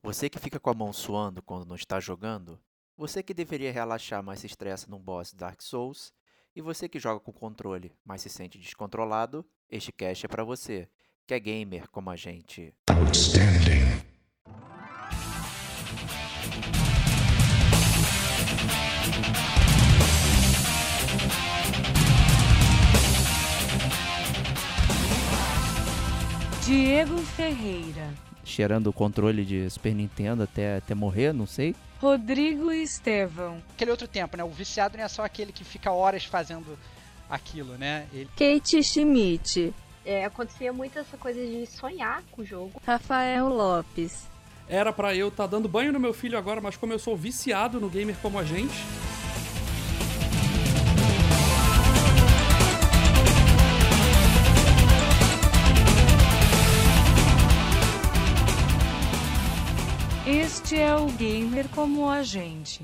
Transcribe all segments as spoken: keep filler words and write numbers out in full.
Você que fica com a mão suando quando não está jogando, você que deveria relaxar, mas se estressa num boss Dark Souls, e você que joga com controle, mas se sente descontrolado, este cast é pra você, que é gamer como a gente. Outstanding. Diego Ferreira, Cheirando o controle de Super Nintendo até, até morrer, não sei. Rodrigo Estevão, Aquele outro tempo, né? O viciado não é só aquele que fica horas fazendo aquilo, né? Ele... Kate Schmidt, É, acontecia muito essa coisa de sonhar com o jogo. Rafael Lopes, Era pra eu estar dando banho no meu filho agora, mas como eu sou viciado no gamer como a gente, este é o Gamer como a gente.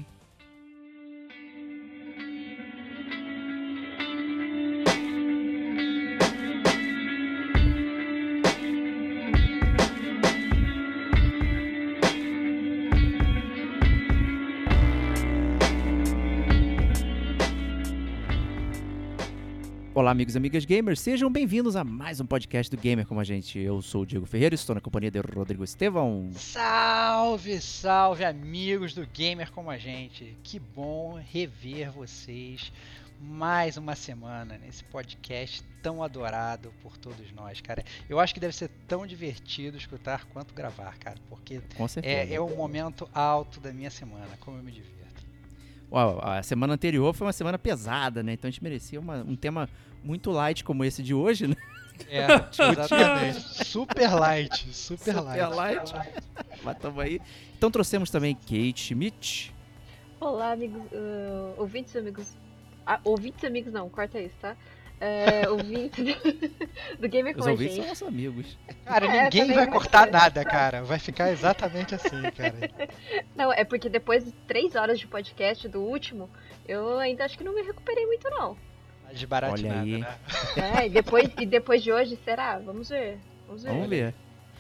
Olá, amigos e amigas gamers, sejam bem-vindos a mais um podcast do Gamer como a gente. Eu sou o Diego Ferreira e estou na companhia de Rodrigo Estevão. Salve, salve, amigos do Gamer como a gente. Que bom rever vocês mais uma semana nesse podcast tão adorado por todos nós, cara. Eu acho que deve ser tão divertido escutar quanto gravar, cara, porque Com certeza. é, é o momento alto da minha semana, como eu me divirto. Uau, a semana anterior foi uma semana pesada, né? Então a gente merecia uma- um tema muito light como esse de hoje, né? É, exatamente. Super light, super, Super light. light. Mas tamo aí. Então trouxemos também Kate Schmidt. Olá, amigos, uh, ouvintes amigos. Ah, ouvintes amigos não, corta isso, tá? É, ouvintes do, do Gamer Os com a ouvintes são gente. nossos amigos. Cara, É, ninguém também vai vai cortar ser. nada, cara. Vai ficar exatamente assim, cara. Não, é porque depois de três horas de podcast do último, eu ainda acho que não me recuperei muito, não. De barato Olha nada, aí. né? É, e depois, e depois de hoje, será? Vamos ver. Vamos ver. Vamos ver.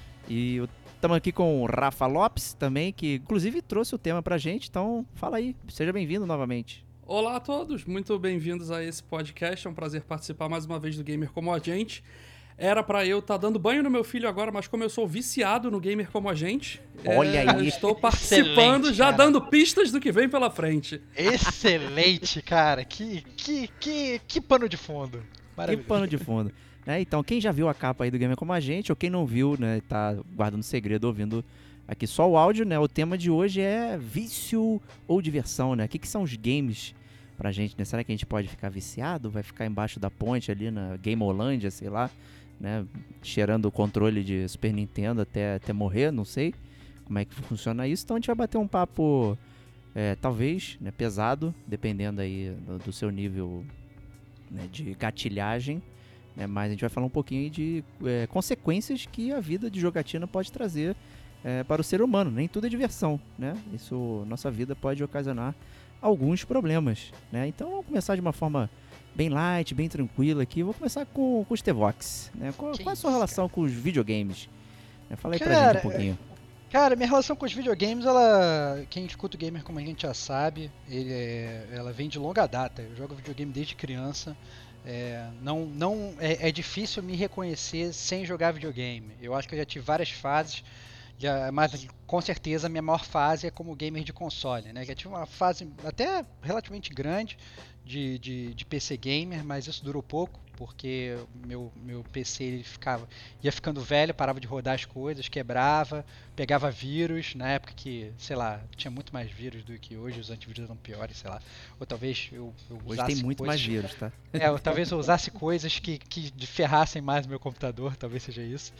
E estamos aqui com o Rafa Lopes também, que inclusive trouxe o tema pra gente. Então fala aí, seja bem-vindo novamente. olá a todos, muito bem-vindos a esse podcast, é um prazer participar mais uma vez do Gamer como a gente. Era pra eu estar dando banho no meu filho agora, mas como eu sou viciado no Gamer como a gente, Olha é, aí. estou participando, Excelente, já cara. dando pistas do que vem pela frente. Excelente, cara. Que, que, que, que pano de fundo. Que Maravilhoso. pano de fundo. É, então, quem já viu a capa aí do Gamer como a gente, ou quem não viu, né, tá guardando segredo, ouvindo aqui só o áudio, né? O tema de hoje é vício ou diversão, né? O que, que são os games pra gente, né? Será que a gente pode ficar viciado? Vai ficar embaixo da ponte ali na Gameolândia, sei lá, né? Cheirando o controle de Super Nintendo até, até morrer, não sei como é que funciona isso. Então a gente vai bater um papo, é, talvez, né, pesado, dependendo aí do, do seu nível, né, de gatilhagem, né, mas a gente vai falar um pouquinho aí de é, consequências que a vida de jogatina pode trazer é, para o ser humano. Nem tudo é diversão, né? Isso, nossa vida pode ocasionar alguns problemas, né? Então vamos começar de uma forma bem light, bem tranquila aqui. Vou começar com, com o Stevox, né? Qual, Que qual a sua isso, relação com os videogames? Né, fala aí pra Cara, gente um pouquinho. Cara, minha relação com os videogames, ela. Quem escuta o gamer como a gente já sabe, ele é- ela vem de longa data. Eu jogo videogame desde criança. É, não, não é, é difícil me reconhecer sem jogar videogame. Eu acho que eu já tive várias fases, já, mas com certeza a minha maior fase é como gamer de console, né? Já tive uma fase até relativamente grande de, de, de P C gamer, mas isso durou pouco, porque meu, meu P C ele ficava, ia ficando velho, parava de rodar as coisas, quebrava, pegava vírus, na época que, sei lá, tinha muito mais vírus do que hoje, os antivírus eram piores, sei lá. Ou talvez eu, eu Hoje usasse tem muito coisas, mais vírus, tá? é, ou talvez eu usasse coisas que, que ferrassem mais o meu computador, talvez seja isso.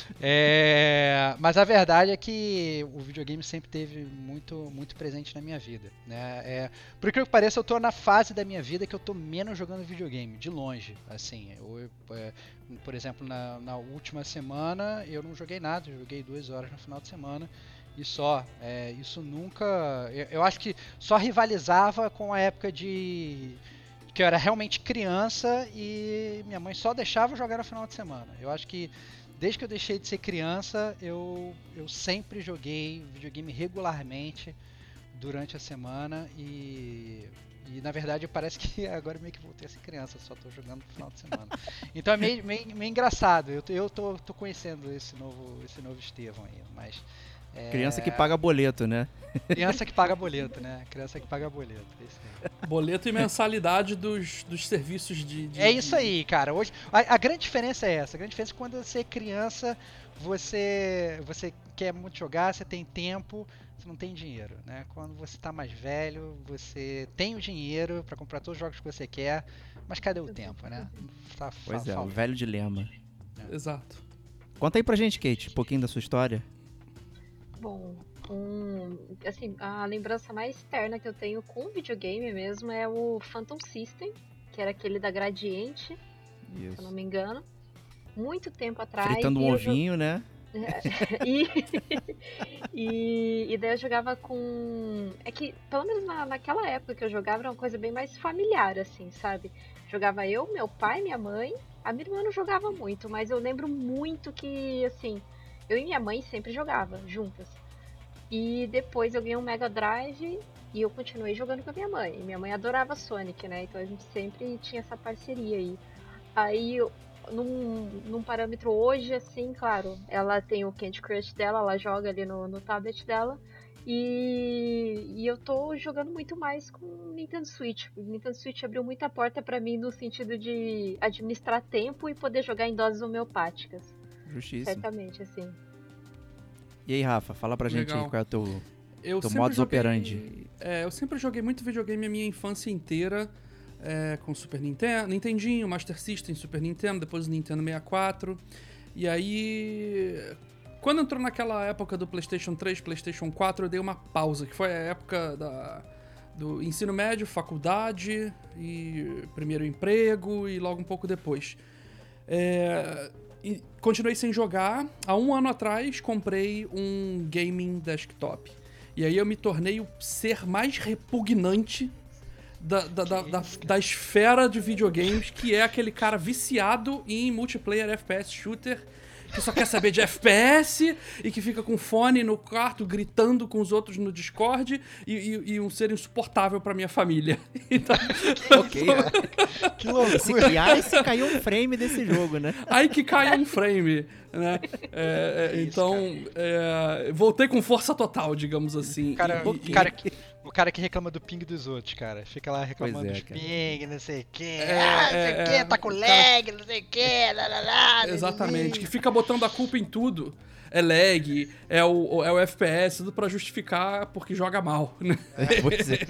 É, mas a verdade é que o videogame sempre teve muito, muito presente na minha vida, né? É, por incrível que pareça, eu tô na fase da minha vida que eu tô menos jogando videogame, de longe, assim. Eu, é, por exemplo, na, na última semana eu não joguei nada, eu joguei duas horas no final de semana. E só, é, isso nunca. Eu, eu acho que só rivalizava com a época de. Que eu era realmente criança e minha mãe só deixava eu jogar no final de semana. Eu acho que desde que eu deixei de ser criança, eu, eu sempre joguei videogame regularmente durante a semana e, e na verdade parece que agora meio que voltei a ser criança, só tô jogando no final de semana. Então é meio, meio, meio engraçado, eu, eu tô, tô conhecendo esse novo, esse novo Estevão aí, mas... É... Criança que paga boleto, né? Criança que paga boleto, né? Criança que paga boleto. É isso aí. Boleto e mensalidade dos, dos serviços de, de... É isso aí, cara. Hoje, a, a grande diferença é essa. A grande diferença é que quando você é criança, você, você quer muito jogar, você tem tempo, você não tem dinheiro, né? Quando você tá mais velho, você tem o dinheiro pra comprar todos os jogos que você quer, mas cadê o tempo, né? Tá, Pois fa- é, o falta. velho dilema. Exato. Conta aí pra gente, Kate, um pouquinho da sua história. Bom, um, assim, a lembrança mais externa que eu tenho com videogame mesmo é o Phantom System, que era aquele da Gradiente, se eu não me engano. Muito tempo atrás. Fritando um e eu jo- ovinho, né? e, e, e daí eu jogava com. É que, pelo menos na, naquela época que eu jogava, era uma coisa bem mais familiar, assim, sabe? Jogava eu, meu pai, minha mãe. A minha irmã não jogava muito, mas eu lembro muito que, assim, eu e minha mãe sempre jogava juntas. E depois eu ganhei um Mega Drive e eu continuei jogando com a minha mãe. E minha mãe adorava Sonic, né? Então a gente sempre tinha essa parceria aí. Aí, eu- num, num parâmetro hoje, assim, claro, ela tem o Candy Crush dela, ela joga ali no, no tablet dela. E, e eu tô jogando muito mais com o Nintendo Switch. O Nintendo Switch abriu muita porta pra mim no sentido de administrar tempo e poder jogar em doses homeopáticas. Justíssimo. Certamente, assim. E aí, Rafa, fala pra gente Legal. aí qual é o teu... Eu Teu sempre modus joguei- operandi. É, eu sempre joguei muito videogame a minha infância inteira. É, com Super Nintendo, Nintendinho, Master System, Super Nintendo, depois o Nintendo sessenta e quatro. E aí, quando entrou naquela época do PlayStation três, PlayStation quatro, eu dei uma pausa, que foi a época da, do ensino médio, faculdade, e primeiro emprego, e logo um pouco depois. É, e continuei sem jogar. Há um ano atrás, comprei um gaming desktop. E aí eu me tornei o ser mais repugnante da, da, da, da, da esfera de videogames, que é aquele cara viciado em multiplayer F P S shooter, que só quer saber de F P S e que fica com fone no quarto gritando com os outros no Discord e, e, e um ser insuportável pra minha família. Então, Ok. Que loucura. Se criar, se caiu um frame desse jogo, né? aí que cai um frame, né? É, é, Que isso, então, é, voltei com força total, digamos assim. O cara, E- o, e- cara que, o cara que reclama do ping dos outros, cara. Fica lá reclamando Pois é, dos cara. ping, não sei o que. É, ah, não sei é, o que, é, tá com o lag, não sei o que. Lá, lá, lá, Exatamente, que fica botando a culpa em tudo. É lag, é o, é o F P S, tudo pra justificar porque joga mal, né? Pois é.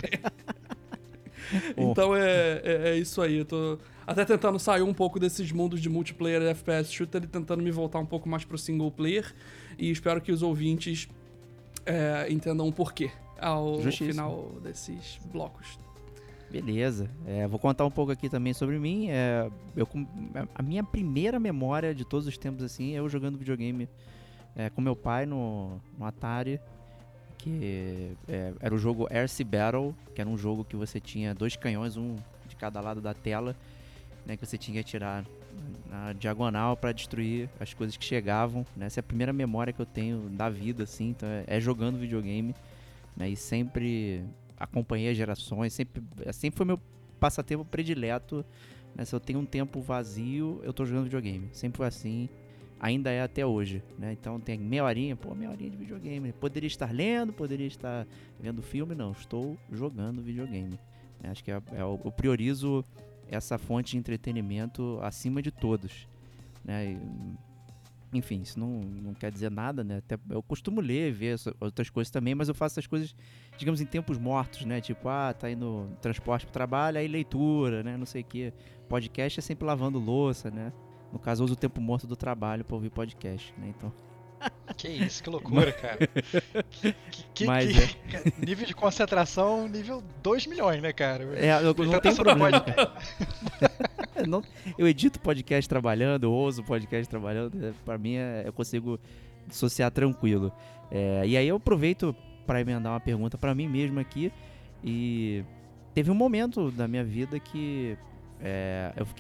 Bom. Então é, é, é isso aí, eu tô até tentando sair um pouco desses mundos de multiplayer e F P S shooter e tentando me voltar um pouco mais pro single player, e espero que os ouvintes é, entendam o porquê ao Justíssimo. final desses blocos. Beleza. É, vou contar um pouco aqui também sobre mim. É, eu, com- a minha primeira memória de todos os tempos, assim, é eu jogando videogame é, com meu pai no, no Atari, que é, era o jogo Aircy Battle, que era um jogo que você tinha dois canhões, um de cada lado da tela, né, que você tinha que atirar na diagonal para destruir as coisas que chegavam, né? Essa é a primeira memória que eu tenho da vida, assim, então é, é jogando videogame, né? E sempre acompanhei as gerações, sempre, sempre foi meu passatempo predileto, né? Se eu tenho um tempo vazio, eu tô jogando videogame, sempre foi assim, ainda é até hoje, né? Então tem meia horinha, pô, meia horinha de videogame, poderia estar lendo, poderia estar vendo filme, não, estou jogando videogame, né? Acho que é, é, eu priorizo essa fonte de entretenimento acima de todos, né? E, enfim, isso não, não quer dizer nada, né? Até eu costumo ler, ver essa- outras coisas também, mas eu faço essas coisas, digamos, em tempos mortos, né? Tipo, ah, tá indo no transporte pro trabalho, aí leitura, né? Não sei o quê. Podcast é sempre lavando louça, né? No caso, eu uso o tempo morto do trabalho pra ouvir podcast, né? Então, Que isso, que loucura, cara. Que, que- Mas que- nível de concentração, nível dois milhões, né, cara? é, eu, eu não tenho Só problema, pode- cara. Eu não- eu edito podcast trabalhando, eu ouço podcast trabalhando, é, pra mim é, eu consigo dissociar tranquilo. É, e aí eu aproveito pra emendar uma pergunta pra mim mesmo aqui, e teve um momento da minha vida que é, eu fiquei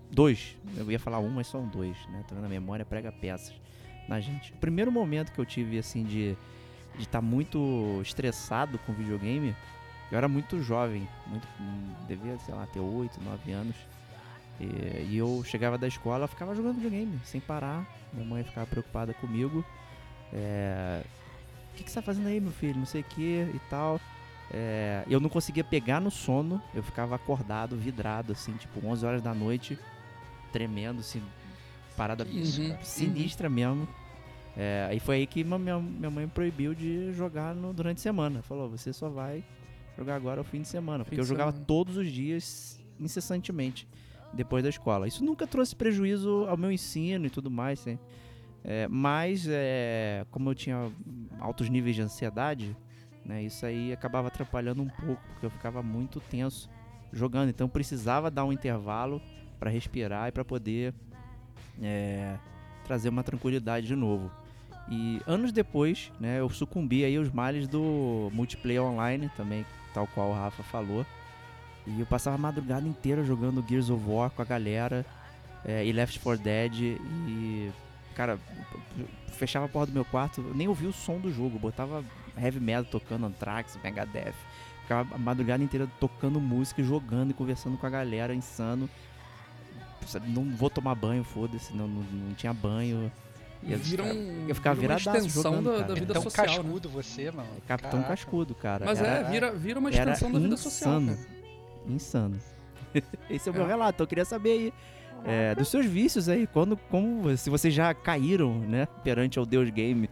dois. Eu ia falar um, mas são dois, né? Tô vendo a memória, prega peças na gente. O primeiro momento que eu tive, assim, de de estar muito estressado com videogame, eu era muito jovem, muito, devia, sei lá, ter oito, nove anos. E, e eu chegava da escola, eu ficava jogando videogame, sem parar. Minha mãe ficava preocupada comigo. É, o que, que você tá fazendo aí, meu filho? Não sei o que e tal. É, eu não conseguia pegar no sono, eu ficava acordado, vidrado, assim, tipo, onze horas da noite, tremendo, assim, parada Uhum, sinistra mesmo. É, aí foi aí que minha, minha mãe proibiu de jogar no, durante a semana. Falou, você só vai jogar agora ao fim de semana. Porque Fim eu de jogava semana. todos os dias, incessantemente, depois da escola. Isso nunca trouxe prejuízo ao meu ensino e tudo mais, né? É, mas, é, como eu tinha altos níveis de ansiedade, né, isso aí acabava atrapalhando um pouco, porque eu ficava muito tenso jogando. Então eu precisava dar um intervalo para respirar e para poder é, trazer uma tranquilidade de novo. E anos depois, né, eu sucumbi aí aos males do multiplayer online também, tal qual o Rafa falou. E eu passava a madrugada inteira jogando Gears of War com a galera, é, e Left four Dead, e, cara, fechava a porta do meu quarto, eu nem ouvia o som do jogo, botava heavy metal tocando, Anthrax, Megadeth, ficava a madrugada inteira tocando música, jogando e conversando com a galera, insano. Não vou tomar banho, foda-se, não, não, não tinha banho. E eu, Vira cara, um, eu ficava vira uma viradaço extensão jogando, da, cara. da vida É tão social, né? cascudo você, mano. Capitão Caraca. Cascudo, cara. Mas era, é, vira, vira uma era extensão da vida social, insano. cara. Insano. Esse é o meu É. relato. Eu queria saber aí é, dos seus vícios aí, quando, como, se vocês já caíram, né, perante ao Deus Game.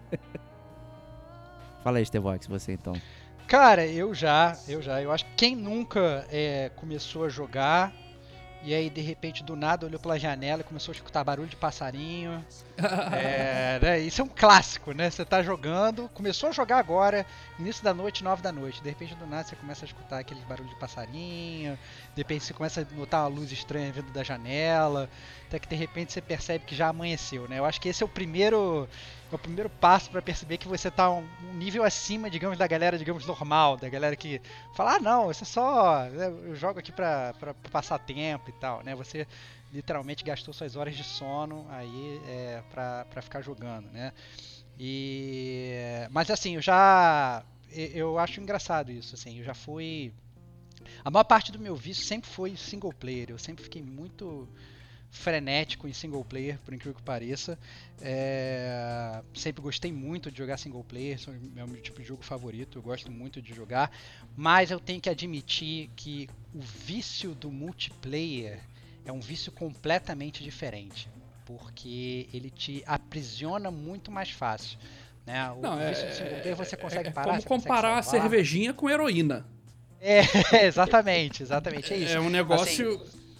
Fala aí, Stevox, você então. Cara, eu já, eu já. Eu acho que quem nunca é, começou a jogar e aí de repente do nada olhou pela janela e começou a escutar barulho de passarinho. É, né, isso é um clássico, né? Você tá jogando, começou a jogar agora, início da noite, nove da noite. De repente do nada você começa a escutar aqueles barulhos de passarinho. De repente você começa a notar uma luz estranha vindo da janela. Até que de repente você percebe que já amanheceu, né? Eu acho que esse é o primeiro, é o primeiro passo para perceber que você tá um, um nível acima, digamos, da galera, digamos, normal, da galera que fala, ah, não, isso é só, eu jogo aqui pra, pra, pra passar tempo e tal, né? Você literalmente gastou suas horas de sono aí é, pra, pra ficar jogando, né? E, mas assim, eu já, eu acho engraçado isso, assim, eu já fui, a maior parte do meu vício sempre foi single player, eu sempre fiquei muito frenético em single player, por incrível que pareça. É, sempre gostei muito de jogar single player, é o meu tipo de jogo favorito, eu gosto muito de jogar, mas eu tenho que admitir que o vício do multiplayer é um vício completamente diferente, porque ele te aprisiona muito mais fácil. Né? O Não, vício do single player você consegue é parar, como você consegue comparar a salvar. cervejinha com heroína. É, exatamente, exatamente, é isso. É um negócio...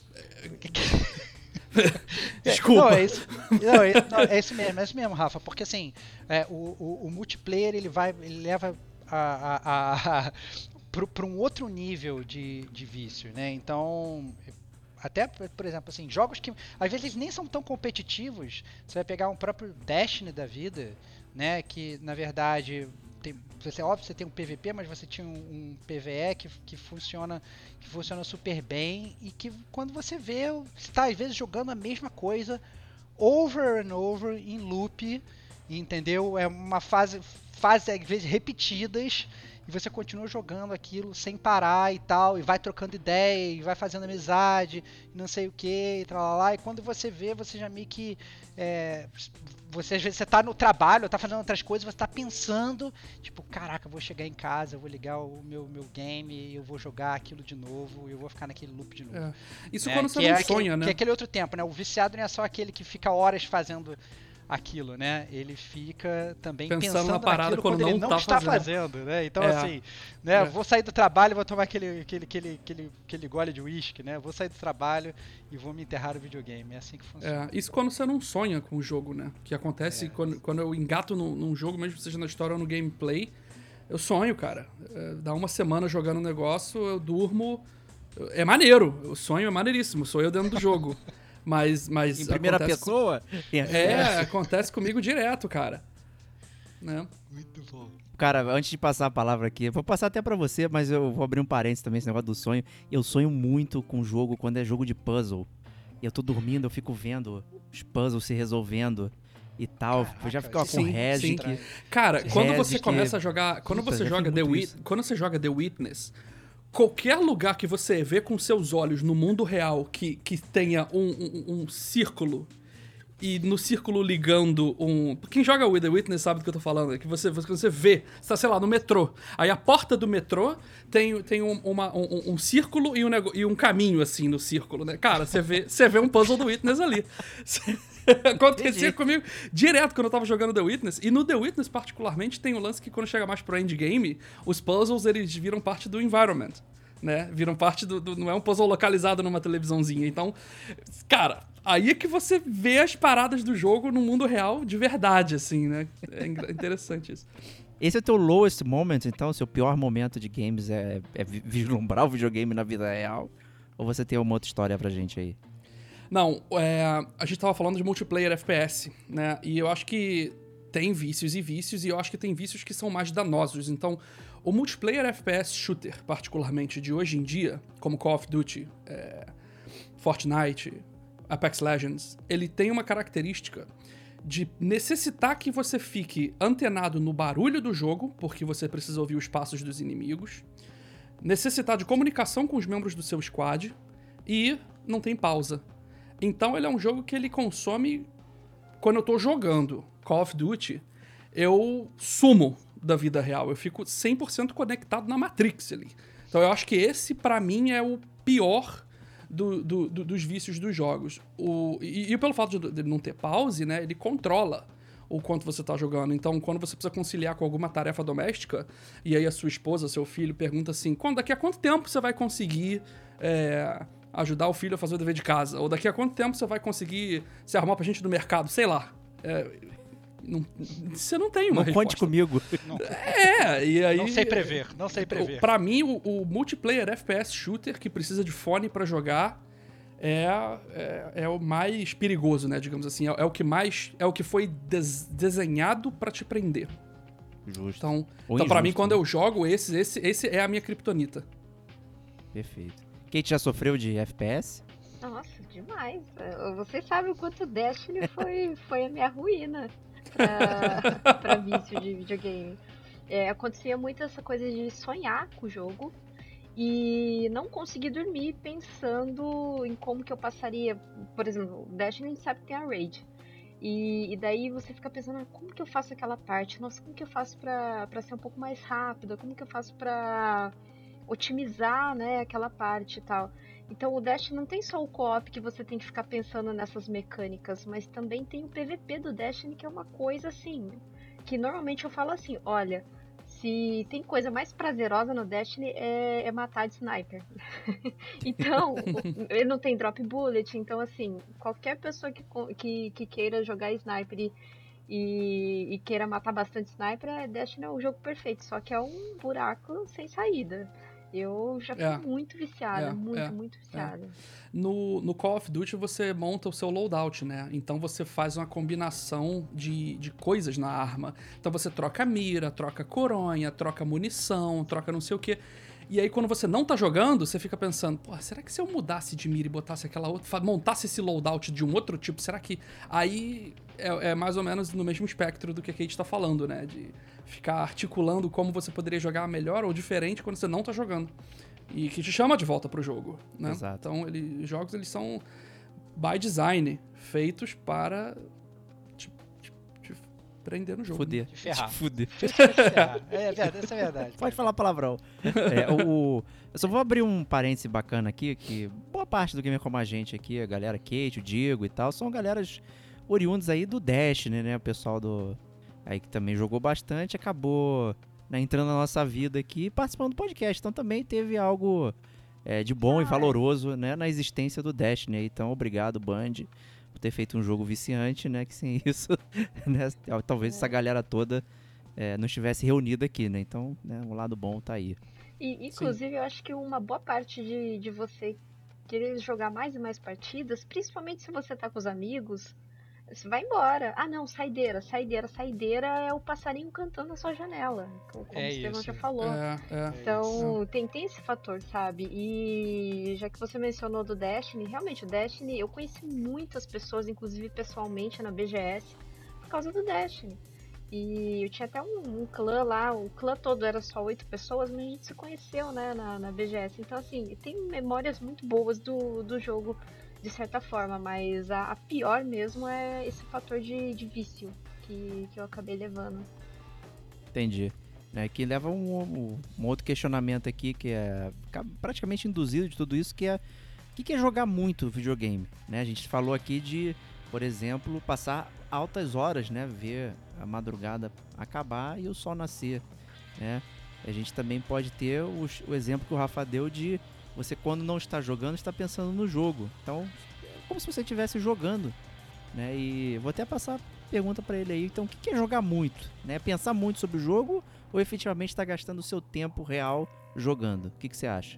Assim, Desculpa. Não, é isso, não, é, não, é isso mesmo, é isso mesmo, Rafa, porque assim, é, o, o, o multiplayer ele vai, ele leva a, a, a, a, para um outro nível de, de vício, né? Então, até, por exemplo, assim, jogos que às vezes nem são tão competitivos, você vai pegar um próprio Destiny da vida, né? Que na verdade tem, você, óbvio, você tem um P V P, mas você tinha um, um P V E que, que, funciona, que funciona super bem e que quando você vê, você está às vezes jogando a mesma coisa over and over, em loop, entendeu? É uma fase, fase às vezes repetidas e você continua jogando aquilo sem parar e tal, e vai trocando ideia, e vai fazendo amizade, e não sei o que, e tralala, e quando você vê, você já meio que... É, você às vezes você tá no trabalho, tá fazendo outras coisas, você tá pensando, tipo, caraca, eu vou chegar em casa, eu vou ligar o meu, meu game, eu vou jogar aquilo de novo, e eu vou ficar naquele loop de novo. É. Isso né? quando você que não é sonha, aquele, né? Que é aquele outro tempo, né? O viciado não é só aquele que fica horas fazendo aquilo, né? Ele fica também Pensando pensando na parada naquilo quando quando ele não não tá está fazendo. fazendo, né? Então, É. assim, né? É. Vou sair do trabalho e vou tomar aquele, aquele, aquele, aquele, aquele gole de uísque, né? Vou sair do trabalho e vou me enterrar no videogame. É assim que funciona. É, isso quando você não sonha com o jogo, né? Que acontece É. quando, quando eu engato num, num jogo, mesmo que seja na história ou no gameplay, eu sonho, cara. É, dá uma semana jogando um negócio, eu durmo. É maneiro, o sonho é maneiríssimo, sou eu dentro do jogo. Mas, mas Em primeira acontece com- pessoa? É, acontece comigo direto, cara. Né? Muito bom. Cara, antes de passar a palavra aqui, eu vou passar até pra você, mas eu vou abrir um parênteses também, esse negócio do sonho. Eu sonho muito com jogo quando é jogo de puzzle. e eu tô dormindo, eu fico vendo os puzzles se resolvendo e tal. Caraca, eu já ficava com sim, Rez sim. que... Cara, Sim. quando Rez você que- começa a jogar, quando Puta, você já joga fiz The muito Wit- isso. quando você joga The Witness, qualquer lugar que você vê com seus olhos no mundo real que, que tenha um, um, um círculo e no círculo ligando um... Quem joga o The Witness sabe do que eu tô falando. É que você, você, você vê, você tá, sei lá, no metrô. Aí a porta do metrô tem, tem um, uma, um, um círculo e um, nego- e um caminho, assim, no círculo, né? Cara, você vê, você vê um puzzle do Witness ali. Acontecia Entendi. comigo direto quando eu tava jogando The Witness. E no The Witness, particularmente, tem o lance que quando chega mais pro endgame, os puzzles, eles viram parte do environment. Né? Viram parte do, do... Não é um puzzle localizado numa televisãozinha. Então, cara, aí é que você vê as paradas do jogo no mundo real de verdade, assim, né? É engra- interessante isso. Esse é o teu lowest moment, então? Seu pior momento de games é, é vi- vislumbrar o videogame na vida real? Ou você tem uma outra história pra gente aí? Não, é, a gente tava falando de multiplayer F P S, né? E eu acho que tem vícios e vícios, e eu acho que tem vícios que são mais danosos. Então, o multiplayer F P S shooter, particularmente de hoje em dia, como Call of Duty, é, Fortnite, Apex Legends, ele tem uma característica de necessitar que você fique antenado no barulho do jogo, porque você precisa ouvir os passos dos inimigos, necessitar de comunicação com os membros do seu squad, e não tem pausa. Então ele é um jogo que ele consome... Quando eu tô jogando Call of Duty, eu sumo da vida real. Eu fico cem por cento conectado na Matrix ali. Então eu acho que esse, pra mim, é o pior do, do- do- dos vícios dos jogos. O, e, e pelo fato de, de não ter pause, né, ele controla o quanto você tá jogando. Então, quando você precisa conciliar com alguma tarefa doméstica, e aí a sua esposa, seu filho, pergunta assim, "Quando- daqui a quanto tempo você vai conseguir... é, ajudar o filho a fazer o dever de casa? Ou daqui a quanto tempo você vai conseguir se arrumar pra gente no mercado? Sei lá. É, não- você não tem uma Não conte resposta. comigo. Não, É, e aí... não sei prever, não sei o- prever. Pra mim, o, o multiplayer F P S shooter que precisa de fone pra jogar é, é, é o mais perigoso, né? Digamos assim. É, é o que mais... É o que foi des- desenhado pra te prender. Justo. Então, Ou então pra mim, injusto, quando né? eu jogo, esse, esse, esse é a minha kriptonita. Perfeito. Kate já sofreu de F P S? Nossa, demais. Eh, Vocês sabem o quanto o Destiny foi, foi a minha ruína pra, pra vício de videogame. É, acontecia muito essa coisa de sonhar com o jogo e não conseguir dormir pensando em como que eu passaria. Por exemplo, o Destiny a gente sabe que tem a raid. E, e daí você fica pensando, "Ah, como que eu faço aquela parte? Nossa, como que eu faço pra, pra ser um pouco mais rápida? Como que eu faço pra otimizar, né, aquela parte e tal?" Então o Destiny não tem só o co-op que você tem que ficar pensando nessas mecânicas, mas também tem o P V P do Destiny, que é uma coisa assim, que normalmente eu falo assim, olha, se tem coisa mais prazerosa no Destiny é, é matar de sniper. Então, o- ele não tem drop bullet, então assim, qualquer pessoa que, co- que, que queira jogar sniper e, e, e queira matar bastante sniper, é, Destiny é o jogo perfeito, só que é um buraco sem saída. Eu já fui É. muito viciada, É, muito, é, muito viciada. No, no Call of Duty você monta o seu loadout, né? Então você faz uma combinação de, de coisas na arma. Então você troca mira, troca coronha, troca munição, troca não sei o quê. E aí quando você não tá jogando, você fica pensando, pô, será que se eu mudasse de mira e botasse aquela outra, fa- montasse esse loadout de um outro tipo, será que... Aí é, é mais ou menos no mesmo espectro do que a Kate tá falando, né? De ficar articulando como você poderia jogar melhor ou diferente quando você não tá jogando. E que te chama de volta pro jogo, né? Exato. Então, ele, os jogos, eles são, by design, feitos para te, te- te prender no jogo. Fuder. Te ferrar. Te fuder. É verdade, isso é verdade. Pode falar palavrão. É, o, eu só vou abrir um parêntese bacana aqui, que boa parte do gamer como a gente aqui, a galera Kate, o Diego e tal, são galeras oriundas aí do Destiny, né? O pessoal do... aí que também jogou bastante, acabou, né, entrando na nossa vida aqui e participando do podcast. Então também teve algo é, de bom Ah, e é. valoroso, né, na existência do Destiny. aí. Então obrigado, Band, por ter feito um jogo viciante, né? Que sem isso, né, talvez essa galera toda é, não estivesse reunida aqui, né? Então, né, o lado bom tá aí. E, inclusive, eu acho que uma boa parte de, de você querer jogar mais e mais partidas, principalmente se você tá com os amigos, Você vai embora. Ah, não, saideira, saideira. Saideira é o passarinho cantando na sua janela. Como É o Estevão isso. já falou. É, é. Então, tem, tem esse fator, sabe? E já que você mencionou do Destiny, realmente, o Destiny, eu conheci muitas pessoas, inclusive pessoalmente na B G S, por causa do Destiny. E eu tinha até um, um clã lá, o clã todo era só oito pessoas, mas a gente se conheceu, né, na, na B G S. Então, assim, tem memórias muito boas do, do jogo, de certa forma, mas a, a pior mesmo é esse fator de, de vício que, que eu acabei levando. Entendi. Né, que leva um, um, um outro questionamento aqui, que é praticamente induzido de tudo isso, que é o que, que é jogar muito videogame? Né? A gente falou aqui de, por exemplo, passar altas horas, né? Ver a madrugada acabar e o sol nascer, né? A gente também pode ter o, o exemplo que o Rafa deu de você, quando não está jogando, está pensando no jogo. Então, é como se você estivesse jogando, né? E vou até passar a pergunta para ele aí. Então, o que é jogar muito? Né? Pensar muito sobre o jogo ou efetivamente estar gastando o seu tempo real jogando? O que, que você acha?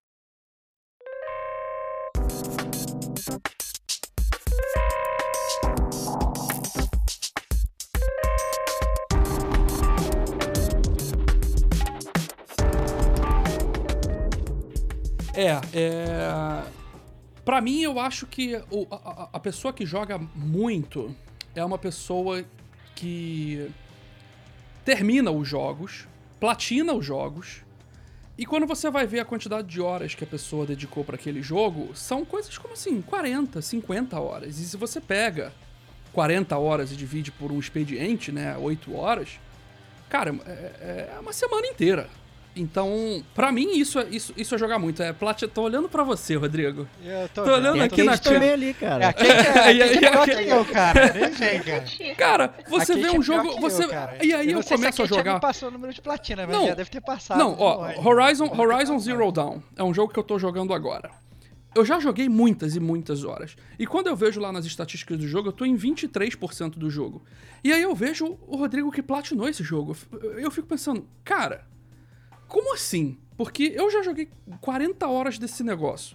É, é... Pra mim, eu acho que o, a, a pessoa que joga muito é uma pessoa que termina os jogos, platina os jogos, e quando você vai ver a quantidade de horas que a pessoa dedicou pra aquele jogo, são coisas como assim, quarenta, cinquenta horas. E se você pega quarenta horas e divide por um expediente, né, oito horas, cara, é, é uma semana inteira. Então, pra mim, isso é, isso, isso é jogar muito. É plat... Tô olhando pra você, Rodrigo. Eu tô, Tô olhando Tem aqui na aquele também ali, cara. É, aquele que é, E aí, aquele que é pior aquele- que eu, cara. Nem vem, cara. Cara, você Aquele vê que é um pior jogo. que você eu, cara. E aí eu, não sei começo se a aquele jogar. não passou o número de platina, mas Não. já deve ter passado. Não, ó, Olha. Horizon, Deve ter Horizon passado. Zero Dawn é um jogo que eu tô jogando agora. Eu já joguei muitas e muitas horas. E quando eu vejo lá nas estatísticas do jogo, eu tô em vinte e três por cento do jogo. E aí eu vejo o Rodrigo que platinou esse jogo. Eu fico pensando, cara, como assim? Porque eu já joguei quarenta horas desse negócio.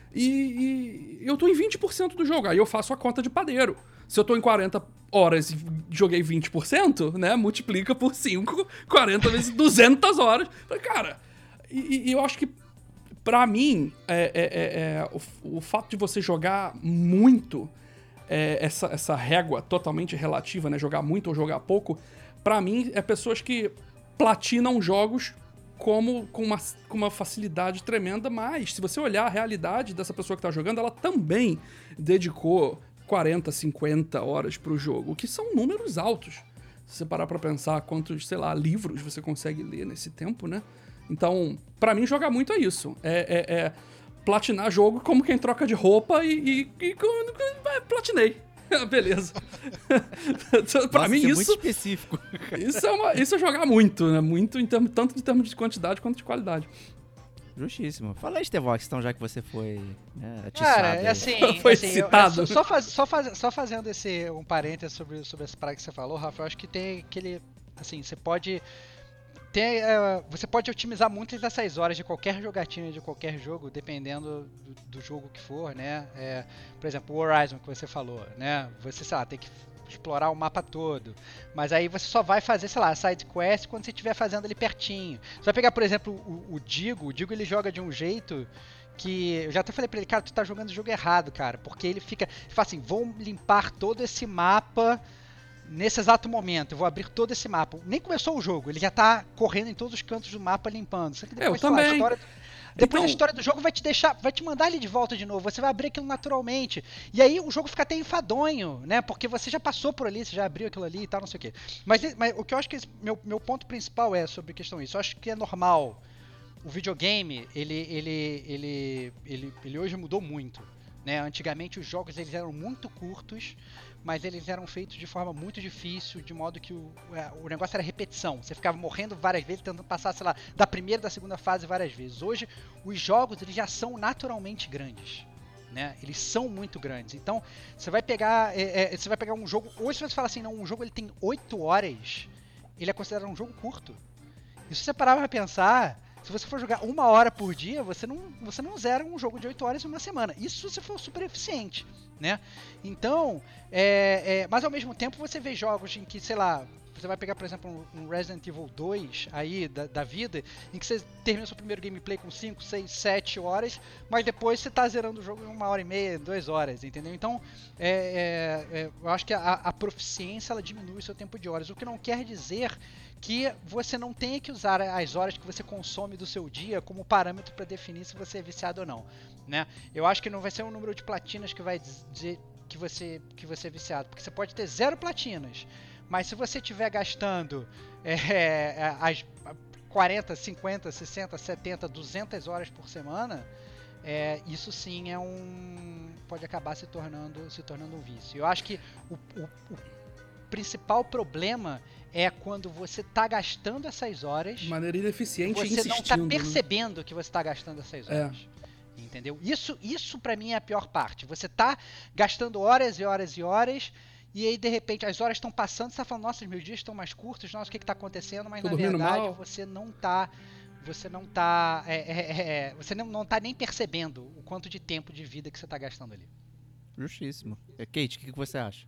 E, e eu tô em vinte por cento do jogo. Aí eu faço a conta de padeiro. Se eu tô em quarenta horas e joguei vinte por cento, né? Multiplica por cinco, quarenta vezes duzentas horas. Cara, e, e eu acho que pra mim, é, é, é, é, o, o fato de você jogar muito, é, essa, essa régua totalmente relativa, né? Jogar muito ou jogar pouco, pra mim é pessoas que platinam jogos como com uma, com uma facilidade tremenda, mas se você olhar a realidade dessa pessoa que tá jogando, ela também dedicou quarenta, cinquenta horas pro jogo, o que são números altos. Se você parar pra pensar quantos, sei lá, livros você consegue ler nesse tempo, né? Então, pra mim, jogar muito é isso. É, é, é platinar jogo como quem troca de roupa e... e, e é, platinei. Beleza. Pra Nossa, mim, isso é isso... muito específico. Isso é, uma, isso é jogar muito, né? Muito em termos, tanto em termos de quantidade quanto de qualidade. Justíssimo. Fala aí, Stevox, então, já que você foi, né, atiçado Cara, aí. é assim, Foi assim, eu- citado. eu- só, faz- só, faz- só fazendo esse um parênteses sobre, sobre essa parada que você falou, Rafa, eu acho que tem aquele, assim, você pode ter, é, você pode otimizar muitas dessas horas de qualquer jogatina de qualquer jogo, dependendo do, do jogo que for, né? É, por exemplo, o Horizon que você falou, né? Você, sei lá, tem que explorar o mapa todo, mas aí você só vai fazer, sei lá, side quest quando você estiver fazendo ali pertinho. Você vai pegar, por exemplo, o, o Digo, o Digo ele joga de um jeito que eu já até falei pra ele, cara, tu tá jogando o jogo errado, cara, porque ele fica, ele fala assim, vou limpar todo esse mapa nesse exato momento, eu vou abrir todo esse mapa. Nem começou o jogo, ele já tá correndo em todos os cantos do mapa limpando. Só que depois, Eu sei lá, a também. história, depois Então- a história do jogo vai te deixar, vai te mandar ele de volta de novo, você vai abrir aquilo naturalmente. E aí o jogo fica até enfadonho, né? Porque você já passou por ali, você já abriu aquilo ali e tal, não sei o quê. Mas, mas o que eu acho que esse, meu, meu ponto principal é sobre a questão disso. Eu acho que é normal. O videogame, ele, ele, ele, ele, ele hoje mudou muito, né? Antigamente os jogos eles eram muito curtos, mas eles eram feitos de forma muito difícil, de modo que o, o negócio era repetição. Você ficava morrendo várias vezes, tentando passar, sei lá, da primeira e da segunda fase várias vezes. Hoje, os jogos eles já são naturalmente grandes, né? Eles são muito grandes. Então, você vai pegar, é, é, você vai pegar um jogo. Hoje, se você fala assim, não, um jogo ele tem oito horas, ele é considerado um jogo curto. E se você parar pra pensar, Se você for jogar uma hora por dia, você não, você não zera um jogo de oito horas em uma semana. Isso se você for super eficiente, né? Então, é, é, mas ao mesmo tempo você vê jogos em que, sei lá, você vai pegar, por exemplo, um Resident Evil dois aí da, da vida, em que você termina o seu primeiro gameplay com cinco, seis, sete horas, mas depois você tá zerando o jogo em uma hora e meia, duas horas, entendeu? Então, é, é, é, eu acho que a, a proficiência ela diminui o seu tempo de horas, o que não quer dizer que você não tenha que usar as horas que você consome do seu dia como parâmetro para definir se você é viciado ou não, né? Eu acho que não vai ser o número de platinas que vai dizer que você, que você é viciado, porque você pode ter zero platinas, mas se você estiver gastando é, as quarenta, cinquenta, sessenta, setenta, duzentas horas por semana, é, isso sim é um pode acabar se tornando, se tornando um vício. Eu acho que o, o, o principal problema é quando você está gastando essas horas de maneira ineficiente, você insistindo, não está né? percebendo que você está gastando essas horas. É. Entendeu? Isso, isso para mim é a pior parte. Você está gastando horas e horas e horas, e aí de repente as horas estão passando, você está falando, nossa, os meus dias estão mais curtos, nossa, o que está acontecendo? Mas Tô na dormindo verdade mal. você não está você não tá é, é, é, você não, não tá nem percebendo o quanto de tempo de vida que você está gastando ali. Justíssimo. É, Kate, o que, que você acha?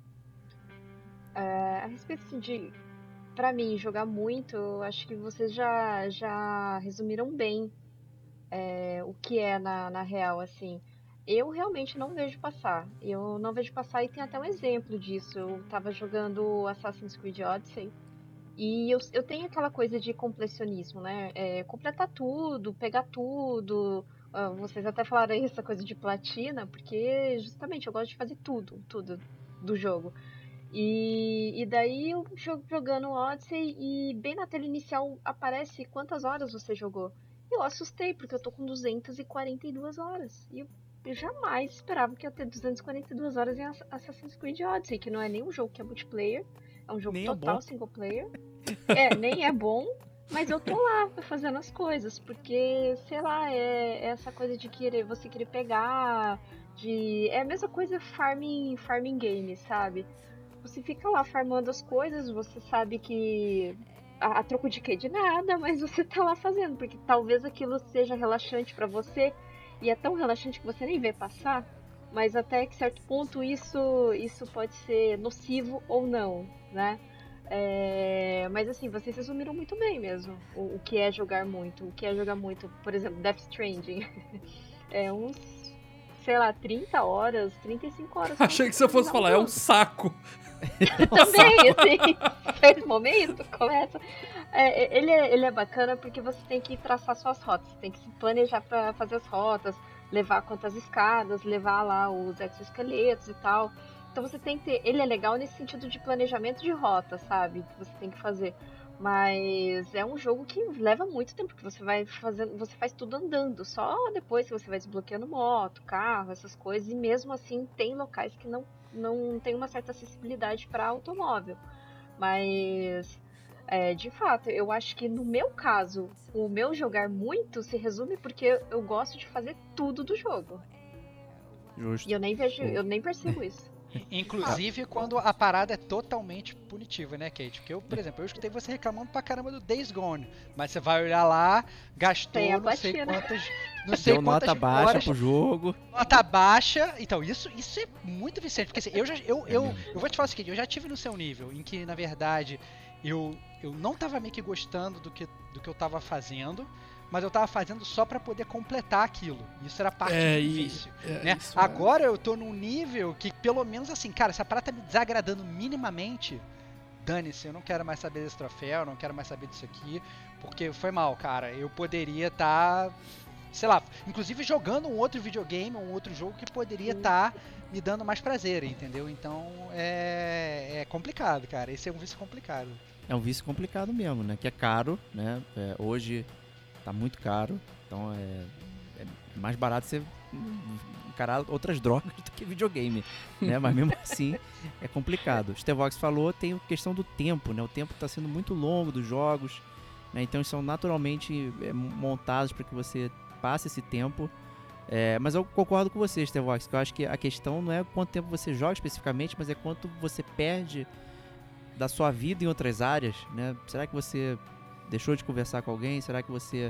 É, a respeito assim, de, pra mim, jogar muito, eu acho que vocês já, já resumiram bem é, o que é na, na real, assim. Eu realmente não vejo passar. Eu não vejo passar e tem até um exemplo disso. Eu tava jogando Assassin's Creed Odyssey e eu, eu tenho aquela coisa de completionismo, né? É, completar tudo, pegar tudo. Ah, vocês até falaram aí essa coisa de platina, porque justamente eu gosto de fazer tudo, tudo do jogo. E, e daí eu jogo jogando Odyssey e bem na tela inicial aparece quantas horas você jogou. Eu assustei, porque eu tô com duzentas e quarenta e duas horas. E eu, eu jamais esperava que eu ia ter duzentas e quarenta e duas horas em Assassin's Creed Odyssey, que não é nem um jogo que é multiplayer, é um jogo Nem é total bom. single player. É, nem é bom, mas eu tô lá fazendo as coisas, porque, sei lá, é, é essa coisa de querer, você querer pegar, de... É a mesma coisa farming, farming game, sabe? Você fica lá farmando as coisas, você sabe que a, a troco de quê? De nada, mas você tá lá fazendo, porque talvez aquilo seja relaxante pra você, e é tão relaxante que você nem vê passar, mas até que certo ponto isso, isso pode ser nocivo ou não, né? É, mas assim, vocês resumiram muito bem mesmo o, o que é jogar muito, o que é jogar muito, por exemplo, Death Stranding. É uns, sei lá, trinta horas, trinta e cinco horas. Achei que você fosse falar, é um saco. Também, assim, certo momento, começa. É, ele, é, ele é bacana porque você tem que traçar suas rotas, tem que se planejar pra fazer as rotas, levar quantas escadas, levar lá os exoesqueletos e tal. Então você tem que ter. Ele é legal nesse sentido de planejamento de rota, sabe? Que você tem que fazer. Mas é um jogo que leva muito tempo, porque você vai fazendo. Você faz tudo andando. Só depois que você vai desbloqueando moto, carro, essas coisas. E mesmo assim tem locais que não, não tem uma certa acessibilidade para automóvel. Mas é, de fato, eu acho que no meu caso, o meu jogar muito se resume porque eu gosto de fazer tudo do jogo. Justo. E eu nem vejo, eu nem percebo isso. Inclusive quando a parada é totalmente punitiva, né, Kate? Porque eu, por exemplo, eu escutei você reclamando pra caramba do Days Gone, mas você vai olhar lá, gastou Tem a não sei platina. quantas, não sei Deu quantas nota baixa horas, pro jogo. nota baixa. Então, isso, isso é muito viciante, porque assim, eu já eu, É eu, mesmo. eu vou te falar o seguinte, eu já tive no seu nível em que, na verdade, eu eu não tava meio que gostando do que do que eu tava fazendo, mas eu tava fazendo só pra poder completar aquilo. Isso era parte É, do e- vício. é, Né? isso é- Agora eu tô num nível que, pelo menos assim, cara, se a parada tá me desagradando minimamente, dane-se, eu não quero mais saber desse troféu, eu não quero mais saber disso aqui, porque foi mal, cara. Eu poderia estar, sei lá, inclusive jogando um outro videogame, um outro jogo que poderia estar me dando mais prazer, entendeu? Então é, é complicado, cara. Esse é um vício complicado. É um vício complicado mesmo, né? Que é caro, né? É, hoje tá muito caro, então é, é mais barato você encarar outras drogas do que videogame, né? Mas mesmo assim é complicado. O Stevox falou, tem a questão do tempo, né? O tempo está sendo muito longo dos jogos, né? Então eles são naturalmente é, montados para que você passe esse tempo. É, mas eu concordo com você, Stevox, que eu acho que a questão não é quanto tempo você joga especificamente, mas é quanto você perde da sua vida em outras áreas, né? Será que você deixou de conversar com alguém? Será que você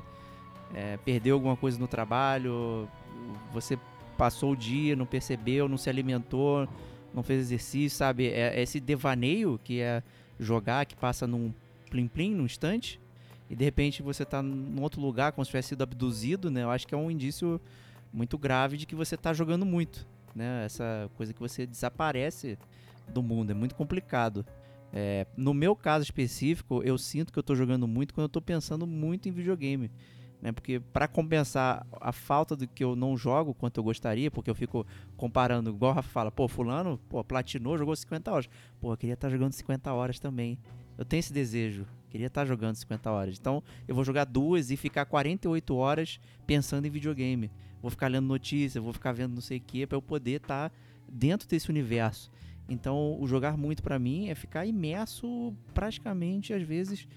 é, perdeu alguma coisa no trabalho? Você passou o dia, não percebeu, não se alimentou, não fez exercício, sabe? É, é esse devaneio que é jogar, que passa num plim-plim, num instante, e de repente você tá num outro lugar, como se tivesse sido abduzido, né? Eu acho que é um indício muito grave de que você tá jogando muito, né? Essa coisa que você desaparece do mundo, é muito complicado. É, no meu caso específico, eu sinto que eu tô jogando muito quando eu tô pensando muito em videogame, né? Porque para compensar a falta do que eu não jogo quanto eu gostaria, porque eu fico comparando, igual o Rafa fala, pô, fulano, pô, platinou, jogou cinquenta horas. Pô, eu queria estar jogando cinquenta horas também. Eu tenho esse desejo, queria estar jogando cinquenta horas. Então, eu vou jogar duas e ficar quarenta e oito horas pensando em videogame. Vou ficar lendo notícia, vou ficar vendo não sei o que, para eu poder estar dentro desse universo. Então, o jogar muito pra mim é ficar imerso praticamente, às vezes,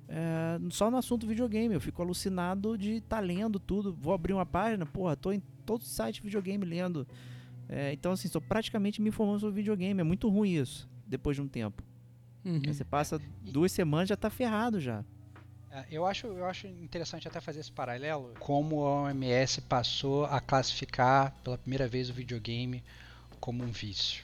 é, só no assunto videogame. Eu fico alucinado de estar tá lendo tudo. Vou abrir uma página, porra, tô em todo site de videogame lendo. É, então, assim, estou praticamente me informando sobre videogame. É muito ruim isso, depois de um tempo. Uhum. Você passa duas semanas e já tá ferrado já. Eu acho, eu acho interessante até fazer esse paralelo, como a O M S passou a classificar pela primeira vez o videogame como um vício.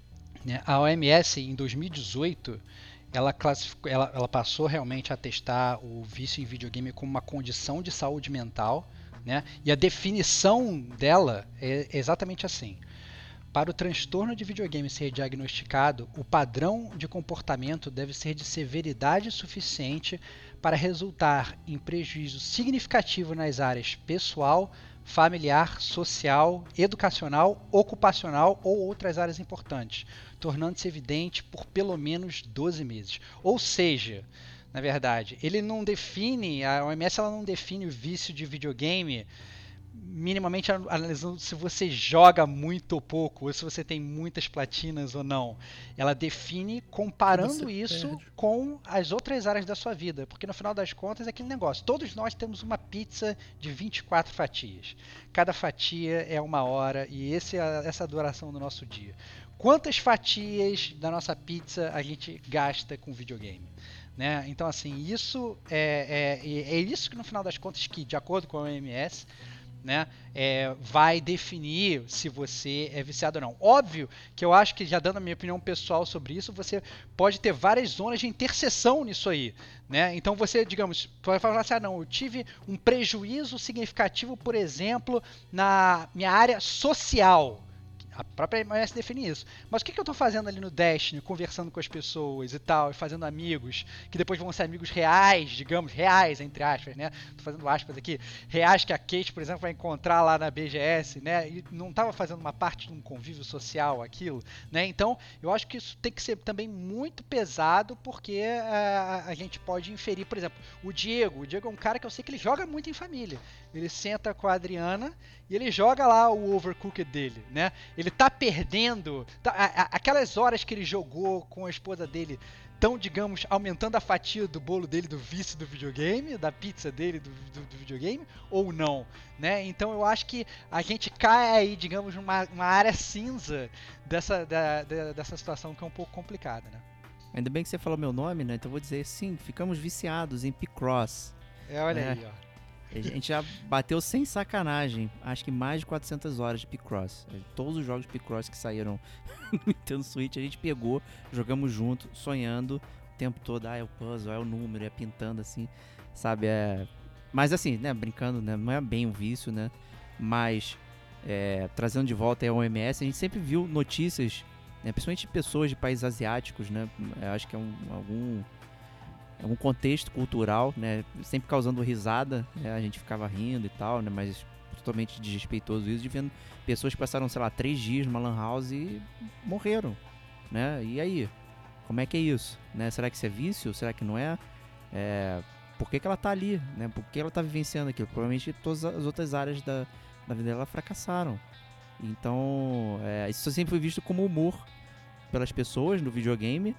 A O M S, em dois mil e dezoito, ela, classificou, ela, ela passou realmente a testar o vício em videogame como uma condição de saúde mental, né? E a definição dela é exatamente assim. Para o transtorno de videogame ser diagnosticado, o padrão de comportamento deve ser de severidade suficiente para resultar em prejuízo significativo nas áreas pessoal, familiar, social, educacional, ocupacional ou outras áreas importantes, tornando-se evidente por pelo menos doze meses. Ou seja, na verdade, ele não define, a O M S ela não define o vício de videogame minimamente analisando se você joga muito ou pouco, ou se você tem muitas platinas ou não. Ela define comparando isso perde. com as outras áreas da sua vida, porque no final das contas é aquele negócio. Todos nós temos uma pizza de vinte e quatro fatias. Cada fatia é uma hora e esse é, essa é a duração do nosso dia. Quantas fatias da nossa pizza a gente gasta com videogame? Né? Então, assim, isso é, é, é isso que no final das contas, que de acordo com a O M S, né, é, vai definir se você é viciado ou não. Óbvio que eu acho que, já dando a minha opinião pessoal sobre isso, você pode ter várias zonas de interseção nisso aí, né? Então você, digamos, pode falar assim, ah, não, eu tive um prejuízo significativo, por exemplo, na minha área social. A própria O M S define isso. Mas o que, que eu estou fazendo ali no Destiny, conversando com as pessoas e tal, e fazendo amigos, que depois vão ser amigos reais, digamos, reais, entre aspas, né? Tô fazendo aspas aqui. Reais que a Kate, por exemplo, vai encontrar lá na B G S, né? E não estava fazendo uma parte de um convívio social, aquilo, né? Então, eu acho que isso tem que ser também muito pesado, porque uh, a gente pode inferir, por exemplo, o Diego. O Diego é um cara que eu sei que ele joga muito em família. Ele senta com a Adriana e ele joga lá o Overcooked dele, né? Ele tá perdendo, tá, a, a, aquelas horas que ele jogou com a esposa dele estão, digamos, aumentando a fatia do bolo dele, do vício do videogame, da pizza dele, do, do, do videogame, ou não, né? Então eu acho que a gente cai aí, digamos, numa uma área cinza dessa, da, da, dessa situação que é um pouco complicada, né? Ainda bem que você falou meu nome, né? Então eu vou dizer, sim, ficamos viciados em Picross. É, olha né? aí, ó. A gente já bateu sem sacanagem, acho que mais de quatrocentas horas de Picross. Todos os jogos de Picross que saíram no Nintendo Switch a gente pegou, jogamos junto, sonhando o tempo todo. Ah, é o puzzle, é o número, é pintando assim, sabe? É... Mas assim, né, brincando, né, não é bem um vício, né? Mas é, trazendo de volta a O M S, a gente sempre viu notícias, né, principalmente de pessoas de países asiáticos, né? Eu acho que é um, algum... algum contexto cultural, né, sempre causando risada, né, a gente ficava rindo e tal, né, mas totalmente desrespeitoso isso, de vendo pessoas que passaram, sei lá, três dias numa lan house e morreram, né, e aí, como é que é isso, né, será que isso é vício, será que não é, é por que que ela tá ali, né, por que ela tá vivenciando aquilo, provavelmente todas as outras áreas da, da vida dela fracassaram, então, é, isso sempre foi visto como humor pelas pessoas no videogame.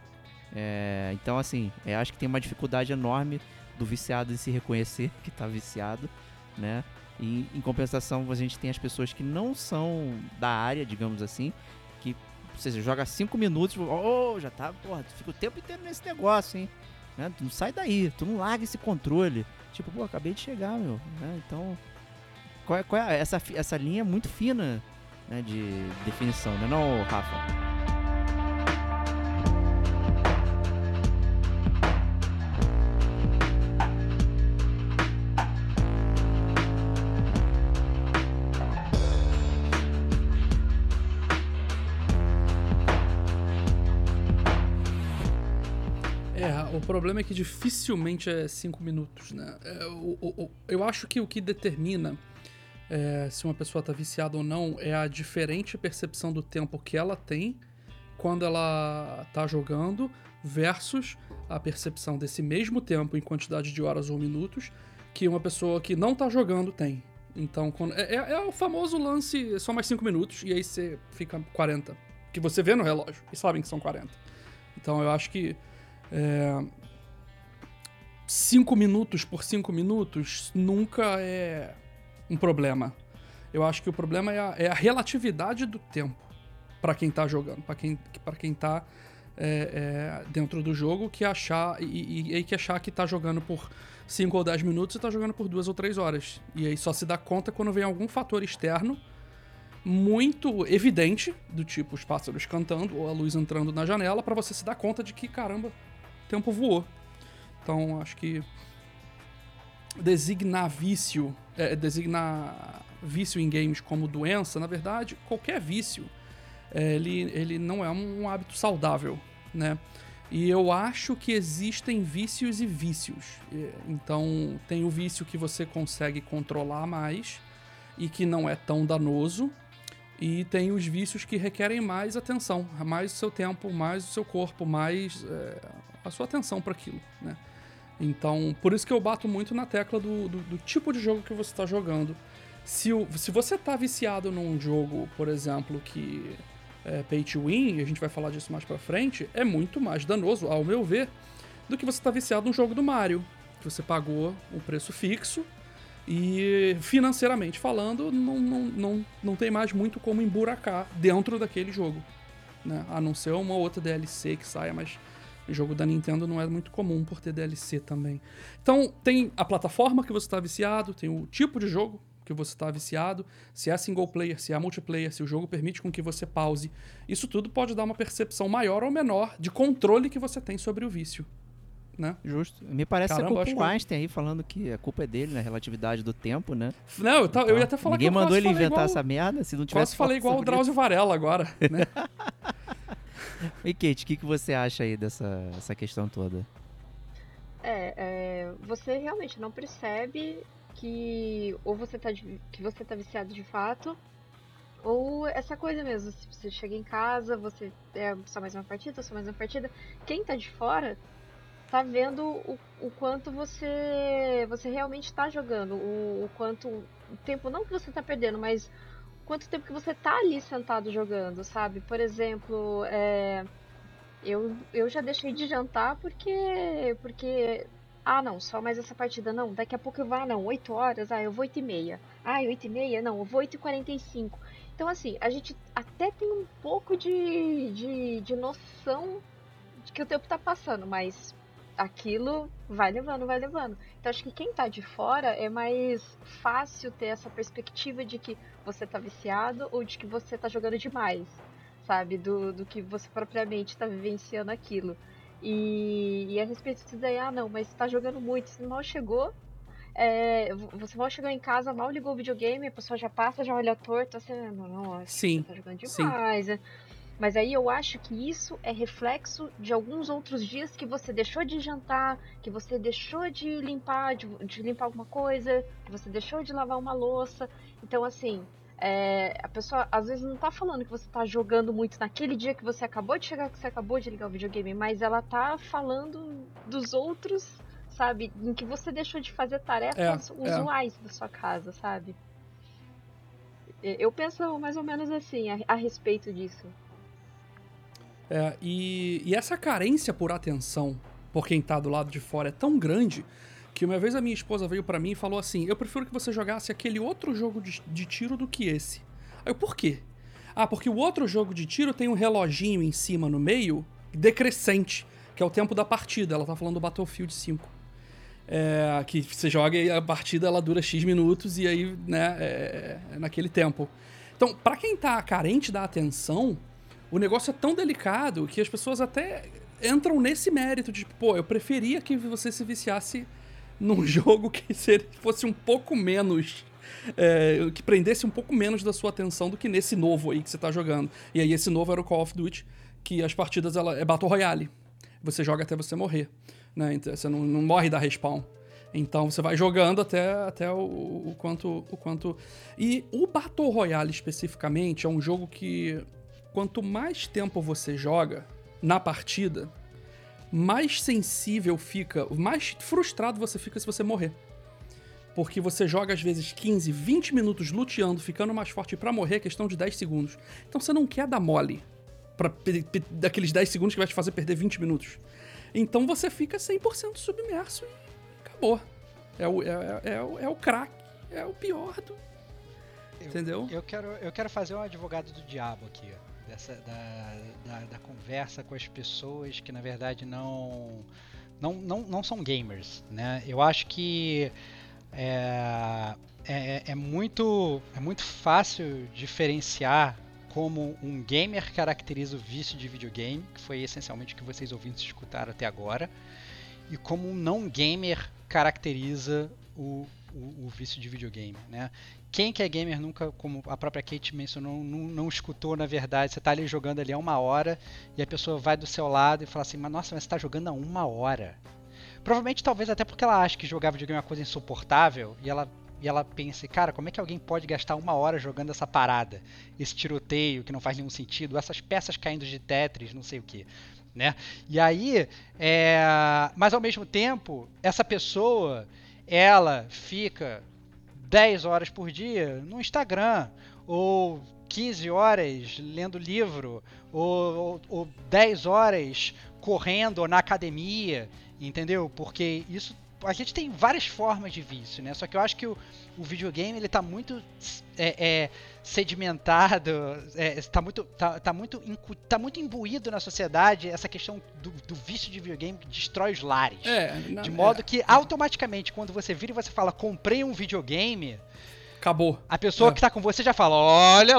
É, então, assim, eu acho que tem uma dificuldade enorme do viciado em se reconhecer que tá viciado, né? E, em compensação, a gente tem as pessoas que não são da área, digamos assim, que, ou seja, joga cinco minutos, oh, já tá, porra, tu fica o tempo inteiro nesse negócio, hein? né? Tu não sai daí, tu não larga esse controle. Tipo, pô, acabei de chegar, meu. Né? Então, qual é, qual é essa, essa linha muito fina, né, de definição, né, não, Rafa? O problema é que dificilmente é cinco minutos, né? É, o, o, o, eu acho que o que determina é, se uma pessoa tá viciada ou não é a diferente percepção do tempo que ela tem quando ela tá jogando versus a percepção desse mesmo tempo em quantidade de horas ou minutos que uma pessoa que não tá jogando tem. Então, quando, é, é o famoso lance só mais cinco minutos e aí você fica quarenta. Que você vê no relógio e sabem que são quarenta. Então, eu acho que É, cinco minutos por cinco minutos nunca é um problema. Eu acho que o problema é a, é a relatividade do tempo para quem tá jogando, para quem, pra quem tá é, é, dentro do jogo, que achar e, e, e que achar que tá jogando por cinco ou dez minutos e tá jogando por duas ou três horas. E aí só se dá conta quando vem algum fator externo muito evidente, do tipo os pássaros cantando ou a luz entrando na janela, para você se dar conta de que, caramba, o tempo voou. Então, acho que designar vício, é, designar vício em games como doença, na verdade, qualquer vício, é, ele, ele não é um hábito saudável, né? E eu acho que existem vícios e vícios. Então, tem o vício que você consegue controlar mais e que não é tão danoso, e tem os vícios que requerem mais atenção, mais o seu tempo, mais o seu corpo, mais é, a sua atenção para aquilo, né? Então, por isso que eu bato muito na tecla do, do, do tipo de jogo que você está jogando. Se, o, se você está viciado num jogo, por exemplo, que é pay to win, e a gente vai falar disso mais pra frente, é muito mais danoso, ao meu ver, do que você está viciado num jogo do Mario, que você pagou um preço fixo, e financeiramente falando, não, não, não, não tem mais muito como emburacar dentro daquele jogo, né? A não ser uma outra D L C que saia, mas o jogo da Nintendo não é muito comum por ter D L C também. Então tem a plataforma que você está viciado, tem o tipo de jogo que você está viciado, se é single player, se é multiplayer, se o jogo permite com que você pause. Isso tudo pode dar uma percepção maior ou menor de controle que você tem sobre o vício, né? Justo. Me parece Caramba, ser culpa acho o que- Einstein aí falando que a culpa é dele na relatividade do tempo, né? Não, eu, ta- eu ia até falar Ninguém que eu mandou quase ele falei inventar igual, essa merda, se não tivesse quase falei igual o falado sobre Drauzio Varela agora, né? isso. E Kate, o que, que você acha aí dessa essa questão toda? É, é, você realmente não percebe que ou você tá de- que você tá viciado de fato, ou essa coisa mesmo, se você chega em casa, você é só mais uma partida, só mais uma partida. Quem tá de fora tá vendo o, o quanto você você realmente tá jogando, o, o quanto o tempo não que você tá perdendo, mas quanto tempo que você tá ali sentado jogando, sabe? Por exemplo, é, eu, eu já deixei de jantar porque porque ah, não, só mais essa partida não, daqui a pouco eu vou, ah, não, oito horas, ah, eu vou oito e meia, ah, oito e meia, não, eu vou oito e quarenta e cinco. Então, assim, a gente até tem um pouco de, de, de noção de que o tempo tá passando, mas aquilo vai levando, vai levando. Então, acho que quem tá de fora é mais fácil ter essa perspectiva de que você tá viciado ou de que você tá jogando demais, sabe? Do, do que você propriamente tá vivenciando aquilo. E, e a respeito disso daí, ah, não, mas tá jogando muito, você mal chegou, é, você mal chegou em casa, mal ligou o videogame, a pessoa já passa, já olha torto, assim, ah, não, não, acho que Sim, você tá jogando sim. demais, né? Mas aí eu acho que isso é reflexo de alguns outros dias que você deixou de jantar, que você deixou de limpar, de, de limpar alguma coisa, que você deixou de lavar uma louça. Então, assim, é, a pessoa às vezes não tá falando que você tá jogando muito naquele dia que você acabou de chegar, que você acabou de ligar o videogame, mas ela tá falando dos outros, sabe? Em que você deixou de fazer tarefas É, é. usuais da sua casa, sabe? Eu penso mais ou menos assim, a, a respeito disso. É, e, e essa carência por atenção por quem tá do lado de fora é tão grande que uma vez a minha esposa veio pra mim e falou assim: eu prefiro que você jogasse aquele outro jogo de, de tiro do que esse. Aí eu, por quê? Ah, porque o outro jogo de tiro tem um reloginho em cima no meio decrescente, que é o tempo da partida. Ela tá falando do Battlefield cinco. É, que você joga e a partida ela dura X minutos e aí, né, é, é naquele tempo. Então, pra quem tá carente da atenção, o negócio é tão delicado que as pessoas até entram nesse mérito de, pô, eu preferia que você se viciasse num jogo que fosse um pouco menos... É, que prendesse um pouco menos da sua atenção do que nesse novo aí que você tá jogando. E aí esse novo era o Call of Duty, que as partidas ela, é Battle Royale. Você joga até você morrer, né? Então, você não, não morre da respawn. Então você vai jogando até, até o, o, quanto, o quanto... E o Battle Royale especificamente é um jogo que quanto mais tempo você joga na partida, mais sensível fica, mais frustrado você fica se você morrer. Porque você joga às vezes quinze, vinte minutos luteando, ficando mais forte pra morrer, é questão de dez segundos. Então você não quer dar mole pra, daqueles dez segundos que vai te fazer perder vinte minutos. Então você fica cem por cento submerso e acabou. É o, é, é, é, o, é o crack, é o pior do... Entendeu? Eu, eu, quero, eu quero fazer um advogado do diabo aqui, ó, dessa, da, da, da conversa com as pessoas que na verdade não, não, não, não são gamers, né? Eu acho que É, é, é, muito, é muito fácil diferenciar como um gamer caracteriza o vício de videogame, que foi essencialmente o que vocês ouvintes escutaram até agora, e como um não gamer caracteriza o, o, o vício de videogame, né? Quem que é gamer nunca, como a própria Kate mencionou, não, não escutou na verdade, você está ali jogando ali há uma hora e a pessoa vai do seu lado e fala assim, mas nossa, mas você está jogando há uma hora. Provavelmente, talvez até porque ela acha que jogar videogame é uma coisa insuportável e ela, e ela pensa, cara, como é que alguém pode gastar uma hora jogando essa parada? Esse tiroteio que não faz nenhum sentido, essas peças caindo de Tetris, não sei o que, né? E aí, é... mas ao mesmo tempo, essa pessoa, ela fica dez horas por dia no Instagram, ou quinze horas lendo livro, ou, ou, ou dez horas correndo ou na academia, entendeu? Porque isso, a gente tem várias formas de vício, né? Só que eu acho que o, o videogame ele tá muito é, é, sedimentado, é, tá, muito, tá, tá, muito, tá muito imbuído na sociedade essa questão do, do vício de videogame que destrói os lares. É, não, de modo é. que automaticamente quando você vira e você fala comprei um videogame, acabou. A pessoa é. que tá com você já fala, olha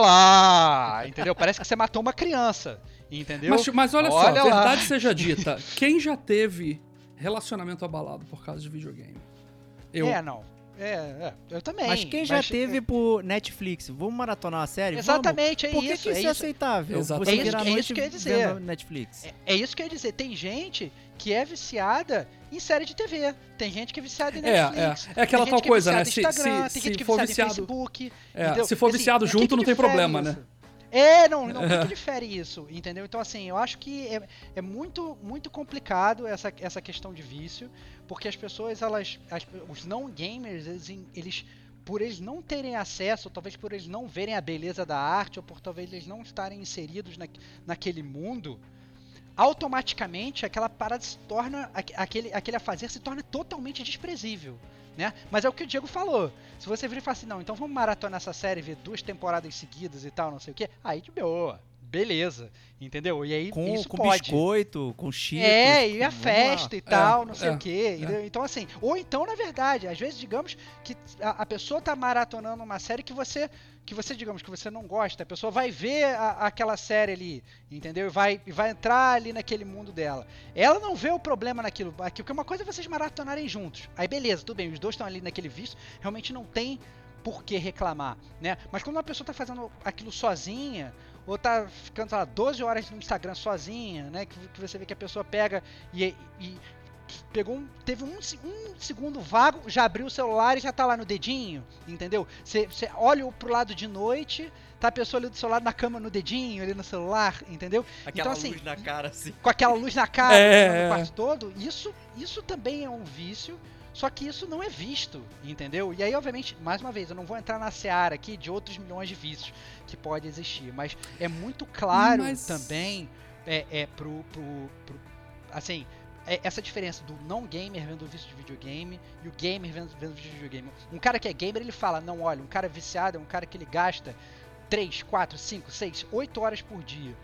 lá, entendeu? Parece que você matou uma criança, entendeu? Mas, mas olha, olha só, lá. verdade seja dita, quem já teve relacionamento abalado por causa de videogame? Eu. É, não. É, é, eu também. Mas quem já mas, teve é... por Netflix? Vamos maratonar uma série? Exatamente, Vamos? é Por isso. que, que isso é é, isso. aceitável? Exatamente. Você É isso- virar a é isso noite que eu ia dizer. vendo Netflix. É, é isso que eu ia dizer. Tem gente que é viciada em série de T V. Tem gente que é viciada em É, Netflix. é. É aquela tem tal gente que coisa, é né? viciada Se- em Instagram, se- tem se gente que é for viciada viciado- em Facebook. É, entendeu? se for Assim, viciado o que junto, que não tem difere problema, isso? né? É, não, não muito difere isso, entendeu? Então, assim, eu acho que é, é muito, muito complicado essa, essa questão de vício, porque as pessoas, elas, as- os não gamers, eles, eles, por eles não terem acesso, ou talvez por eles não verem a beleza da arte, ou por talvez eles não estarem inseridos na, naquele mundo, automaticamente aquela parada se torna, aque- aquele, aquele a fazer se torna totalmente desprezível. Né? Mas é o que o Diego falou. Se você vir e falar assim, não, então vamos maratonar essa série, ver duas temporadas seguidas e tal, não sei o que, aí de boa, beleza, entendeu? E aí Com, isso com pode. biscoito, com cheetos. É, e com- a vamos festa lá. e tal, É, não sei é, o quê. entendeu? Então, assim, ou então, na verdade, às vezes, digamos que a, a pessoa tá maratonando uma série que você, que você, digamos, que você não gosta, a pessoa vai ver a- aquela série ali, entendeu? E vai, e vai entrar ali naquele mundo dela. Ela não vê o problema naquilo, aquilo, porque uma coisa é vocês maratonarem juntos. Aí, beleza, tudo bem, os dois estão ali naquele vício, realmente não tem por que reclamar, né? Mas quando uma pessoa tá fazendo aquilo sozinha, ou tá ficando, sei lá, doze horas no Instagram sozinha, né? Que, que você vê que a pessoa pega e, e pegou um, teve um, se- um segundo vago, já abriu o celular e já tá lá no dedinho, entendeu? Você olha pro lado de noite, tá a pessoa ali do seu lado na cama no dedinho, ali no celular, entendeu? Aquela Então, assim, luz na cara, assim. com aquela luz na cara, É, no é. quarto todo, isso, isso também é um vício, só que isso não é visto, entendeu? E aí, obviamente, mais uma vez, eu não vou entrar na seara aqui de outros milhões de vícios que pode existir, mas é muito claro Mas- também, é, é pro, pro, pro- assim, é essa diferença do não gamer vendo vício de videogame e o gamer vendo, vendo vídeo de videogame. Um cara que é gamer, ele fala, não, olha, um cara viciado é um cara que ele gasta três, quatro, cinco, seis, oito horas por dia.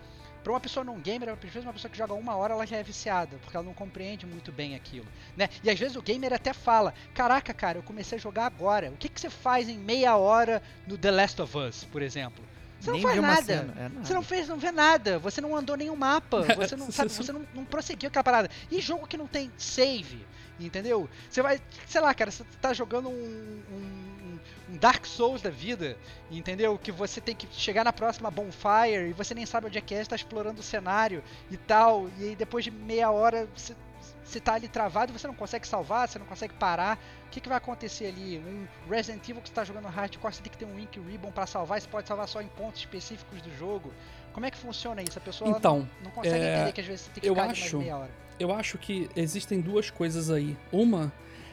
Pra uma pessoa não gamer, às vezes uma pessoa que joga uma hora, ela já é viciada, porque ela não compreende muito bem aquilo, né? E às vezes o gamer até fala, caraca, cara, eu comecei a jogar agora, o que, que você faz em meia hora no The Last of Us, por exemplo? Você Nem não faz vi uma nada. cena, é nada. Você não fez, não vê nada. Você não andou nenhum mapa. Você não sabe, você não, não prosseguiu aquela parada. E jogo que não tem save, entendeu? Você vai, sei lá, cara, você tá jogando um, um, um Dark Souls da vida, entendeu? Que você tem que chegar na próxima bonfire e você nem sabe onde é que é, você tá explorando o cenário e tal. E aí depois de meia hora você, você tá ali travado, você não consegue salvar, você não consegue parar. O que, que vai acontecer ali? Um Resident Evil que você tá jogando hardcore, você tem que ter um Ink Ribbon pra salvar, você pode salvar só em pontos específicos do jogo. Como é que funciona isso? A pessoa Então, não, não consegue é, entender que às vezes você tem que eu ficar ali acho- mais meia hora. Eu acho que existem duas coisas aí. Uma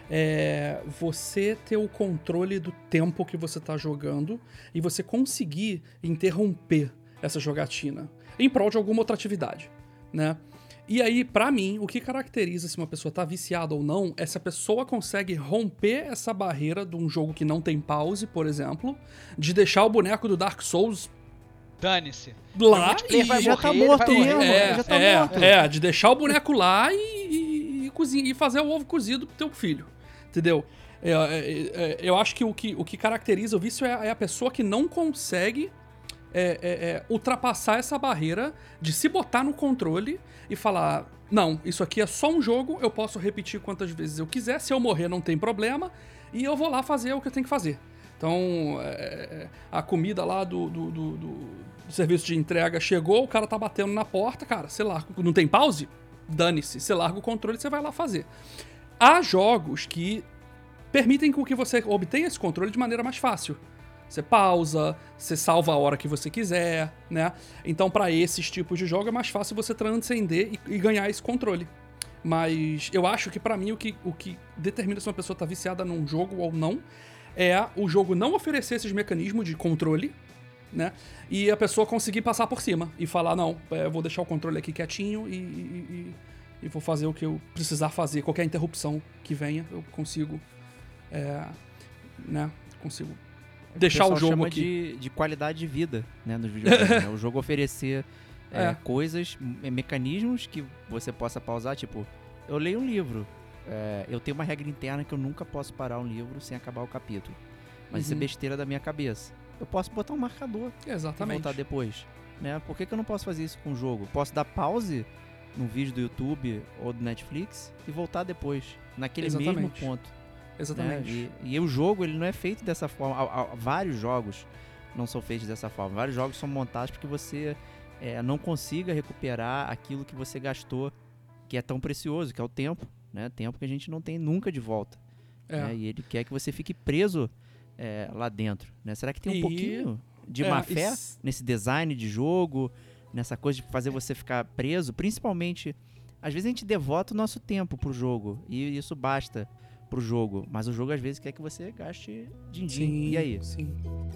é você ter o controle do tempo que você tá jogando e você conseguir interromper essa jogatina em prol de alguma outra atividade, né? E aí, pra mim, o que caracteriza se uma pessoa tá viciada ou não é se a pessoa consegue romper essa barreira de um jogo que não tem pause, por exemplo, de deixar o boneco do Dark Souls Dane-se. lá multiplayer e vai já morrer, tá ele morto vai morrer. mesmo, é, já tá é, morto. é, de deixar o boneco lá e, e, e, cozinha, e fazer o ovo cozido pro teu filho, entendeu? É, é, é, eu acho que o, que o que caracteriza o vício é, é a pessoa que não consegue é, é, é, ultrapassar essa barreira de se botar no controle e falar, não, isso aqui é só um jogo, eu posso repetir quantas vezes eu quiser, se eu morrer não tem problema, e eu vou lá fazer o que eu tenho que fazer. Então, é, a comida lá do, do, do, do serviço de entrega chegou, o cara tá batendo na porta, cara, sei lá, não tem pause? Dane-se, você larga o controle e você vai lá fazer. Há jogos que permitem com que você obtenha esse controle de maneira mais fácil. Você pausa, você salva a hora que você quiser, né? Então, pra esses tipos de jogo é mais fácil você transcender e, e ganhar esse controle. Mas eu acho que pra mim o que, o que determina se uma pessoa tá viciada num jogo ou não é o jogo não oferecer esses mecanismos de controle, né? E a pessoa conseguir passar por cima e falar, não, eu vou deixar o controle aqui quietinho e, e, e, e vou fazer o que eu precisar fazer. Qualquer interrupção que venha, eu consigo, é, né? Consigo deixar o pessoal jogo chama aqui. de, de qualidade de vida, né, nos videogames. Né? O jogo oferecer é, É. coisas, me- mecanismos que você possa pausar. Tipo, eu leio um livro. é, eu tenho uma regra interna que eu nunca posso parar um livro sem acabar o capítulo. Mas isso é Uhum. besteira da minha cabeça. Eu posso botar um marcador e Exatamente. voltar depois. Né? Por que, que eu não posso fazer isso com o jogo? Posso dar pause num vídeo do YouTube ou do Netflix e voltar depois, naquele mesmo Exatamente. ponto. Exatamente. Né? E, e o jogo, ele não é feito dessa forma. Há- há- vários jogos não são feitos dessa forma. Vários jogos são montados para que você é, não consiga recuperar aquilo que você gastou, que é tão precioso, que é o tempo. Né? Tempo que a gente não tem nunca de volta. É. Né? E ele quer que você fique preso é, lá dentro. Né? Será que tem um E- pouquinho de É, má e fé s- nesse design de jogo, nessa coisa de fazer você ficar preso? Principalmente, às vezes a gente devota o nosso tempo pro jogo, e isso basta pro jogo, mas o jogo às vezes quer que você gaste din-din. Sim, E aí? sim.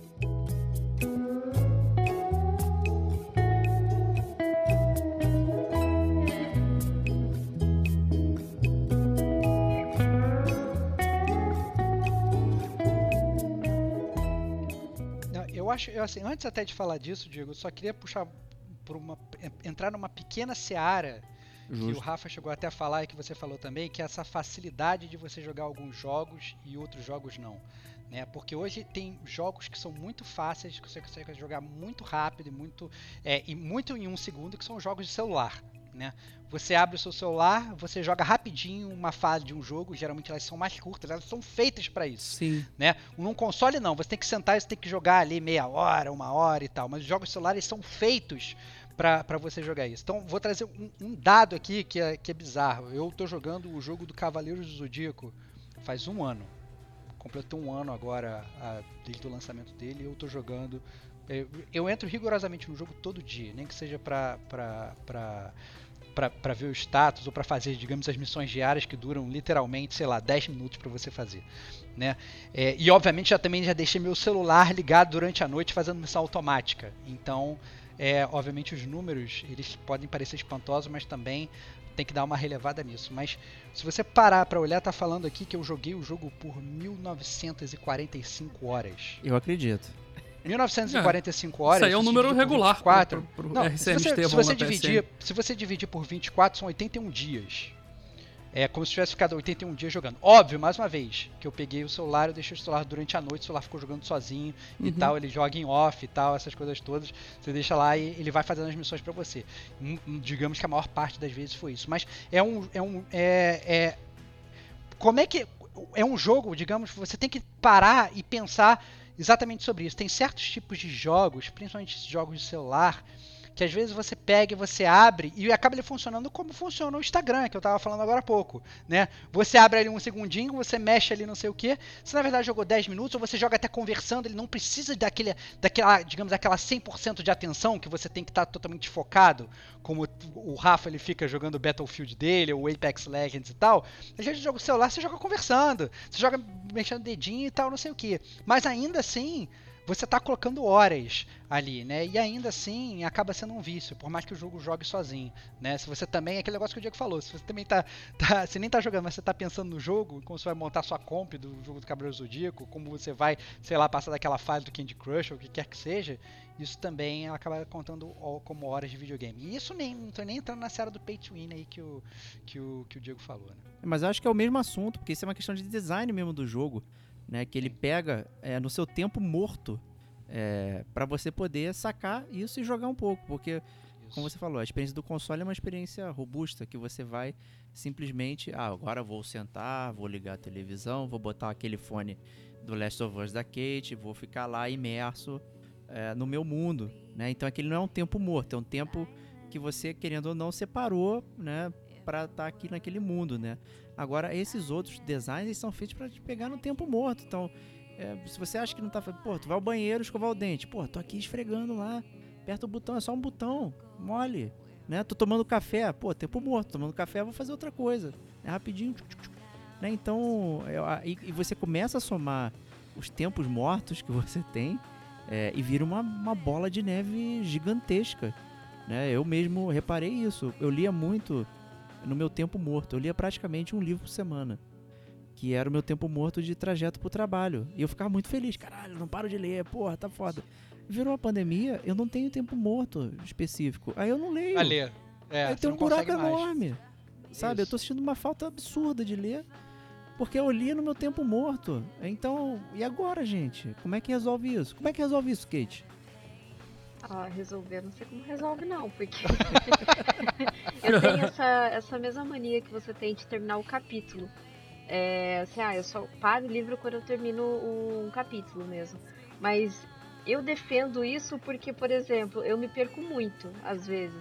Não, eu acho, eu, assim, antes até de falar disso, Diego, eu só queria puxar por uma, entrar numa pequena seara que o Justo. Rafa chegou até a falar e que você falou também, que é essa facilidade de você jogar alguns jogos e outros jogos não. Né? Porque hoje tem jogos que são muito fáceis, que você consegue jogar muito rápido e muito, é, e muito em um segundo, que são jogos de celular. Né? Você abre o seu celular, você joga rapidinho uma fase de um jogo, geralmente elas são mais curtas, elas são feitas para isso. Sim. Né? Num console não, você tem que sentar e você tem que jogar ali meia hora, uma hora e tal, mas os jogos celulares são feitos para você jogar isso. Então vou trazer um, um dado aqui que é, que é bizarro. Eu tô jogando o jogo do Cavaleiros do Zodíaco faz um ano, completou um ano agora a, desde o lançamento dele, eu tô jogando, eu, eu entro rigorosamente no jogo todo dia, nem que seja para para para ver o status ou para fazer, digamos, as missões diárias que duram literalmente, sei lá, dez minutos para você fazer, né? É, e obviamente já também já deixei meu celular ligado durante a noite fazendo missão automática. Então, é, obviamente os números, eles podem parecer espantosos, mas também tem que dar uma relevada nisso. Mas se você parar para olhar, tá falando aqui que eu joguei o jogo por mil novecentas e quarenta e cinco horas. Eu acredito. mil novecentas e quarenta e cinco horas... Isso aí é um se número dividir por regular vinte e quatro, pro, pro, pro não, R C M se você, Estevão se você na P S N. dividir, se você dividir por vinte e quatro, são oitenta e um dias. É como se tivesse ficado oitenta e um dias jogando. Óbvio, mais uma vez, que eu peguei o celular, eu deixei o celular durante a noite, o celular ficou jogando sozinho e Uhum. tal, ele joga em off e tal, essas coisas todas. Você deixa lá e ele vai fazendo as missões pra você. Hum, Digamos que a maior parte das vezes foi isso. Mas é um... É um é, é, como é que... É um jogo, digamos, você tem que parar e pensar exatamente sobre isso. Tem certos tipos de jogos, principalmente jogos de celular, que às vezes você pega e você abre e acaba ele funcionando como funciona o Instagram, que eu tava falando agora há pouco, né? Você abre ali um segundinho, você mexe ali não sei o que, você na verdade jogou dez minutos, ou você joga até conversando, ele não precisa daquele, daquela, digamos, daquela cem por cento de atenção que você tem que estar totalmente focado, como o Rafa ele fica jogando o Battlefield dele, ou Apex Legends e tal. Às vezes joga o celular, você joga conversando, você joga mexendo o dedinho e tal, não sei o que. Mas ainda assim... você tá colocando horas ali, né? E ainda assim acaba sendo um vício, por mais que o jogo jogue sozinho, né? Se você também, é aquele negócio que o Diego falou, se você também tá, tá você nem tá jogando, mas você tá pensando no jogo, como você vai montar sua comp do jogo do Cavaleiro Zodíaco, como você vai, sei lá, passar daquela fase do Candy Crush ou o que quer que seja, isso também acaba contando como horas de videogame. E isso nem, não tô nem entrando na série do Pay to Win aí que o, que o, que o Diego falou, né? Mas eu acho que é o mesmo assunto, porque isso é uma questão de design mesmo do jogo, né? Que ele pega é, no seu tempo morto é, para você poder sacar isso e jogar um pouco, porque, Isso. como você falou, a experiência do console é uma experiência robusta, que você vai simplesmente, ah, agora vou sentar, vou ligar a televisão, vou botar aquele fone do Last of Us da Kate, vou ficar lá imerso é, no meu mundo, né? Então aquele não é um tempo morto, é um tempo que você, querendo ou não, separou, né, para estar aqui naquele mundo, né? Agora, esses outros designs eles são feitos para te pegar no tempo morto. Então, é, se você acha que não tá... Pô, tu vai ao banheiro escovar o dente. Pô, tô aqui esfregando lá. Aperta o botão, é só um botão. Mole. Né? Tô tomando café. Pô, tempo morto. Tomando café, vou fazer outra coisa. É rapidinho. Tchuc, tchuc, tchuc. Né? Então, é, e, e você começa a somar os tempos mortos que você tem é, e vira uma, uma bola de neve gigantesca. Né? Eu mesmo reparei isso. Eu lia muito... no meu tempo morto. Eu lia praticamente um livro por semana, que era o meu tempo morto de trajeto pro trabalho. E eu ficava muito feliz. Caralho, não paro de ler. Porra, tá foda. Virou a pandemia, eu não tenho tempo morto específico. Aí eu não leio. A ler. É, Aí você tem um não buraco consegue mais. enorme. Sabe? Eu tô sentindo uma falta absurda de ler, porque eu lia no meu tempo morto. Então, e agora, gente? Como é que resolve isso? Como é que resolve isso, Kate? Ah, resolver, não sei como resolve não, porque eu tenho essa, essa mesma mania que você tem de terminar o capítulo. É, assim, ah, eu só paro o livro quando eu termino um capítulo mesmo. Mas eu defendo isso porque, por exemplo, eu me perco muito, às vezes.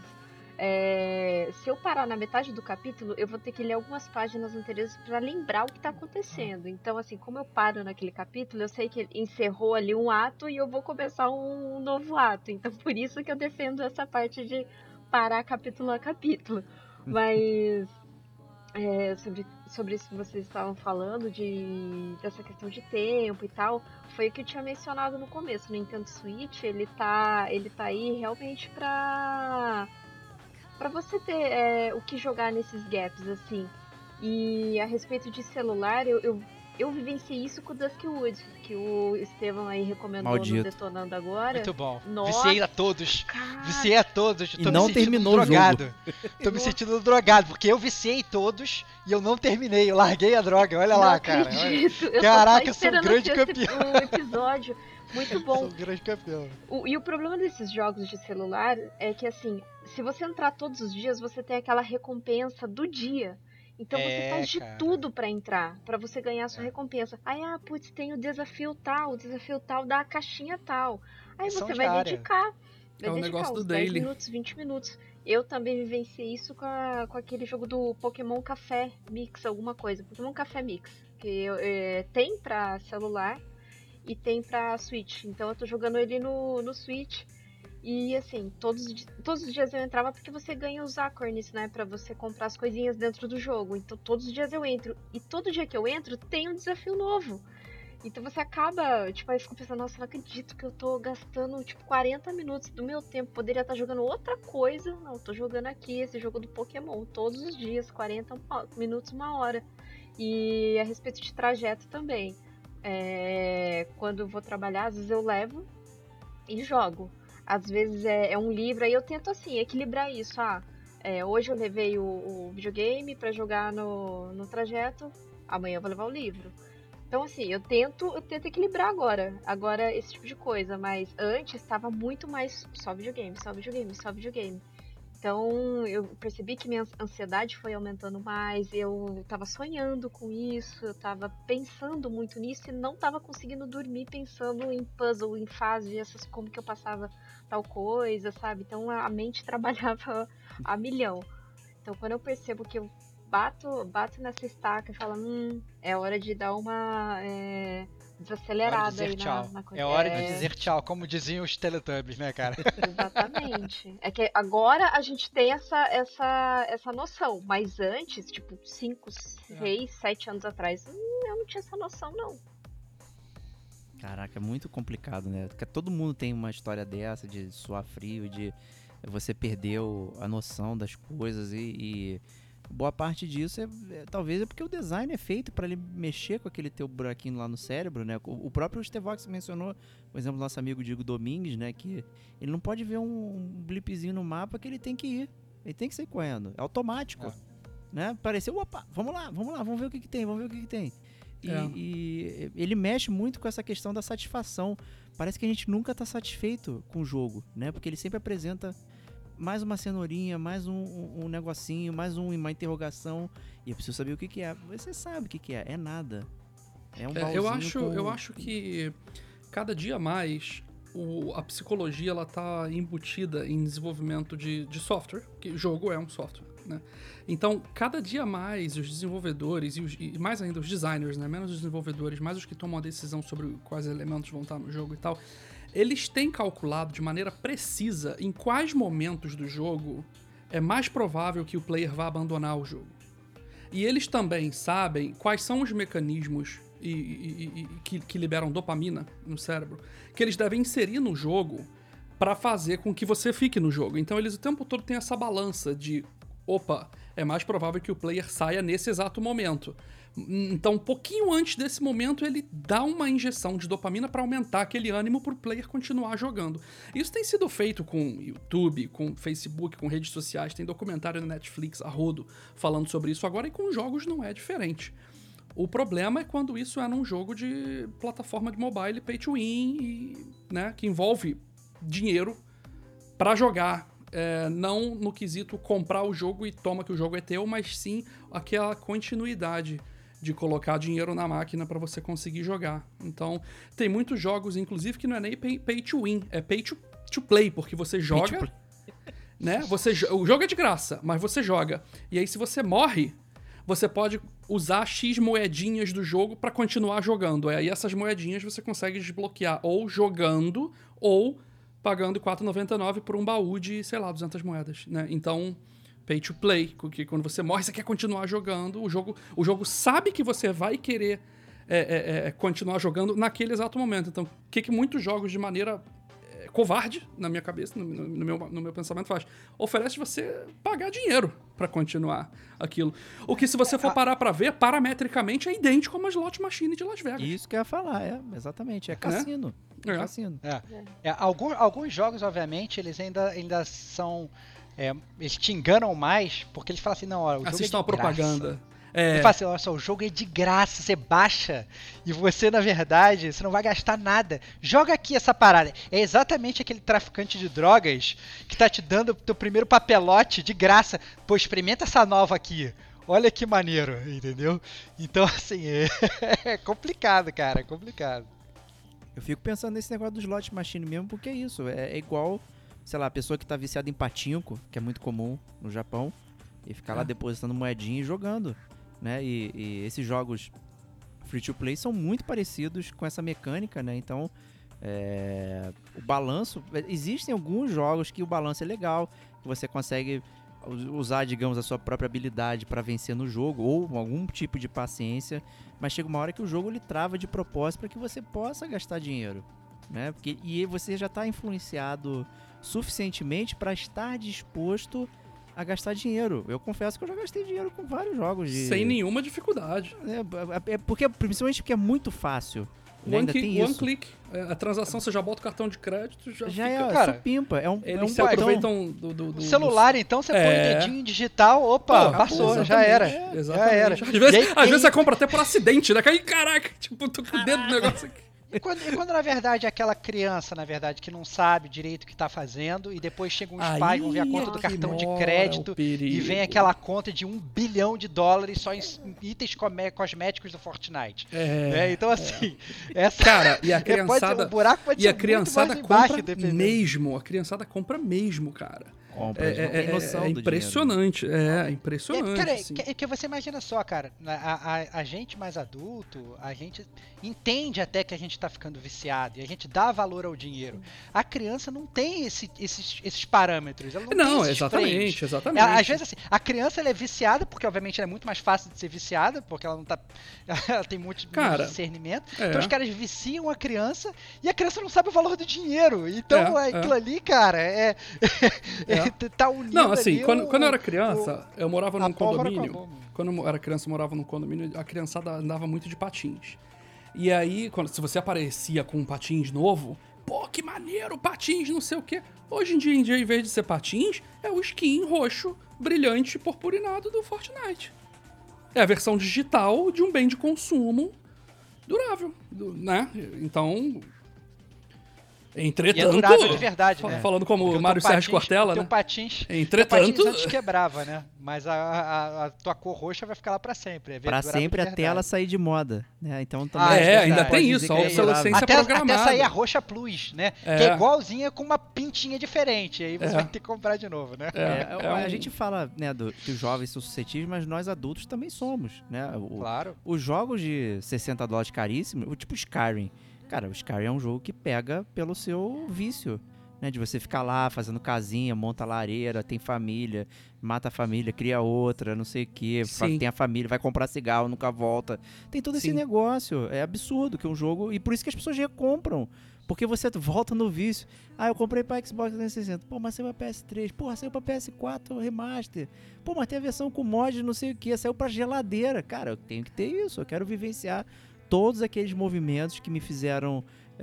É, se eu parar na metade do capítulo, eu vou ter que ler algumas páginas anteriores para lembrar o que está acontecendo. Então, assim, como eu paro naquele capítulo, eu sei que encerrou ali um ato e eu vou começar um, um novo ato. Então, por isso que eu defendo essa parte de parar capítulo a capítulo. Mas é, sobre, sobre isso que vocês estavam falando, de, dessa questão de tempo e tal, foi o que eu tinha mencionado no começo. O Nintendo Switch, ele tá, ele tá aí realmente pra... para você ter é, o que jogar nesses gaps, assim. E a respeito de celular, eu, eu, eu vivenciei isso com o Duskwood, que o Estevão aí recomendou Maldito. no Detonando Agora. Muito bom. Nossa, Viciei a todos. cara. Viciei a todos. E Tô não me sentindo terminou o drogado. Tô me Nossa. sentindo drogado, porque eu viciei todos e eu não terminei. Eu larguei a droga. Olha Não lá, cara. Olha. acredito. Eu Caraca, tô eu só sou um esperando grande assistir esse- campeão. o episódio. Muito bom. Sou um grande campeão. O- e o problema desses jogos de celular é que, assim, se você entrar todos os dias, você tem aquela recompensa do dia. Então você É, faz de cara. tudo pra entrar, pra você ganhar a sua É. recompensa. Aí, ah, putz, tem o desafio tal, o desafio tal da caixinha tal. Aí São você vai diária. dedicar. Vai É o dedicar negócio uns do dez daily. minutos, vinte minutos. Eu também vivenciei isso com, a- com aquele jogo do Pokémon Café Mix, alguma coisa. Pokémon Café Mix. Que eu- é, tem pra celular e tem pra Switch. Então eu tô jogando ele no, no Switch. E assim, todos, os di- todos os dias eu entrava porque você ganha os acorns, né? Pra você comprar as coisinhas dentro do jogo. Então todos os dias eu entro. E todo dia que eu entro tem um desafio novo. Então você acaba, tipo, aí fica pensando, nossa, não acredito que eu tô gastando, tipo, quarenta minutos do meu tempo. Poderia estar jogando outra coisa. Não, eu tô jogando aqui esse jogo do Pokémon todos os dias, quarenta minutos, uma hora. E a respeito de trajeto também. É, quando eu vou trabalhar, às vezes eu levo e jogo. Às vezes é, é um livro, aí eu tento assim, equilibrar isso. Ah, é, hoje eu levei o, o videogame pra jogar no, no trajeto, amanhã eu vou levar o livro. Então assim, eu tento, eu tento equilibrar agora, agora esse tipo de coisa, mas antes estava muito mais só videogame, só videogame, só videogame. Então eu percebi que minha ansiedade foi aumentando mais, eu tava sonhando com isso, eu tava pensando muito nisso e não tava conseguindo dormir pensando em puzzle, em fase, essas, como que eu passava tal coisa, sabe? Então a mente trabalhava a milhão. Então quando eu percebo que eu bato, bato nessa estaca e falo, hum, é hora de dar uma é, desacelerada aí na, na coisa. É hora de dizer tchau, como diziam os Teletubbies, né, cara? Exatamente. É que agora a gente tem essa, essa, essa noção, mas antes, tipo, cinco, seis, sete anos atrás, hum, eu não tinha essa noção, não. Caraca, é muito complicado, né? Porque todo mundo tem uma história dessa, de suar frio, de você perder o- a noção das coisas e... e boa parte disso é, é- talvez é porque o design é feito para ele mexer com aquele teu buraquinho lá no cérebro, né? O, o próprio Stevox mencionou, por exemplo, nosso amigo Diego Domingues, né? Que ele não pode ver um, um blipzinho no mapa que ele tem que ir. Ele tem que sair correndo. É automático. É. Né? Apareceu, opa, vamos lá, vamos lá, vamos ver o que, que tem, vamos ver o que, que tem. E, É. e ele mexe muito com essa questão da satisfação. Parece que a gente nunca tá satisfeito com o jogo, né? Porque ele sempre apresenta mais uma cenourinha, mais um, um- um negocinho, mais um, uma interrogação. E eu preciso saber o que, que é. Você sabe o que, que é. É nada. É um É, balzinho eu acho, com... eu acho que cada dia mais o- a psicologia ela tá embutida em desenvolvimento de, de software, que jogo é um software, né? Então, cada dia mais os desenvolvedores e, os- e mais ainda os designers, né? Menos os desenvolvedores, mais os que tomam a decisão sobre quais elementos vão estar no jogo e tal, eles têm calculado de maneira precisa em quais momentos do jogo é mais provável que o player vá abandonar o jogo. E eles também sabem quais são os mecanismos e, e- e- e- que, que liberam dopamina no cérebro que eles devem inserir no jogo para fazer com que você fique no jogo. Então eles o tempo todo têm essa balança de, opa, é mais provável que o player saia nesse exato momento. Então, um pouquinho antes desse momento, ele dá uma injeção de dopamina para aumentar aquele ânimo pro player continuar jogando. Isso tem sido feito com YouTube, com Facebook, com redes sociais, tem documentário na Netflix, a rodo, falando sobre isso agora, e com jogos não é diferente. O problema é quando isso é num jogo de plataforma de mobile, pay to win, e, né, que envolve dinheiro pra jogar. É, não no quesito comprar o jogo e toma que o jogo é teu, mas sim aquela continuidade de colocar dinheiro na máquina pra você conseguir jogar. Então, tem muitos jogos, inclusive, que não é nem pay, pay to win, é pay to, to play, porque você joga, play. né? Você, jo- o jogo é de graça, mas você joga. E aí, se você morre, você pode usar X moedinhas do jogo pra continuar jogando. Aí essas moedinhas você consegue desbloquear ou jogando ou pagando quatro reais e noventa e nove centavos por um baú de, sei lá, duzentas moedas, né? Então, pay to play, porque quando você morre, você quer continuar jogando. O jogo, o jogo sabe que você vai querer é, é, é, continuar jogando naquele exato momento. Então, o que, que muitos jogos, de maneira é, covarde, na minha cabeça, no, no- no meu, no meu pensamento, faz? Oferece você pagar dinheiro pra continuar aquilo. O que, se você for parar pra ver, parametricamente é idêntico a uma slot machine de Las Vegas. Isso que eu ia falar, é, exatamente. É cassino. É, É. cassino. É. É, algum- alguns jogos, obviamente, eles ainda, ainda são. é, eles te enganam mais, porque eles falam assim, não, olha, o jogo Assistam é a de graça. propaganda. Ele É, fala assim, olha só, o jogo é de graça, você baixa e você, na verdade, você não vai gastar nada. Joga aqui essa parada. É exatamente aquele traficante de drogas que tá te dando o teu primeiro papelote de graça. Pô, experimenta essa nova aqui. Olha que maneiro, entendeu? Então, assim, é, é complicado, cara, é complicado. Eu fico pensando nesse negócio do slot machine mesmo, porque é isso. É, é igual, sei lá, a pessoa que tá viciada em patinco, que é muito comum no Japão, e ficar lá É. depositando moedinha e jogando, né? E, e esses jogos free to play são muito parecidos com essa mecânica, né? Então, é, o balanço... Existem alguns jogos que o balanço é legal, que você consegue u- usar, digamos, a sua própria habilidade para vencer no jogo, ou algum tipo de paciência, mas chega uma hora que o jogo ele trava de propósito para que você possa gastar dinheiro, né? Porque, e você já está influenciado suficientemente para estar disposto a gastar dinheiro. Eu confesso que eu já gastei dinheiro com vários jogos de... sem nenhuma dificuldade. É, é porque, principalmente porque é muito fácil Né? One, Ainda click, tem one isso. click. É, a transação, você já bota o cartão de crédito, já, Já fica... é Cara, supimpa. É um, é um Eles se botão. aproveitam do... do, do O celular, então, você põe É. o dedinho digital, opa, Pô, passou, exatamente, já era. Exatamente. Já era. Às vezes, E aí, às quem- vezes você compra até por acidente, né? Aí, caraca, tipo, tô com o dedo no negócio aqui. E quando, e quando, na verdade, aquela criança, na verdade, que não sabe direito o que tá fazendo, e depois chegam os Aí pais, vão ver a conta é do que cartão de mora crédito, o perigo. e vem aquela conta de um bilhão de dólares só em itens come- cosméticos do Fortnite. É, Né? Então, assim, essa... Cara, e a é, pode ser- criançada... o buraco pode E ser a muito criançada mais embaixo, compra dependendo. mesmo. A criançada compra mesmo, cara. Compra, É, eles não é, têm noção é do impressionante. É, é É, impressionante. cara, assim. que, que você imagina só, cara, a, a, a gente mais adulto, a gente entende até que a gente tá ficando viciado e a gente dá valor ao dinheiro. A criança não tem esse- esses, esses parâmetros, ela não, Não, tem esses exatamente, freios. exatamente. Ela- às vezes assim, a criança ela é viciada, porque obviamente ela é muito mais fácil de ser viciada, porque ela não tá. Ela tem muito de Cara, discernimento. é. Então os caras viciam a criança e a criança não sabe o valor do dinheiro. Então É, aquilo é. ali, cara, é. É. tá unindo. Não, assim, ali quando, o- quando eu era criança, eu morava a num pólvora com a condomínio. bomba. Quando eu era criança, eu morava num condomínio, a criançada andava muito de patins. E aí, quando, se você aparecia com um patins novo, pô, que maneiro, patins, não sei o quê. Hoje em dia, em dia, em vez de ser patins, é o skin roxo, brilhante, purpurinado do Fortnite. É a versão digital de um bem de consumo durável, do- né? Então... Entretanto, E é durável de verdade, fal- né? falando como Porque o o Mário teu Sérgio patins- Cortella, o teu né? patins, Entretanto- teu patins antes quebrava, né? Mas a, a- a tua cor roxa vai ficar lá pra sempre. É Pra durável sempre de até ela verdade. sair de moda, né? Então também Ah, é, é verdade. ainda pode tem dizer isso, a que é obsolescência durável. Até, programada. até sair a roxa plus, né? É. Que é igualzinha com uma pintinha diferente. Aí você É. vai ter que comprar de novo, né? É, É, é a um- gente fala, né, do, que os jovens são suscetíveis, mas nós adultos também somos, né? O- Claro. Os jogos de sessenta dólares caríssimos, o tipo Skyrim. Cara, o Skyrim é um jogo que pega pelo seu vício, né? De você ficar lá fazendo casinha, monta lareira, tem família, mata a família, cria outra, não sei o quê. fa- Sim. Tem a família, vai comprar cigarro, nunca volta. Tem todo esse Sim. negócio. É absurdo que um jogo... E por isso que as pessoas recompram. Porque você volta no vício. Ah, eu comprei pra Xbox trezentos e sessenta. Pô, mas saiu pra P S três. Porra, saiu pra P S quatro Remaster. Pô, mas tem a versão com mod, não sei o que. Saiu pra geladeira. Cara, eu tenho que ter isso. Eu quero vivenciar todos aqueles movimentos que me fizeram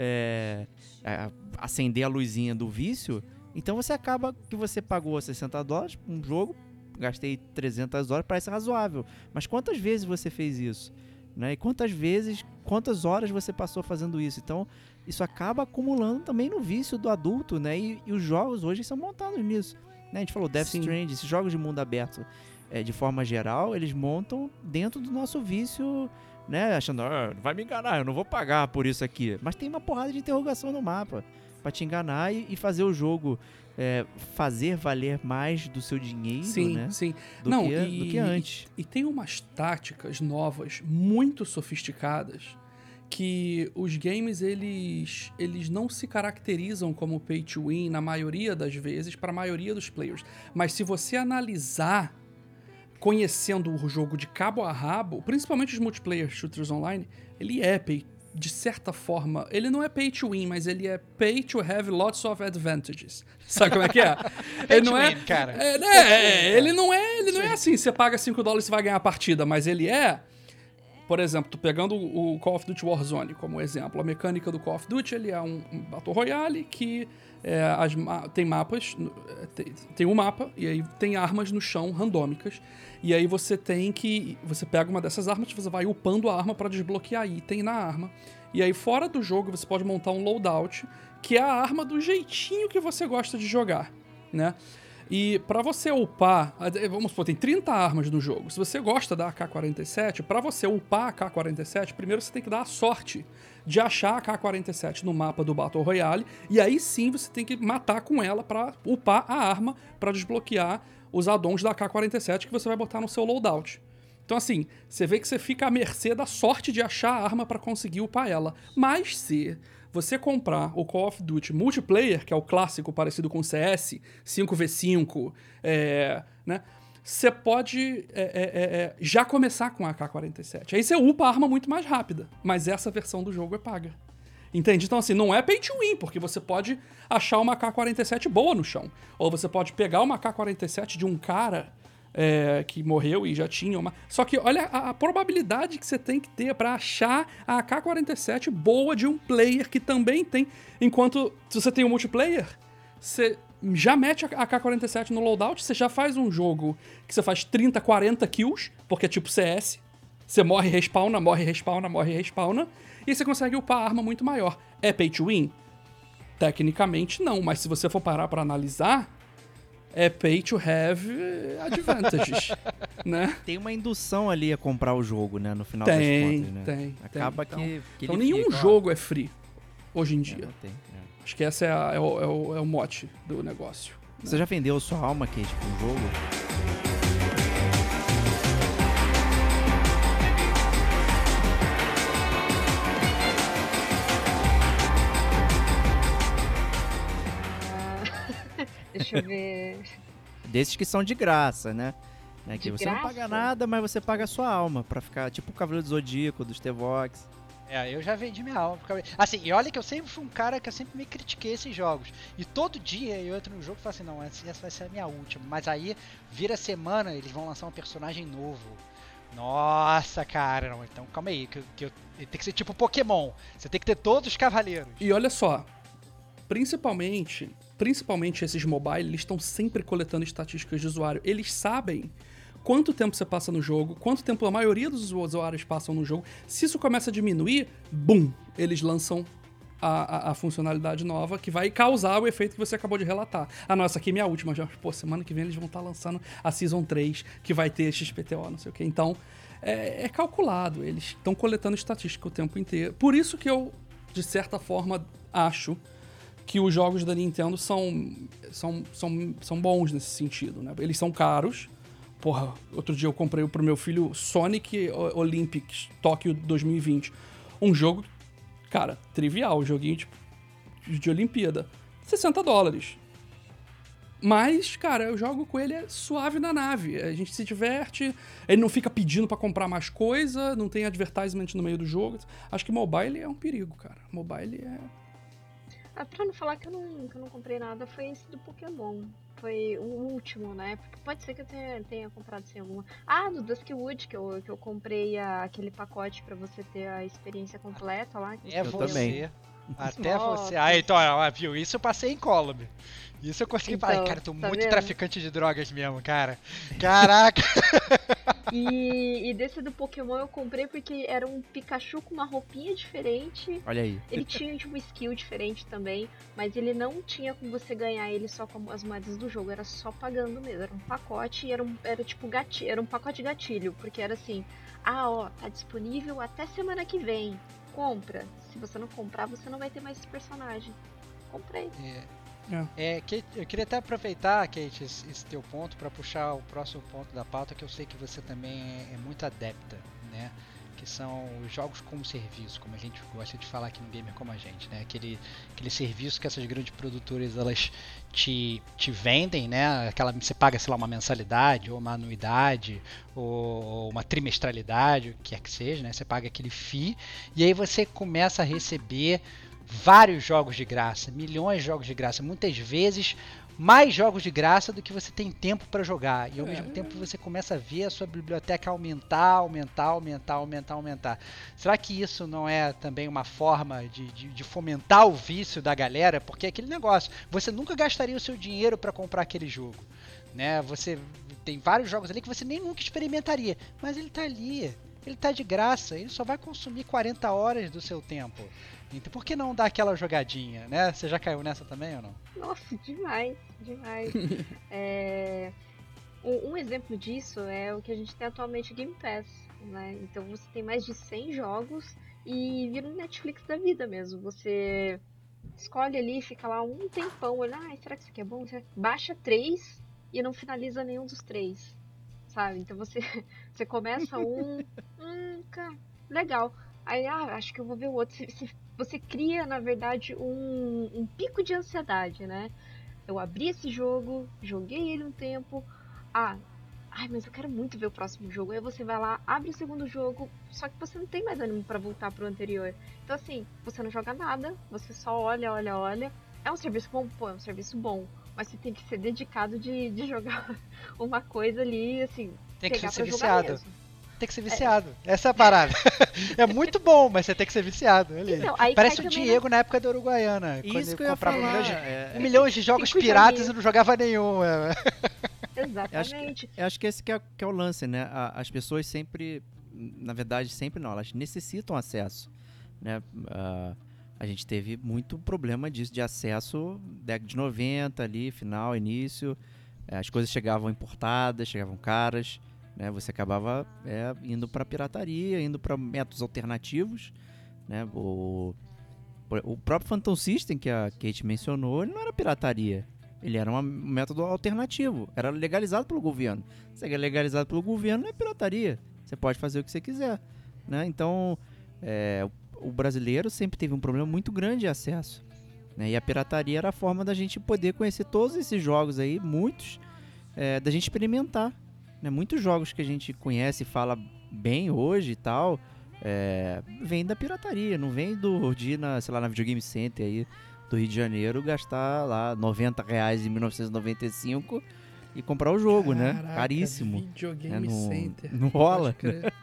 é, é, acender a luzinha do vício. Então você acaba que você pagou sessenta dólares por um jogo, gastei trezentas horas, parece razoável. Mas quantas vezes você fez isso? Né? E quantas vezes, quantas horas você passou fazendo isso? Então, isso acaba acumulando também no vício do adulto, né? E, e os jogos hoje são montados nisso. Né? A gente falou Death Sim. Stranding, esses jogos de mundo aberto, é, de forma geral, eles montam dentro do nosso vício, né? Achando, ah, vai me enganar, eu não vou pagar por isso aqui. Mas tem uma porrada de interrogação no mapa pra te enganar e, e fazer o jogo é, fazer valer mais do seu dinheiro, Sim, né? sim. Do, Não, que, e, do que antes. E tem umas táticas novas, muito sofisticadas, que os games, eles, eles não se caracterizam como pay to win na maioria das vezes, para a maioria dos players. Mas se você analisar, conhecendo o jogo de cabo a rabo, principalmente os multiplayer shooters online, ele é pay, de certa forma, ele não é pay to win, mas ele é pay to have lots of advantages. Sabe como é que é? Pay ele to não é, win, cara. é, né, ele não é, ele não é assim, você paga cinco dólares e vai ganhar a partida, mas ele é, por exemplo, tu pegando o Call of Duty Warzone como exemplo, a mecânica do Call of Duty, ele é um, um Battle Royale que é, as, ma- tem mapas, no- é, tem, tem um mapa e aí tem armas no chão randômicas, e aí você tem que, você pega uma dessas armas, você vai upando a arma para desbloquear item na arma, e aí fora do jogo você pode montar um loadout, que é a arma do jeitinho que você gosta de jogar, né? E pra você upar, vamos supor, tem trinta armas no jogo. Se você gosta da A K quarenta e sete, pra você upar a A K quarenta e sete, primeiro você tem que dar a sorte de achar a A K quarenta e sete no mapa do Battle Royale, e aí sim você tem que matar com ela pra upar a arma pra desbloquear os addons da A K quarenta e sete que você vai botar no seu loadout. Então assim, você vê que você fica à mercê da sorte de achar a arma pra conseguir upar ela. Mas se você comprar o Call of Duty Multiplayer, que é o clássico parecido com o C S, cinco contra cinco, é, né? Você pode é, é, é, já começar com a A K quarenta e sete. Aí você upa a arma muito mais rápida, mas essa versão do jogo é paga. Entende? Então, assim, não é pay to win, porque você pode achar uma A K quarenta e sete boa no chão. Ou você pode pegar uma A K quarenta e sete de um cara é, que morreu e já tinha uma... Só que olha a, a probabilidade que você tem que ter pra achar a A K quarenta e sete boa de um player que também tem. Enquanto, se você tem um multiplayer, você já mete a A K quarenta e sete no loadout, você já faz um jogo que você faz trinta, quarenta kills, porque é tipo C S. Você morre, respawna, morre, respawna, morre, respawna. E você consegue upar a arma muito maior. É pay to win? Tecnicamente não, mas se você for parar pra analisar, é pay to have advantages, né? Tem uma indução ali a comprar o jogo, né? No final Tem, das contas, né? tem, Acaba tem. que, Então, que então ele nenhum fica, ó, jogo é free hoje em é, dia. não tem, é. Acho que esse é, a- é o, é o- é o mote do negócio. Você já vendeu sua alma, Kate, pra um jogo? Ah, deixa eu ver. Desses que são de graça, né? Né, que De você não paga graça? nada, mas você paga a sua alma pra ficar tipo o Cavaleiro do Zodíaco, dos T-Vox. É, eu já vendi minha alma. porque- Assim, e olha que eu sempre fui um cara que eu sempre me critiquei esses jogos. E todo dia eu entro no jogo e falo assim, não, essa essa vai ser a minha última. Mas aí, vira semana, eles vão lançar um personagem novo. Nossa, cara, não, então calma aí, que, eu- que eu, tem que ser tipo Pokémon. Você tem que ter todos os cavaleiros. E olha só, principalmente, principalmente esses mobile, eles estão sempre coletando estatísticas de usuário. Eles sabem quanto tempo você passa no jogo, quanto tempo a maioria dos usuários passam no jogo. Se isso começa a diminuir, bum, eles lançam a, a, a funcionalidade nova que vai causar o efeito que você acabou de relatar. Ah, não, essa aqui é minha última já. Pô, semana que vem eles vão estar lançando a Season três, que vai ter X P T O, não sei o quê. Então, é, é calculado. Eles estão coletando estatística o tempo inteiro. Por isso que eu, de certa forma, acho que os jogos da Nintendo são, são, são, são bons nesse sentido, né? Eles são caros. Porra, outro dia eu comprei pro meu filho Sonic Olympics Tóquio dois mil e vinte. Um jogo, cara, trivial, um joguinho tipo, de Olimpíada. sessenta dólares. Mas, cara, eu jogo com ele é suave na nave. A gente se diverte, ele não fica pedindo pra comprar mais coisa, não tem advertisement no meio do jogo. Acho que mobile é um perigo, cara. Mobile é... Ah, pra não falar que eu não, que eu não comprei nada, foi esse do Pokémon. Foi o último, né? Porque pode ser que eu tenha, tenha comprado sem alguma. Ah, do Duskwood, que eu, que eu comprei a- aquele pacote pra você ter a experiência completa lá. que É Eu você- também. você. Até Nossa. você. Ah, então, ó, viu? Isso eu passei em Column. Isso eu consegui Então, falar. Cara, eu tô tá muito vendo? traficante de drogas mesmo, cara. Caraca! E, e desse do Pokémon eu comprei porque era um Pikachu com uma roupinha diferente. Olha aí. Ele tinha tipo, um skill diferente também, mas ele não tinha como você ganhar ele só com as moedas do jogo, era só pagando mesmo. Era um pacote e era, um, era tipo gatilho, era um pacote de gatilho, porque era assim, ah ó, tá disponível até semana que vem. Compra. Se você não comprar, você não vai ter mais esse personagem. Comprei. É, Kate, eu queria até aproveitar, Kate, esse, esse teu ponto para puxar o próximo ponto da pauta, que eu sei que você também é, é muito adepta, né? Que são os jogos como serviço, como a gente gosta de falar aqui no Gamer Como a Gente, né? Aquele, aquele serviço que essas grandes produtoras elas te, te vendem, né? Aquela, você paga, sei lá, uma mensalidade, ou uma anuidade, ou, ou uma trimestralidade, o que quer que seja, né? Você paga aquele fee, e aí você começa a receber vários jogos de graça, milhões de jogos de graça, muitas vezes mais jogos de graça do que você tem tempo para jogar, e ao É. mesmo tempo você começa a ver a sua biblioteca aumentar, aumentar, aumentar, aumentar, aumentar. Será que isso não é também uma forma de, de, de fomentar o vício da galera? Porque é aquele negócio, você nunca gastaria o seu dinheiro para comprar aquele jogo, né? Você tem vários jogos ali que você nem nunca experimentaria, mas ele tá ali, ele tá de graça, ele só vai consumir quarenta horas do seu tempo. Então por que não dar aquela jogadinha, né? Você já caiu nessa também ou não? Nossa, demais, demais. É, um, um exemplo disso é o que a gente tem atualmente o Game Pass, né? Então você tem mais de cem jogos e vira um Netflix da vida mesmo. Você escolhe ali, fica lá um tempão, olha, ah, será que isso aqui é bom? Será que-" Baixa três e não finaliza nenhum dos três, sabe? Então você, você começa um, hum, cara, legal. Aí, ah, acho que eu vou ver o outro. Você, você, você cria, na verdade, um, um pico de ansiedade, né? Eu abri esse jogo, joguei ele um tempo. Ah, ai, mas eu quero muito ver o próximo jogo. Aí você vai lá, abre o segundo jogo, só que você não tem mais ânimo pra voltar pro anterior. Então, assim, você não joga nada, você só olha, olha, olha. É um serviço bom? Pô, é um serviço bom. Mas você tem que ser dedicado de, de jogar uma coisa ali, assim, Tem que pegar ser pra jogar viciado. mesmo. Tem que ser viciado. Essa é a parada. É muito bom, mas você tem que ser viciado. Olha aí. Então, aí Parece cai o também Diego na época da Uruguaiana. quando Isso ele que eu ia comprava falar. milhões de, é- um milhão de jogos Cinco piratas joguinhos. e não jogava nenhum. é. Eu acho, Exatamente. eu acho que esse que é, que é o lance, né? A- As pessoas sempre, na verdade, sempre não, elas necessitam acesso, né? Ah, a gente teve muito problema disso, de acesso, década de noventa ali, final, início, eh, as coisas chegavam importadas, chegavam caras, né? Você acabava é, indo para pirataria, indo para métodos alternativos, né? O, o próprio Phantom System, que a Kate mencionou, ele não era pirataria. Ele era uma- um método alternativo. Era legalizado pelo governo. Se é legalizado pelo governo, não é pirataria. Você pode fazer o que você quiser, né? Então, é, o brasileiro sempre teve um problema muito grande de acesso, né? E a pirataria era a forma da gente poder conhecer todos esses jogos aí, muitos, é, da gente experimentar, né? Muitos jogos que a gente conhece e fala bem hoje e tal, é, vem da pirataria, não vem do de ir na, sei lá, na Videogame Center aí do Rio de Janeiro, gastar lá noventa reais em mil novecentos e noventa e cinco e comprar o jogo, né? Caraca, Caríssimo. Videogame É, não- Center. não rola, Pode crer.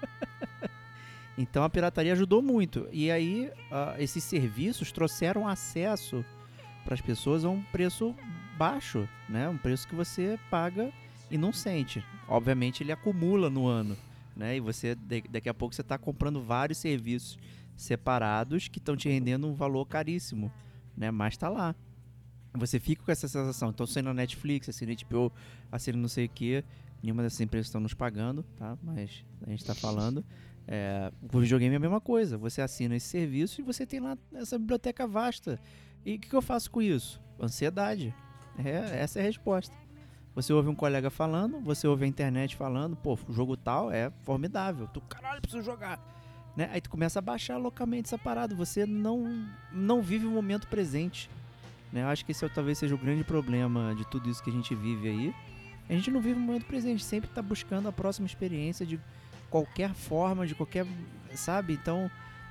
Então a pirataria ajudou muito. E aí ah, esses serviços trouxeram acesso para as pessoas a um preço baixo, né? Um preço que você paga e não sente. Obviamente ele acumula no ano, né? E você de- daqui a pouco você está comprando vários serviços separados que estão te rendendo um valor caríssimo, né? Mas tá lá. Você fica com essa sensação. Então assina na Netflix, assina H B O, assina não sei o que. Nenhuma dessas empresas estão nos pagando, tá? Mas a gente tá falando. É, o videogame é a mesma coisa. Você assina esse serviço e você tem lá essa biblioteca vasta. E o que, que eu faço com isso? Ansiedade. É, essa é a resposta. Você ouve um colega falando, você ouve a internet falando, pô, o jogo tal é formidável. Tu, caralho, preciso jogar. Né? Aí tu começa a baixar loucamente essa parada. Você não, não vive o momento presente. Né? Eu acho que esse é, talvez seja o grande problema de tudo isso que a gente vive aí. A gente não vive o momento presente. A gente sempre tá buscando a próxima experiência de qualquer forma, de qualquer, sabe? Então,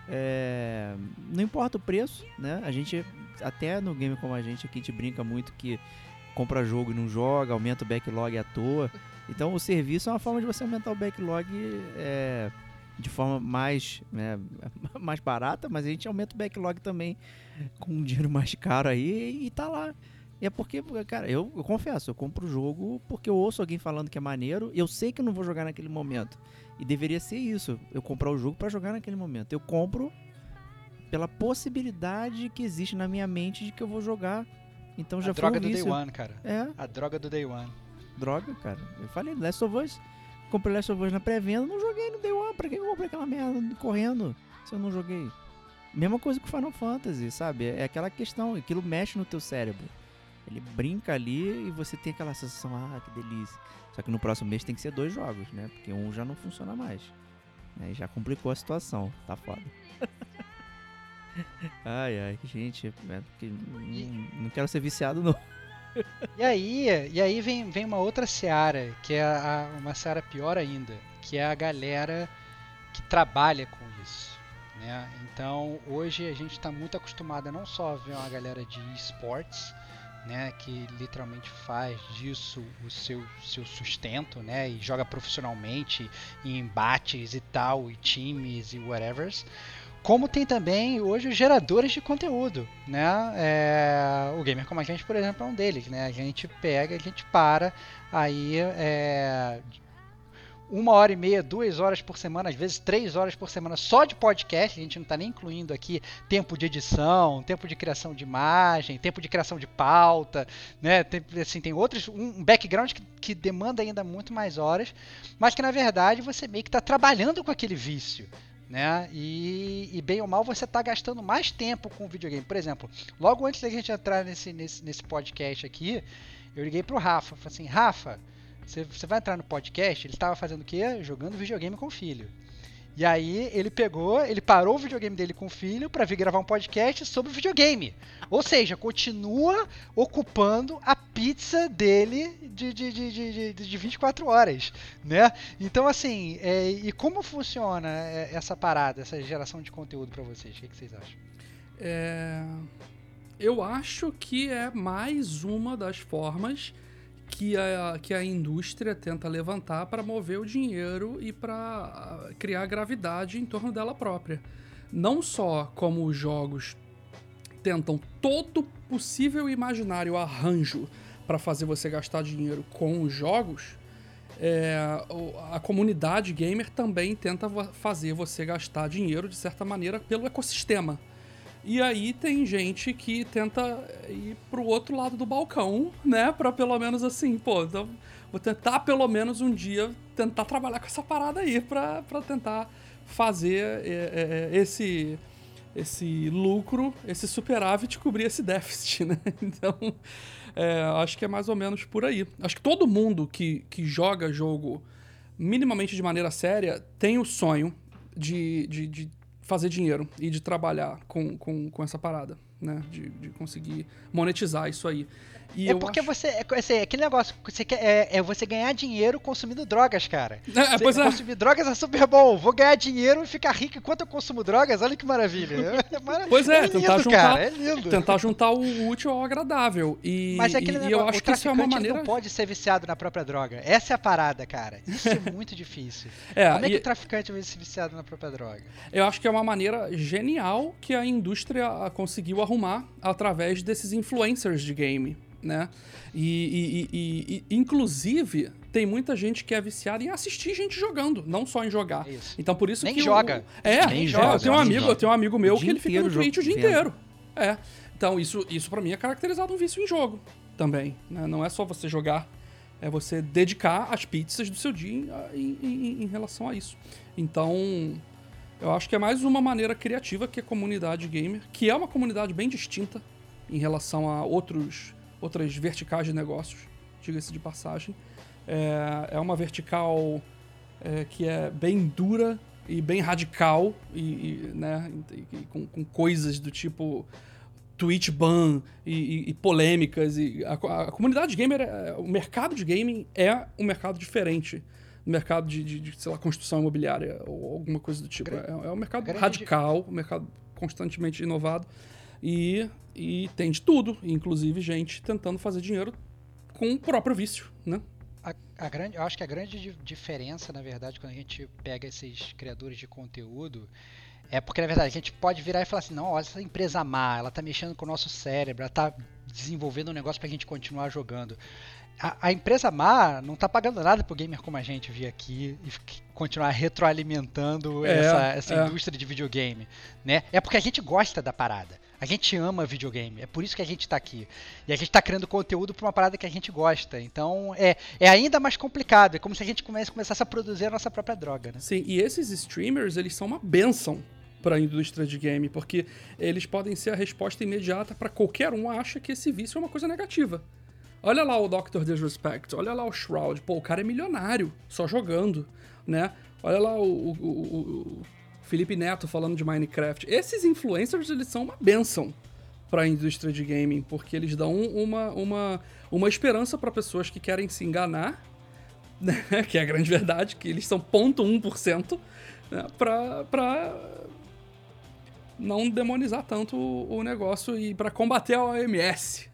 é, não importa o preço, né? A gente, até no game como a gente aqui, a gente brinca muito que compra jogo e não joga, aumenta o backlog à toa. Então, o serviço é uma forma de você aumentar o backlog é, de forma mais, né, mais barata, mas a gente aumenta o backlog também com um dinheiro mais caro aí e tá lá. E é porque, cara, eu, eu confesso, eu compro o jogo porque eu ouço alguém falando que é maneiro, eu sei que eu não vou jogar naquele momento. E deveria ser isso, eu comprar o jogo pra jogar naquele momento. Eu compro pela possibilidade que existe na minha mente de que eu vou jogar. Então já A foi droga um do Day vício. One, cara. É, A droga do Day One. droga, cara. Eu falei, Last of Us. Comprei Last of Us na pré-venda, não joguei no Day One. Pra que eu comprei aquela merda correndo se eu não joguei? Mesma coisa com Final Fantasy, sabe? É aquela questão, aquilo mexe no teu cérebro. Ele brinca ali e você tem aquela sensação, ah, que delícia. Só que no próximo mês tem que ser dois jogos, né? Porque um já não funciona mais. Aí já complicou a situação, tá foda. Ai, ai, gente, é porque não, não quero ser viciado, não. E aí, e aí vem, vem uma outra seara, que é a- uma seara pior ainda, que é a galera que trabalha com isso, né? Então, hoje a gente está muito acostumado a não só ver uma galera de esportes, né, que literalmente faz disso o seu, seu sustento, né, e joga profissionalmente em embates e tal, e times e whatever, como tem também hoje os geradores de conteúdo, né? É, o Gamer Como a Gente, por exemplo, é um deles, né? A gente pega, a gente para aí é, uma hora e meia, duas horas por semana, às vezes três horas por semana só de podcast. A gente não está nem incluindo aqui tempo de edição, tempo de criação de imagem, tempo de criação de pauta, né? Tem, assim, tem outros, um background que, que demanda ainda muito mais horas, mas que na verdade você meio que está trabalhando com aquele vício. Né? E, e bem ou mal você está gastando mais tempo com o videogame. Por exemplo, logo antes da gente entrar nesse, nesse, nesse podcast aqui, eu liguei pro Rafa. Falei assim, Rafa, você, você vai entrar no podcast? Ele estava fazendo o quê? Jogando videogame com o filho. E aí ele pegou, ele parou o videogame dele com o filho para vir gravar um podcast sobre videogame. Ou seja, continua ocupando a pizza dele de, de, de, de, de, de vinte e quatro horas, né? Então, assim, é, e como funciona essa parada, essa geração de conteúdo para vocês? O que, que vocês acham? É... eu acho que é mais uma das formas que a, que a indústria tenta levantar para mover o dinheiro e para criar gravidade em torno dela própria. Não só como os jogos tentam todo possível e imaginário arranjo para fazer você gastar dinheiro com os jogos, é, a comunidade gamer também tenta fazer você gastar dinheiro, de certa maneira, pelo ecossistema. E aí tem gente que tenta ir pro outro lado do balcão, né? Pra pelo menos assim, pô, então vou tentar pelo menos um dia tentar trabalhar com essa parada aí pra, pra tentar fazer é, é, esse, esse lucro, esse superávit cobrir esse déficit, né? Então, é, acho que é mais ou menos por aí. Acho que todo mundo que, que joga jogo minimamente de maneira séria tem o sonho de, de, de fazer dinheiro e de trabalhar com, com, com essa parada, né? De, de conseguir monetizar isso aí. E é eu porque acho... você. É, assim, aquele negócio que você quer, é, é você ganhar dinheiro consumindo drogas, cara. É, Você, pois é. Consumir drogas é super bom. Vou ganhar dinheiro e ficar rico enquanto eu consumo drogas. Olha que maravilha. É mara... Pois é, é lindo, tentar juntar, cara. É lindo. Tentar juntar o útil ao agradável. E, Mas é aquele e, negócio, e eu acho o que isso é uma traficante maneira. não pode ser viciado na própria droga. Essa é a parada, cara. Isso é muito difícil. É, Como é que e... o traficante vai ser viciado na própria droga? Eu acho que é uma maneira genial que a indústria conseguiu arrumar através desses influencers de game, né? E, e, e, e inclusive, tem muita gente que é viciada em assistir gente jogando, não só em jogar. Isso. Então por isso Nem que joga. O... É, Nem é, joga, eu tenho um nem amigo, joga. eu tenho um amigo meu O que dia ele fica no inteiro Twitch o dia vendo. inteiro. É. Então isso, isso para mim é caracterizado um vício em jogo também, né? Não é só você jogar, é você dedicar as pizzas do seu dia em, em, em relação a isso. Então, eu acho que é mais uma maneira criativa que a comunidade gamer, que é uma comunidade bem distinta em relação a outros, outras verticais de negócios, diga-se de passagem. É, é uma vertical é, que é bem dura e bem radical, e, e, né, e, e com, com coisas do tipo Twitch ban e, e, e polêmicas. E a, a comunidade gamer, é, o mercado de gaming é um mercado diferente do mercado de, de, de, sei lá, construção imobiliária ou alguma coisa do tipo. É, é um mercado grande... radical, um mercado constantemente inovado e, e tem de tudo, inclusive gente tentando fazer dinheiro com o próprio vício, né? A, a grande, eu acho que a grande di- diferença, na verdade, quando a gente pega esses criadores de conteúdo, é porque, na verdade, a gente pode virar e falar assim, não, olha essa empresa má, ela tá mexendo com o nosso cérebro, ela tá desenvolvendo um negócio pra gente continuar jogando. A, a empresa má não tá pagando nada pro gamer como a gente vir aqui e f- continuar retroalimentando É, essa, essa é. indústria de videogame, né? É porque a gente gosta da parada. A gente ama videogame, é por isso que a gente tá aqui. E a gente tá criando conteúdo pra uma parada que a gente gosta. Então é, é ainda mais complicado. É como se a gente comece, começasse a produzir a nossa própria droga, né? Sim, e esses streamers, eles são uma bênção para a indústria de game, porque eles podem ser a resposta imediata para qualquer um acha que esse vício é uma coisa negativa. Olha lá o doutor Disrespect, olha lá o Shroud, pô, o cara é milionário, só jogando, né? Olha lá o, o, o, o Felipe Neto falando de Minecraft. Esses influencers, eles são uma bênção para a indústria de gaming, porque eles dão uma, uma, uma esperança para pessoas que querem se enganar, né? Que é a grande verdade, que eles são zero vírgula um por cento, né? Pra, pra não demonizar tanto o, o negócio e para combater a O M S.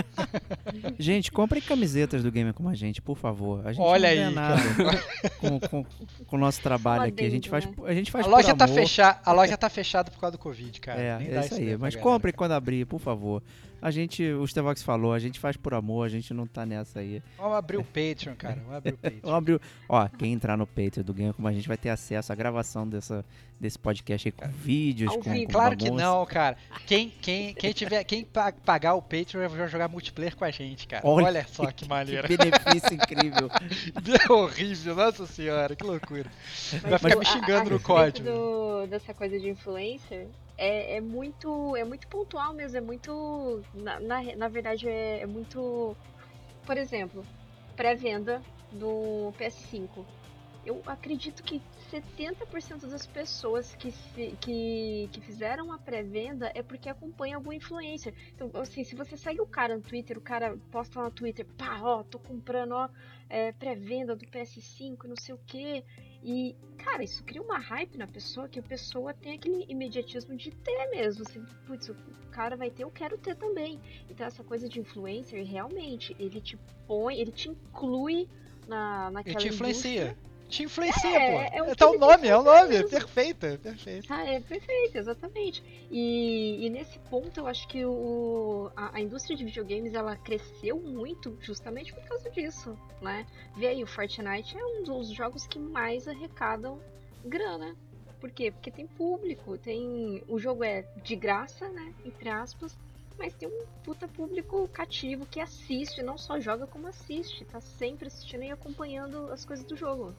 Gente, comprem camisetas do Gamer Como a Gente, por favor. A gente Olha não aí, ganha nada com, com, com o nosso trabalho Um aqui. A gente faz, adendo, a gente faz A loja, por tá amor. fecha... a loja tá fechada por causa do Covid, cara. É, Nem é dá isso aí. ideia pra Mas galera, comprem cara. quando abrir, por favor. A gente, o Stevox falou, a gente faz por amor, a gente não tá nessa aí. Vamos abrir o Patreon, cara. Vamos abrir o Patreon. Vamos abrir, o- ó, quem entrar no Patreon do Gamer Como a Gente vai ter acesso à gravação dessa, desse podcast aí com vídeos, Ao com, vivo. com Claro que bagunça. não, cara. Quem, quem, quem, tiver, quem pa- pagar o Patreon vai jogar multiplayer com a gente, cara. Olha, Olha, só que maneiro. Que benefício incrível. Horrível, nossa senhora, que loucura. Vai Mas, ficar tipo, me a- a xingando no respeito código. do- dessa coisa de influencer, é, é muito é muito pontual mesmo, é muito. Na, na, na verdade, é, é muito. Por exemplo, pré-venda do P S cinco. Eu acredito que setenta por cento das pessoas que, se- que, que fizeram a pré-venda é porque acompanham algum influencer. Então, assim, se você segue o cara no Twitter, o cara posta lá no Twitter, pá, ó, tô comprando, ó, é, pré-venda do P S cinco, não sei o quê. E, cara, isso cria uma hype na pessoa, que a pessoa tem aquele imediatismo de ter mesmo. Assim, putz, o cara vai ter, eu quero ter também. Então essa coisa de influencer, realmente, ele te põe, ele te inclui na, naquela Ele te influencia. indústria. Te influencia, É, pô. é um Tá o filme nome, de é o nome. mesmo. Perfeito, é perfeito. Ah, é perfeito, exatamente. E, e nesse ponto eu acho que o, a, a indústria de videogames ela cresceu muito justamente por causa disso, né? Vê aí, o Fortnite é um dos jogos que mais arrecadam grana. Por quê? Porque tem público, tem o jogo é de graça, né? Entre aspas, mas tem um puta público cativo que assiste, não só joga como assiste, tá sempre assistindo e acompanhando as coisas do jogo.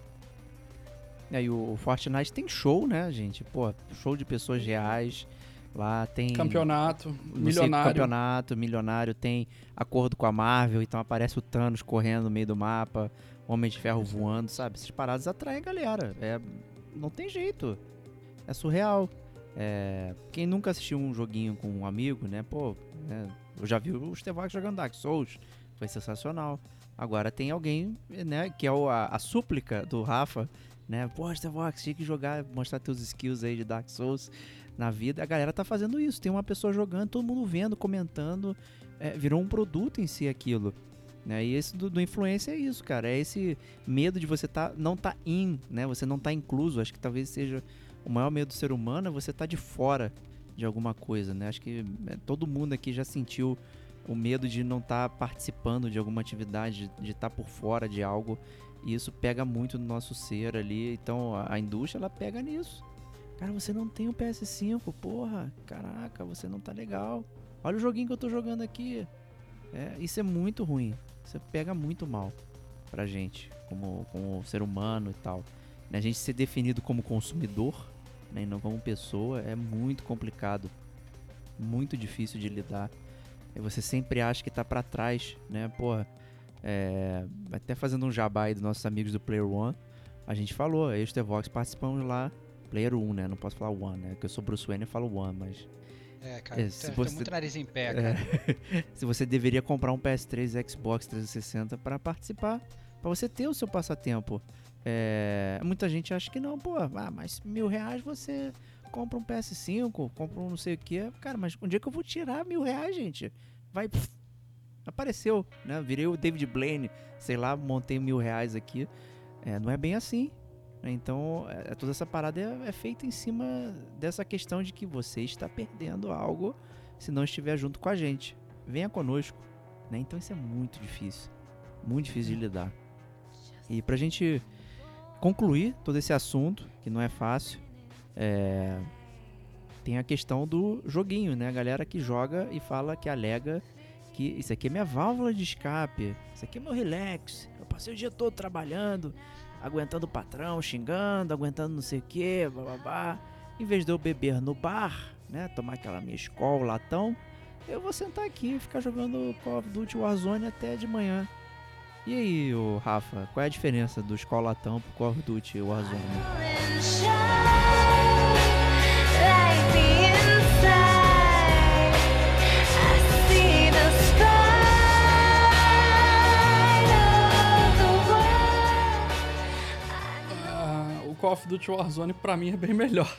E aí o Fortnite tem show, né, gente? Pô, show de pessoas reais. Lá tem... Campeonato, não sei, milionário. campeonato, milionário. Tem acordo com a Marvel, então aparece o Thanos correndo no meio do mapa. Homem de Ferro voando, sabe? Essas paradas atraem a galera. É, não tem jeito. É surreal. É, quem nunca assistiu um joguinho com um amigo, né? Pô, né, eu já vi o Stevox jogando Dark Souls. Foi sensacional. Agora tem alguém, né? Que é o, a, a súplica do Rafa, né? Pô, Stevox, tinha que jogar, mostrar teus skills aí de Dark Souls na vida. A galera tá fazendo isso. Tem uma pessoa jogando, todo mundo vendo, comentando. É, virou um produto em si aquilo. Né? E esse do, do influencer é isso, cara. É esse medo de você tá, não tá in, né? Você não tá incluso. Acho que talvez seja o maior medo do ser humano, é você tá de fora de alguma coisa, né? Acho que é, todo mundo aqui já sentiu o medo de não estar tá participando de alguma atividade, de estar tá por fora de algo. E isso pega muito no nosso ser ali. Então a, a indústria, ela pega nisso. Cara, você não tem o P S cinco, porra. Caraca, você não tá legal. Olha o joguinho que eu tô jogando aqui. É, isso é muito ruim. Isso pega muito mal pra gente, como, como ser humano e tal. Né? A gente ser definido como consumidor, né, e não como pessoa, é muito complicado. Muito difícil de lidar. E você sempre acha que tá pra trás, né? Porra, é, até fazendo um jabá aí dos nossos amigos do Player One, a gente falou, eu e o Stevox participamos lá, Player um, né? Não posso falar One, né? Porque eu sou Bruce Wayne e falo One, mas... É, cara, É, tem, se tem você- muito nariz em pé, cara. É, se você deveria comprar um P S três e Xbox trezentos e sessenta para participar, para você ter o seu passatempo. É, muita gente acha que não, pô, ah, mas mil reais você compra um P S cinco, compra um não sei o que. Cara, mas onde é que eu vou tirar mil reais, gente? Vai, pff, apareceu, né? Virei o David Blaine, sei lá, montei mil reais aqui. É, não é bem assim. Então, é, toda essa parada é, é feita em cima dessa questão de que você está perdendo algo se não estiver junto com a gente. Venha conosco, né? Então isso é muito difícil, muito difícil de lidar. E pra gente concluir todo esse assunto, que não é fácil, é, tem a questão do joguinho, né? A galera que joga e fala, que alega que isso aqui é minha válvula de escape, isso aqui é meu relax, eu passei o dia todo trabalhando, aguentando o patrão, xingando, aguentando não sei o que, bababá. Em vez de eu beber no bar, né, tomar aquela minha Skol, latão, eu vou sentar aqui e ficar jogando Call of Duty Warzone até de manhã. E aí, ô Rafa, qual é a diferença do Skol latão pro Call of Duty Warzone? Ah, o Call of Duty Warzone pra mim é bem melhor.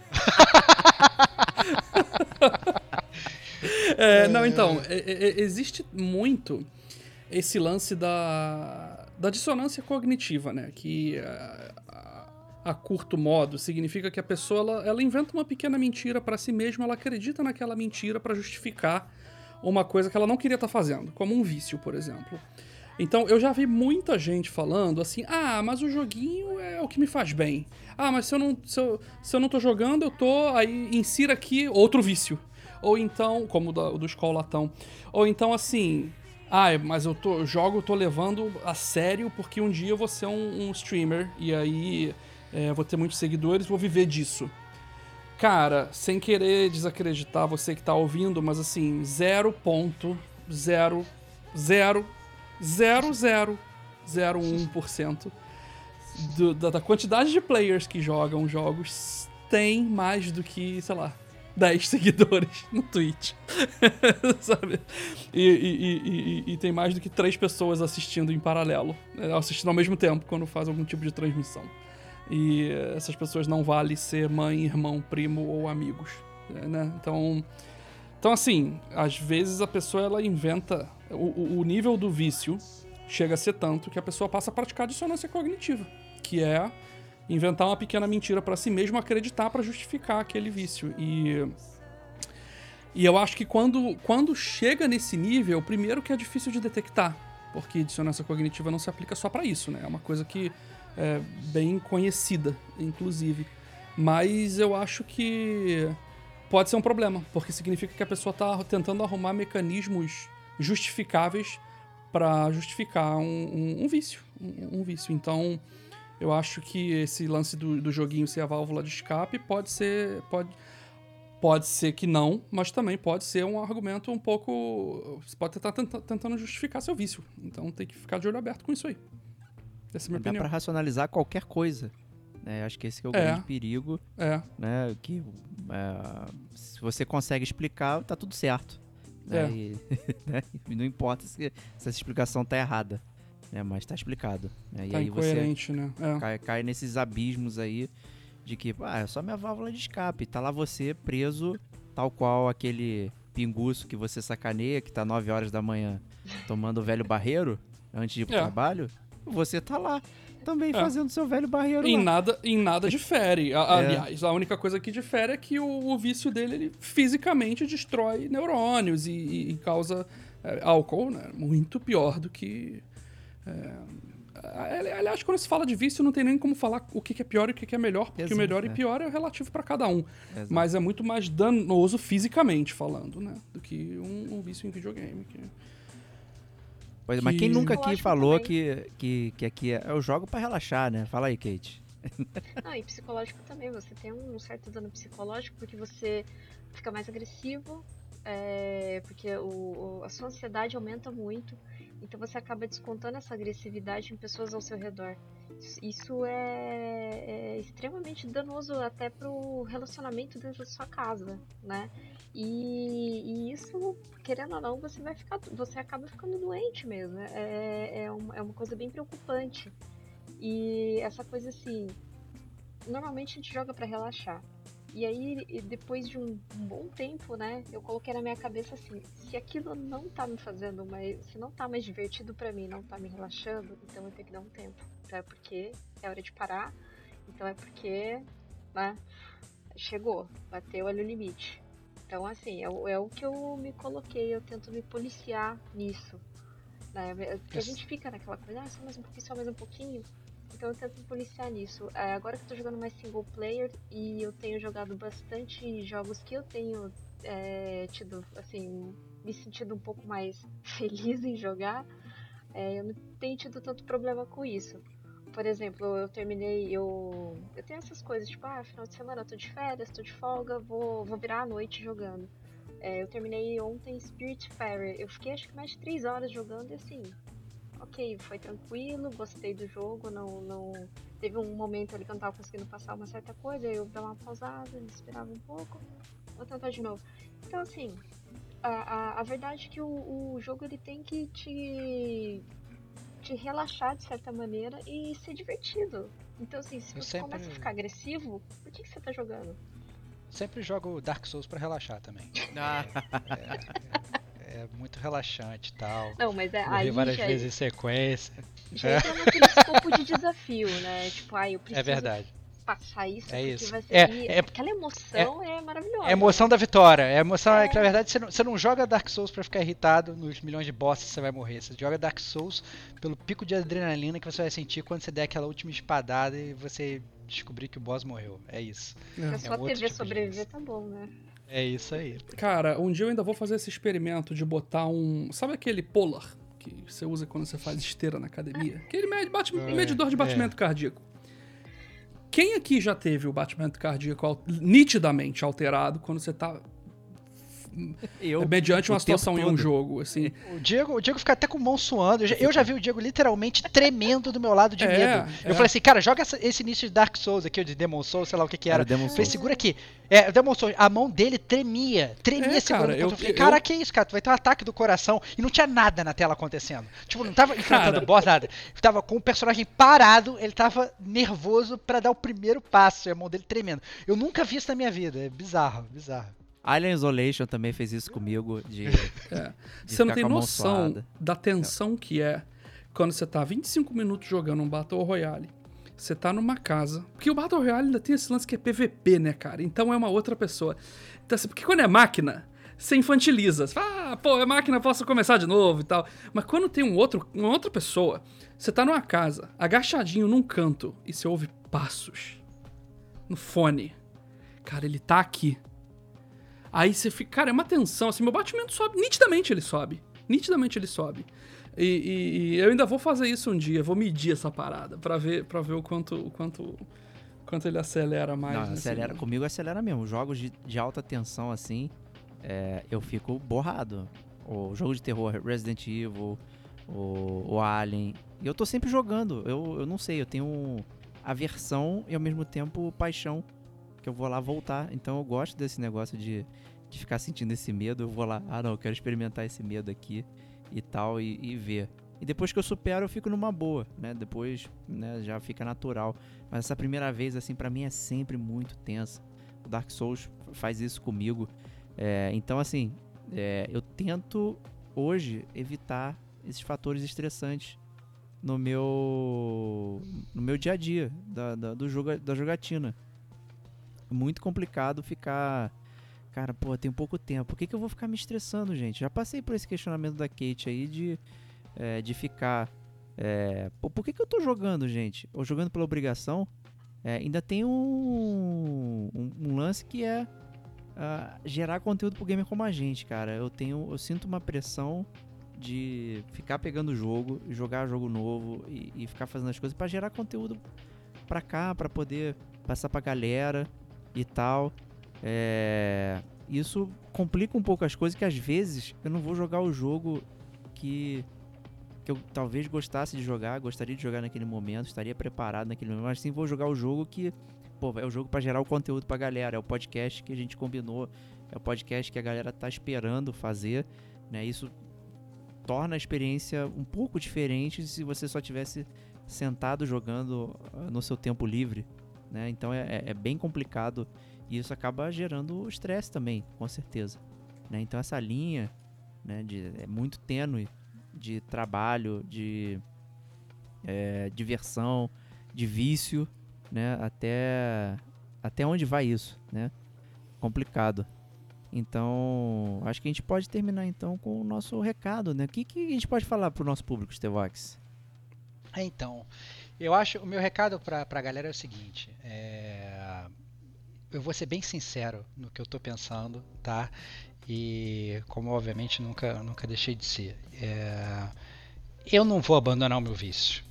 É, não, então, é, é, existe muito esse lance da, da dissonância cognitiva, né? Que a, a, a curto modo significa que a pessoa ela, ela inventa uma pequena mentira pra si mesma, ela acredita naquela mentira pra justificar uma coisa que ela não queria estar fazendo, como um vício, por exemplo. Então, eu já vi muita gente falando assim, ah, mas o joguinho é o que me faz bem. Ah, mas se eu não, se eu, se eu não tô jogando, eu tô, aí insira aqui outro vício. Ou então, como o da- o do Skol latão. Ou então, assim, ah, mas eu tô, eu jogo, eu tô levando a sério porque um dia eu vou ser um, um streamer e aí é, vou ter muitos seguidores, vou viver disso. Cara, sem querer desacreditar você que tá ouvindo, mas assim, zero ponto zero zero zero zero zero um por cento do, da, da quantidade de players que jogam jogos tem mais do que, sei lá, dez seguidores no Twitch. Sabe? E, e, e, e, e tem mais do que três pessoas assistindo em paralelo, né? Assistindo ao mesmo tempo quando faz algum tipo de transmissão. E essas pessoas não valem ser mãe, irmão, primo ou amigos, né? Então, então assim, às vezes a pessoa ela inventa... O, o nível do vício chega a ser tanto que a pessoa passa a praticar dissonância cognitiva, que é inventar uma pequena mentira pra si mesmo, acreditar pra justificar aquele vício. E, e eu acho que quando, quando chega nesse nível, primeiro que é difícil de detectar, porque dissonância cognitiva não se aplica só pra isso, né? É uma coisa que é bem conhecida, inclusive. Mas eu acho que pode ser um problema, porque significa que a pessoa tá tentando arrumar mecanismos justificáveis para justificar um, um, um vício. Um, um vício. Então, eu acho que esse lance do, do joguinho ser a válvula de escape pode ser... Pode, pode ser que não, mas também pode ser um argumento um pouco... Você pode estar tenta, tentando justificar seu vício. Então, tem que ficar de olho aberto com isso aí. Essa é a minha Dá opinião. pra racionalizar qualquer coisa. Né? Acho que esse que é o É. grande perigo. É. Né? Que é, se você consegue explicar, tá tudo certo. Né? É. E, né? E não importa se, se essa explicação tá errada. Né? Mas tá explicado. Né? E Tá aí você incoerente, né? É. cai, cai nesses abismos aí de que, ah, é só minha válvula de escape. Tá lá você preso, tal qual aquele pinguço que você sacaneia, que tá nove horas da manhã tomando o velho barreiro antes de ir pro É. trabalho. Você tá lá também É. fazendo seu velho barreiro Em lá. nada, em nada difere. A- É. Aliás, a única coisa que difere é que o, o vício dele ele fisicamente destrói neurônios e, e- e causa é, álcool, né? Muito pior do que... É, ali- aliás, quando se fala de vício, não tem nem como falar o que que é pior e o que que é melhor, porque Exato, o melhor é. e pior é relativo para cada um. Exato. Mas é muito mais danoso fisicamente falando, né? Do que um, um vício em videogame. Que... Pois é, mas que- quem nunca Eu aqui acho falou também. que, que, que aqui é, eu jogo pra relaxar, né? Fala aí, Kate. Não, e psicológico também. Você tem um certo dano psicológico porque você fica mais agressivo, é, porque o, o- a sua ansiedade aumenta muito. Então você acaba descontando essa agressividade em pessoas ao seu redor. Isso- Isso é, é extremamente danoso até pro relacionamento dentro da sua casa, né? E, e isso, querendo ou não, você vai ficar, você acaba ficando doente mesmo. É, é, uma, é uma coisa bem preocupante. E essa coisa assim, normalmente a gente joga pra relaxar. E aí, e depois de um, um bom tempo, né, eu coloquei na minha cabeça assim, se aquilo não tá me fazendo mais, se não tá mais divertido pra mim, não tá me relaxando, então eu tenho que dar um tempo. Então é porque é hora de parar, então é porque, né, chegou, bateu ali o limite. Então assim, é, o- é o que eu me coloquei, eu tento me policiar nisso. Né? Porque a gente fica naquela coisa, ah, só mais um pouquinho, só mais um pouquinho. Então eu tento me policiar nisso. É, agora que eu tô jogando mais single player e eu tenho jogado bastante jogos que eu tenho é, tido, assim, me sentido um pouco mais feliz em jogar, é, eu não tenho tido tanto problema com isso. Por exemplo, eu terminei, eu, eu tenho essas coisas, tipo, ah, final de semana eu tô de férias, tô de folga, vou, vou virar a noite jogando. É, eu terminei ontem Spiritfarer. Eu fiquei acho que mais de três horas jogando e assim, ok, foi tranquilo, gostei do jogo, não, não... Teve um momento ali que eu não tava conseguindo passar uma certa coisa, eu dava uma pausada, esperava um pouco, vou tentar de novo. Então assim, a, a, a verdade é que o, o jogo ele tem que te, te relaxar de certa maneira e ser divertido. Então assim, se Eu você sempre- começa a ficar agressivo, por que, que você tá jogando? Sempre jogo Dark Souls pra relaxar também. Ah, É muito relaxante e tal. Não, mas é, Morrer aí várias já, vezes em sequência. já entra naquele escopo de desafio, né? Tipo, ai, eu preciso É verdade. passar isso É porque isso. vai ser... É- e é- aquela emoção é, maravilhosa. É a emoção da vitória. É a emoção é que, na É. verdade, você não, você não joga Dark Souls pra ficar irritado nos milhões de bosses que você vai morrer. Você joga Dark Souls pelo pico de adrenalina que você vai sentir quando você der aquela última espadada e você descobrir que o boss morreu. É isso. Se É. a sua um outro T V tipo de sobreviver, isso. tá bom, né? É isso aí. Cara, um dia eu ainda vou fazer esse experimento de botar um... Sabe aquele Polar que você usa quando você faz esteira na academia? Aquele med- bate- É, medidor de batimento é. cardíaco. Quem aqui já teve o batimento cardíaco al- nitidamente alterado quando você tá Eu, mediante o uma situação em tempo um todo. jogo, assim. O Diego, o Diego fica até com mão suando. Eu já, eu já vi o Diego literalmente tremendo do meu lado de É, medo. Eu é. falei assim, cara, joga essa- esse início de Dark Souls aqui, ou de Demon Souls, sei lá o que que era. Era Demon Eu falei, Souls. segura aqui. É, o Demon Souls, a mão dele tremia. Tremia É, segurando cara, o controle. eu- Eu falei, eu- cara, que isso, cara? Tu vai ter um ataque do coração. E não tinha nada na tela acontecendo. Tipo, não tava enfrentando Cara. boss, nada. Eu tava com o personagem parado, ele tava nervoso pra dar o primeiro passo. E a mão dele tremendo. Eu nunca vi isso na minha vida. É bizarro, bizarro. Alien Isolation também fez isso comigo, de, É. de Você não ficar tem com a mão noção suada. da tensão que é quando você tá vinte e cinco minutos jogando um Battle Royale. Você tá numa casa. Porque o Battle Royale ainda tem esse lance que é P V P, né, cara? Então é uma outra pessoa. Então, assim, porque quando é máquina, você infantiliza. Você fala, ah, pô, é máquina, posso começar de novo e tal. Mas quando tem um outro, uma outra pessoa, você tá numa casa, agachadinho num canto, e você ouve passos no fone. Cara, ele tá aqui. Aí você fica, cara, é uma tensão, assim, meu batimento sobe, nitidamente ele sobe, nitidamente ele sobe. E, e- e eu ainda vou fazer isso um dia, vou medir essa parada pra ver, pra ver o quanto, o quanto, o quanto ele acelera mais. Não, nesse- acelera. Comigo acelera mesmo. Jogos de, de alta tensão, assim, é, eu fico borrado. O jogo de terror, Resident Evil, o, o Alien. E eu tô sempre jogando. Eu, eu não sei, eu tenho aversão e ao mesmo tempo paixão. Que eu vou lá voltar. Então eu gosto desse negócio de, de ficar sentindo esse medo. Eu vou lá, ah não, eu quero experimentar esse medo aqui e tal, e, e ver. E depois que eu supero, eu fico numa boa, né? Depois, né, já fica natural. Mas essa primeira vez, assim, pra mim é sempre muito tensa. O Dark Souls faz isso comigo. É, então, assim, é, eu tento hoje evitar esses fatores estressantes no meu no meu dia a dia da, da, do jogo, da jogatina. Muito complicado ficar... Cara, pô, tem pouco tempo. Por que, que eu vou ficar me estressando, gente? Já passei por esse questionamento da Kate aí de, é, de ficar... É, pô, por que, que eu tô jogando, gente? Ou jogando pela obrigação? É, ainda tem um, um, um lance que é uh, gerar conteúdo pro gamer como a gente, cara. Eu tenho, eu sinto uma pressão de ficar pegando o jogo, jogar jogo novo e, e ficar fazendo as coisas pra gerar conteúdo pra cá, pra poder passar pra galera e tal. É, isso complica um pouco as coisas, que às vezes eu não vou jogar o jogo que, que eu talvez gostasse de jogar, gostaria de jogar naquele momento, estaria preparado naquele momento, mas sim vou jogar o jogo que, pô, é o jogo pra gerar o conteúdo pra galera, é o podcast que a gente combinou, é o podcast que a galera tá esperando fazer, né? Isso torna a experiência um pouco diferente se você só tivesse sentado jogando uh, no seu tempo livre, né? Então é, é, é bem complicado e isso acaba gerando estresse também, com certeza, né? Então essa linha, né, de, é muito tênue de trabalho, de é, diversão, de vício, né? Até, até onde vai isso, né? Complicado. Então, acho que a gente pode terminar então com o nosso recado, né? O que, que a gente pode falar pro nosso público, Stevox? Então, eu acho, o meu recado pra, pra galera é o seguinte, é, eu vou ser bem sincero no que eu tô pensando, tá? E como obviamente nunca, nunca deixei de ser, é, eu não vou abandonar o meu vício.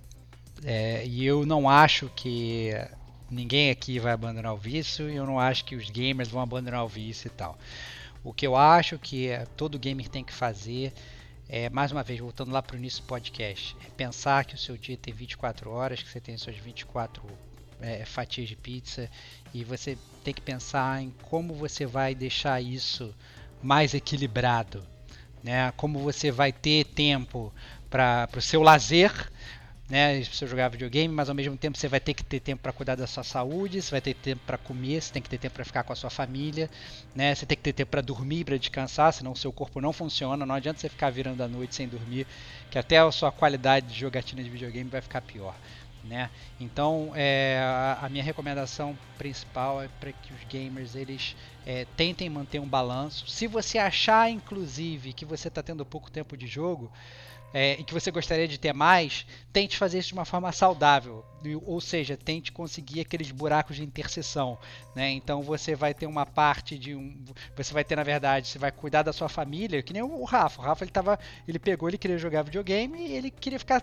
É, e eu não acho que ninguém aqui vai abandonar o vício, e eu não acho que os gamers vão abandonar o vício e tal. O que eu acho que todo gamer tem que fazer é, mais uma vez, voltando lá para o início do podcast, é pensar que o seu dia tem vinte e quatro horas, que você tem suas vinte e quatro é, fatias de pizza, e você tem que pensar em como você vai deixar isso mais equilibrado, né? Como você vai ter tempo para o seu lazer, né, para você jogar videogame, mas ao mesmo tempo você vai ter que ter tempo para cuidar da sua saúde, você vai ter tempo para comer, você tem que ter tempo para ficar com a sua família, né, você tem que ter tempo para dormir, para descansar, senão o seu corpo não funciona, não adianta você ficar virando a noite sem dormir, que até a sua qualidade de jogatina de videogame vai ficar pior, né? Então, é, a minha recomendação principal é para que os gamers eles é, tentem manter um balanço. Se você achar, inclusive, que você está tendo pouco tempo de jogo, É, e que você gostaria de ter mais, tente fazer isso de uma forma saudável, ou seja, tente conseguir aqueles buracos de interseção, né? Então você vai ter uma parte de um, você vai ter na verdade, você vai cuidar da sua família, que nem o Rafa, o Rafa ele tava, ele pegou, ele queria jogar videogame e ele queria ficar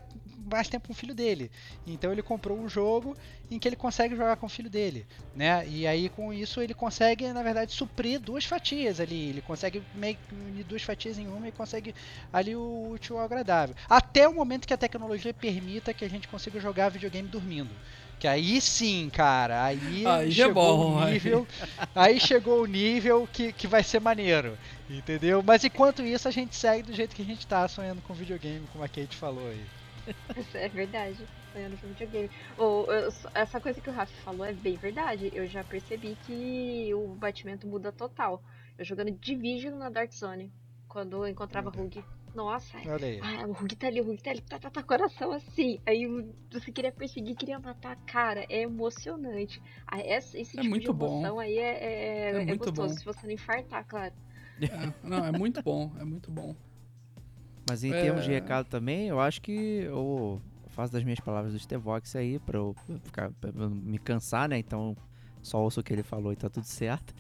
mais tempo com o filho dele. Então ele comprou um jogo em que ele consegue jogar com o filho dele, né? E aí com isso ele consegue, na verdade, suprir duas fatias ali. Ele consegue meio que unir duas fatias em uma e consegue ali o útil ao agradável. Até o momento que a tecnologia permita que a gente consiga jogar videogame dormindo. Que aí sim, cara, aí, aí chegou é bom, o nível, aí. aí chegou o nível que, que vai ser maneiro, entendeu? Mas enquanto isso a gente segue do jeito que a gente tá, sonhando com videogame, como a Kate falou aí. Isso é verdade, sonhando com videogame. Ou, eu- essa coisa que o Rafa falou é bem verdade, eu já percebi que o batimento muda total. Eu jogando Division na Dark Zone, quando eu encontrava Rug. Nossa, Olha aí. ah, o Rug tá ali, o Rug tá ali, tá, tá, tá, coração assim. Aí você queria perseguir, queria matar, cara, é emocionante. Ah, esse, esse É tipo muito de emoção bom. aí é, é, É é muito gostoso, bom. se você não infartar, claro. É, não, é muito bom, é muito bom. Mas em É. termos de recado também, eu acho que eu faço das minhas palavras do Stevox aí pra eu ficar, pra eu não me cansar, né? Então só ouço o que ele falou e tá tudo certo.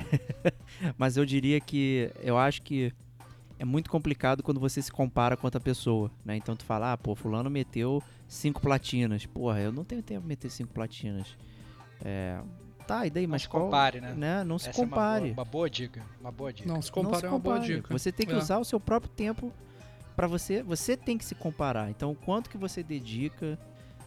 Mas eu diria que eu acho que é muito complicado quando você se compara com outra pessoa, né? Então tu fala, ah, pô, fulano meteu cinco platinas. Porra, eu não tenho tempo de meter cinco platinas. É... Tá, e daí? Não Mas se qual... compare, né? Não se Essa é compare. uma boa, uma boa dica, uma boa dica. Não, se Não compara se é uma boa compare. dica. Você tem que É. usar o seu próprio tempo pra você. Você tem que se comparar. Então, o quanto que você dedica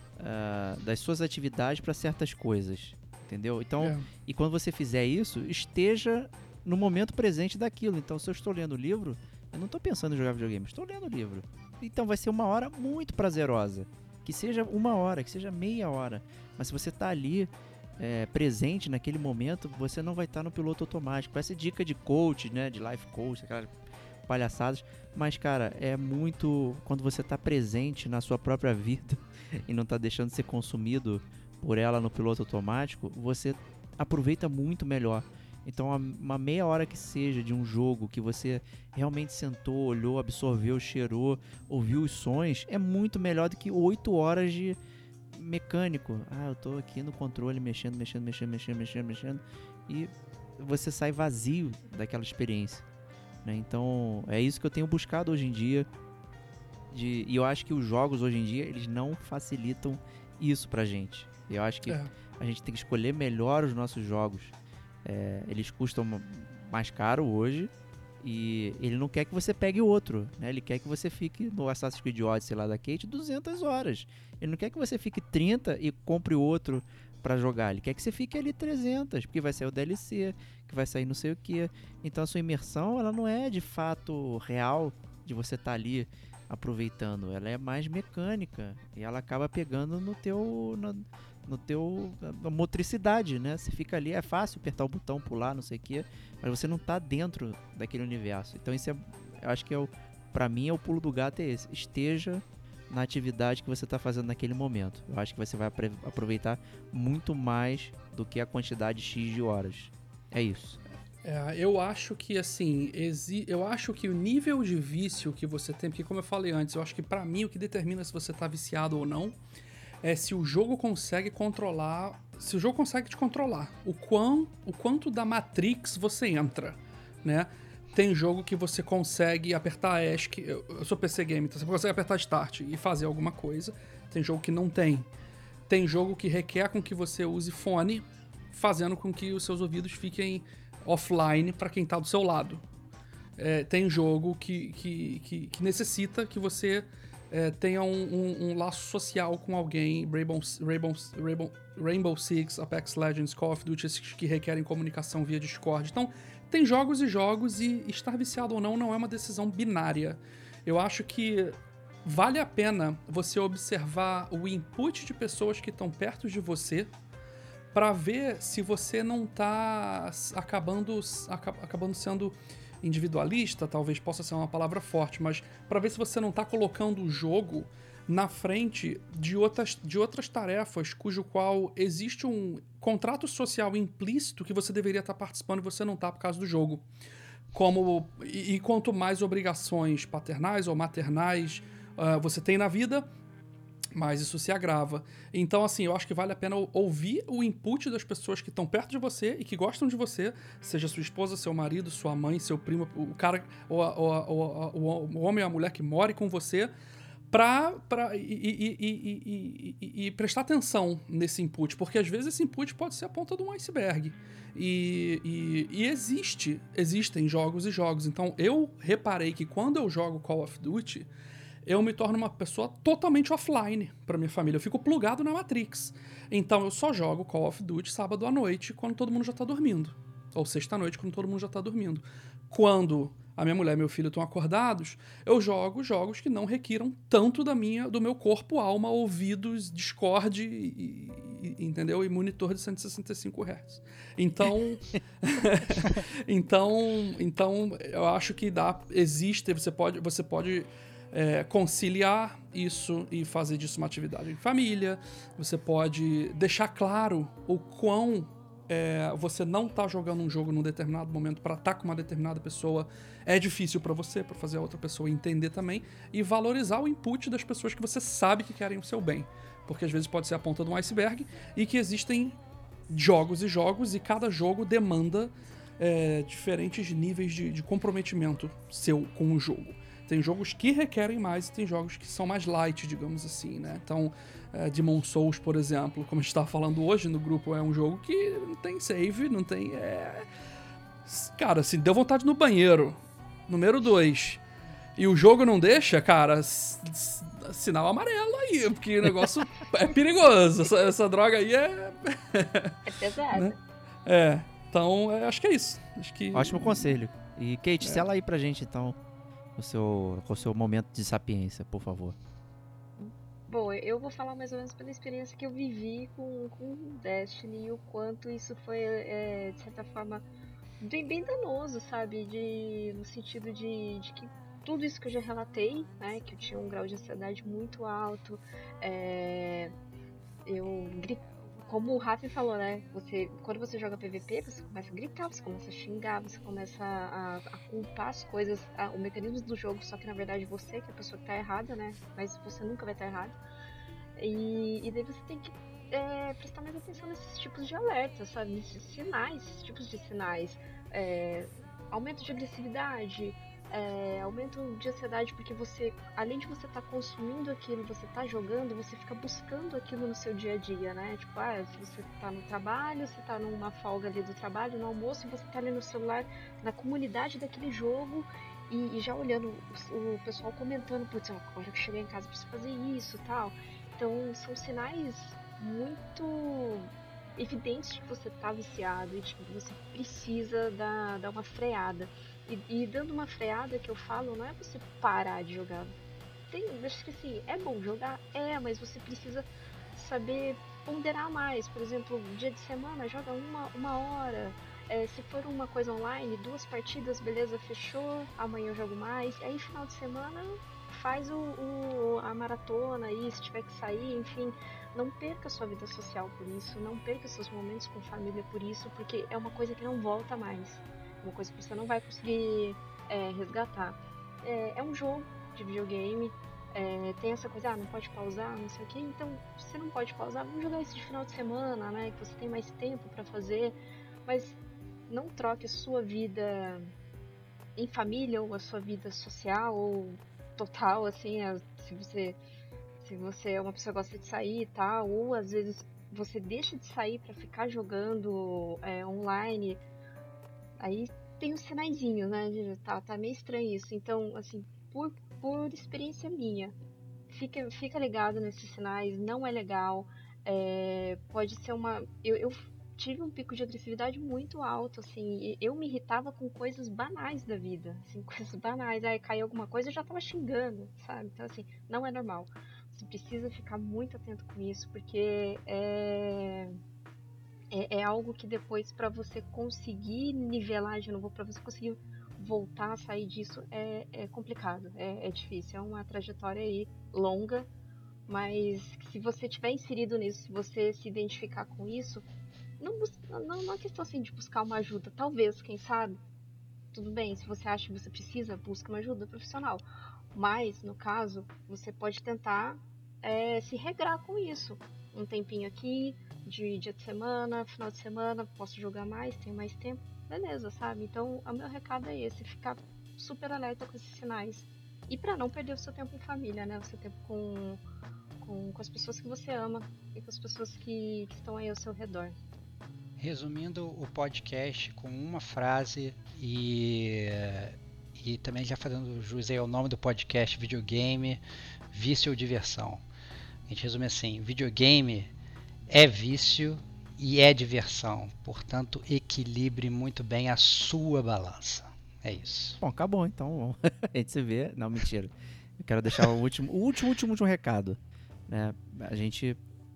ah, das suas atividades pra certas coisas, entendeu? Então, É. e quando você fizer isso, esteja no momento presente daquilo. Então, se eu estou lendo o livro, eu não estou pensando em jogar videogame, estou lendo o livro. Então, vai ser uma hora muito prazerosa. Que seja uma hora, que seja meia hora. Mas se você tá ali é, presente naquele momento, você não vai estar no piloto automático. Vai ser dica de coach, né? De life coach, aquelas palhaçadas. Mas, cara, é muito... Quando você tá presente na sua própria vida e não tá deixando de ser consumido por ela no piloto automático, você aproveita muito melhor. Então, uma- uma meia hora que seja de um jogo que você realmente sentou, olhou, absorveu, cheirou, ouviu os sons, é muito melhor do que oito horas de mecânico. Ah, eu tô aqui no controle mexendo, mexendo, mexendo, mexendo, mexendo, mexendo, e você sai vazio daquela experiência, né? Então, é isso que eu tenho buscado hoje em dia. De, e eu acho que os jogos hoje em dia, eles não facilitam isso pra gente. Eu acho que É. a gente tem que escolher melhor os nossos jogos. É, eles custam ma- mais caro hoje e ele não quer que você pegue outro, né? Ele quer que você fique no Assassin's Creed Odyssey lá da Kate duzentas horas. Ele não quer que você fique trinta e compre outro pra jogar. Ele quer que você fique ali trezentas, porque vai sair o D L C, que vai sair não sei o que. Então a sua imersão, ela não é de fato real de você estar ali aproveitando. Ela é mais mecânica e ela acaba pegando no teu... na- no teu na motricidade, né? Você fica ali, é fácil apertar o botão, pular, não sei o que, mas você não tá dentro daquele universo. Então isso é, eu acho que é o, pra mim é o pulo do gato é esse. Esteja na atividade que você tá fazendo naquele momento. Eu acho que você vai apre- aproveitar muito mais do que a quantidade X de horas. É isso. É, eu acho que assim, exi- eu acho que o nível de vício que você tem, porque como eu falei antes, eu acho que pra mim o que determina se você tá viciado ou não é se o jogo consegue controlar, se o jogo consegue te controlar, o quão, o quanto da Matrix você entra, né? Tem jogo que você consegue apertar ESC, eu, eu sou P C Game, então você consegue apertar Start e fazer alguma coisa. Tem jogo que não tem. Tem jogo que requer com que você use fone, fazendo com que os seus ouvidos fiquem offline para quem tá do seu lado. É, tem jogo que, que, que, que necessita que você é, tenha um, um, um laço social com alguém, Rainbow, Rainbow, Rainbow, Rainbow Six, Apex Legends, Call of Duty, esses que requerem comunicação via Discord. Então, tem jogos e jogos, e estar viciado ou não não é uma decisão binária. Eu acho que vale a pena você observar o input de pessoas que estão perto de você para ver se você não tá acabando, aca- acabando sendo individualista, talvez possa ser uma palavra forte, mas para ver se você não tá colocando o jogo na frente de outras, de outras tarefas cujo qual existe um contrato social implícito que você deveria estar participando e você não tá por causa do jogo. Como, e, e quanto mais obrigações paternais ou maternais uh, você tem na vida, mais isso se agrava. Então, assim, eu acho que vale a pena ouvir o input das pessoas que estão perto de você e que gostam de você, seja sua esposa, seu marido, sua mãe, seu primo, o cara, ou, a- ou, a- ou a- o homem ou a mulher que more com você, Pra, pra, e, e, e, e, e, e prestar atenção nesse input, porque às vezes esse input pode ser a ponta de um iceberg. E, e, e existe, existem jogos e jogos. Então eu reparei que quando eu jogo Call of Duty, eu me torno uma pessoa totalmente offline pra minha família. Eu fico plugado na Matrix. Então eu só jogo Call of Duty sábado à noite, quando todo mundo já tá dormindo. Ou sexta-noite, quando todo mundo já tá dormindo. Quando a minha mulher e meu filho estão acordados, eu jogo jogos que não requiram tanto da minha, do meu corpo, alma, ouvidos, Discord, e, e, entendeu? E monitor de cento e sessenta e cinco hertz. Então, então, então, eu acho que dá, existe, você pode, você pode é, conciliar isso e fazer disso uma atividade em família. Você pode deixar claro o quão É, você não tá jogando um jogo num determinado momento pra estar com uma determinada pessoa, é difícil pra você, pra fazer a outra pessoa entender também, e valorizar o input das pessoas que você sabe que querem o seu bem, porque às vezes pode ser a ponta de um iceberg, e que existem jogos e jogos, e cada jogo demanda é, diferentes níveis de, de comprometimento seu com o jogo. Tem jogos que requerem mais e tem jogos que são mais light, digamos assim, né? Então, é, Demon Souls, por exemplo, como a gente estava falando hoje no grupo, é um jogo que não tem save, não tem... É... Cara, se deu vontade no banheiro, número dois, e o jogo não deixa, cara, sinal amarelo aí, porque o negócio é perigoso. Essa, essa droga aí é... É pesado. Né? É, então, é, acho que é isso. Acho que... Ótimo conselho. E, Kate, é. sela aí pra gente, então, o seu, o seu momento de sapiência, por favor. Bom, eu vou falar mais ou menos pela experiência que eu vivi com, com Destiny e o quanto isso foi, é, de certa forma, bem, bem danoso, sabe? De, no sentido de, de que tudo isso que eu já relatei, né? Que eu tinha um grau de ansiedade muito alto, é, eu gritava. Como o Rafa falou, né? Você, quando você joga P V P, você começa a gritar, você começa a xingar, você começa a, a culpar as coisas, a, o mecanismo do jogo, só que na verdade você que é a pessoa que tá errada, né? Mas você nunca vai estar errado. E, e daí você tem que é, prestar mais atenção nesses tipos de alertas, sabe? Nesses sinais, esses tipos de sinais. É, aumento de agressividade, É, aumento de ansiedade, porque você, além de você estar tá consumindo aquilo, você está jogando, você fica buscando aquilo no seu dia a dia, né? Tipo, ah, se você está no trabalho, você está numa folga ali do trabalho, no almoço, e você está ali no celular, na comunidade daquele jogo, e, e já olhando o, o pessoal comentando, putz, agora que eu cheguei em casa, preciso fazer isso e tal. Então, são sinais muito evidentes de que você está viciado e de que você precisa dar, dar uma freada. E, e dando uma freada que eu falo, não é você parar de jogar. Tem, acho que assim, é bom jogar? É, mas você precisa saber ponderar mais. Por exemplo, dia de semana, joga uma, uma hora. É, se for uma coisa online, duas partidas, beleza, fechou. Amanhã eu jogo mais. Aí final de semana, faz o, o, a maratona aí, se tiver que sair, enfim. Não perca sua vida social por isso. Não perca seus momentos com família por isso, porque é uma coisa que não volta mais. Uma coisa que você não vai conseguir é, resgatar. É, é um jogo de videogame, é, tem essa coisa, ah, não pode pausar, não sei o que, então se você não pode pausar, vamos jogar isso de final de semana, né, que você tem mais tempo pra fazer, mas não troque a sua vida em família, ou a sua vida social, ou total, assim, se você, se você é uma pessoa que gosta de sair e tal, ou às vezes você deixa de sair pra ficar jogando é, online. Aí tem os sinaizinhos, né? Tá, tá meio estranho isso. Então, assim, por, por experiência minha, fica, fica ligado nesses sinais, não é legal. É, pode ser uma... Eu, eu tive um pico de agressividade muito alto, assim, e eu me irritava com coisas banais da vida, assim, coisas banais. Aí caiu alguma coisa, eu já tava xingando, sabe? Então, assim, não é normal. Você precisa ficar muito atento com isso, porque é... É, é algo que depois, para você conseguir nivelar de novo, para você conseguir voltar a sair disso, é, é complicado, é, é difícil. É uma trajetória aí longa, mas se você tiver inserido nisso, se você se identificar com isso, não, não, não é questão assim de buscar uma ajuda. Talvez, quem sabe, tudo bem, se você acha que você precisa, busca uma ajuda profissional. Mas, no caso, você pode tentar é, se regrar com isso. Um tempinho aqui, de dia de semana, final de semana, posso jogar mais, tenho mais tempo, beleza, sabe? Então, o meu recado é esse, ficar super alerta com esses sinais E pra não perder o seu tempo em família, né? O seu tempo com, com, com as pessoas que você ama e com as pessoas que, que estão aí ao seu redor. Resumindo o podcast com uma frase e, e também já fazendo jus aí ao nome do podcast, videogame, vício ou diversão. A gente resume assim, videogame é vício e é diversão, portanto equilibre muito bem a sua balança. É isso. Bom, acabou então. A gente se vê. Não, mentira. Eu quero deixar o último, o último, último, último recado. Né? A gente,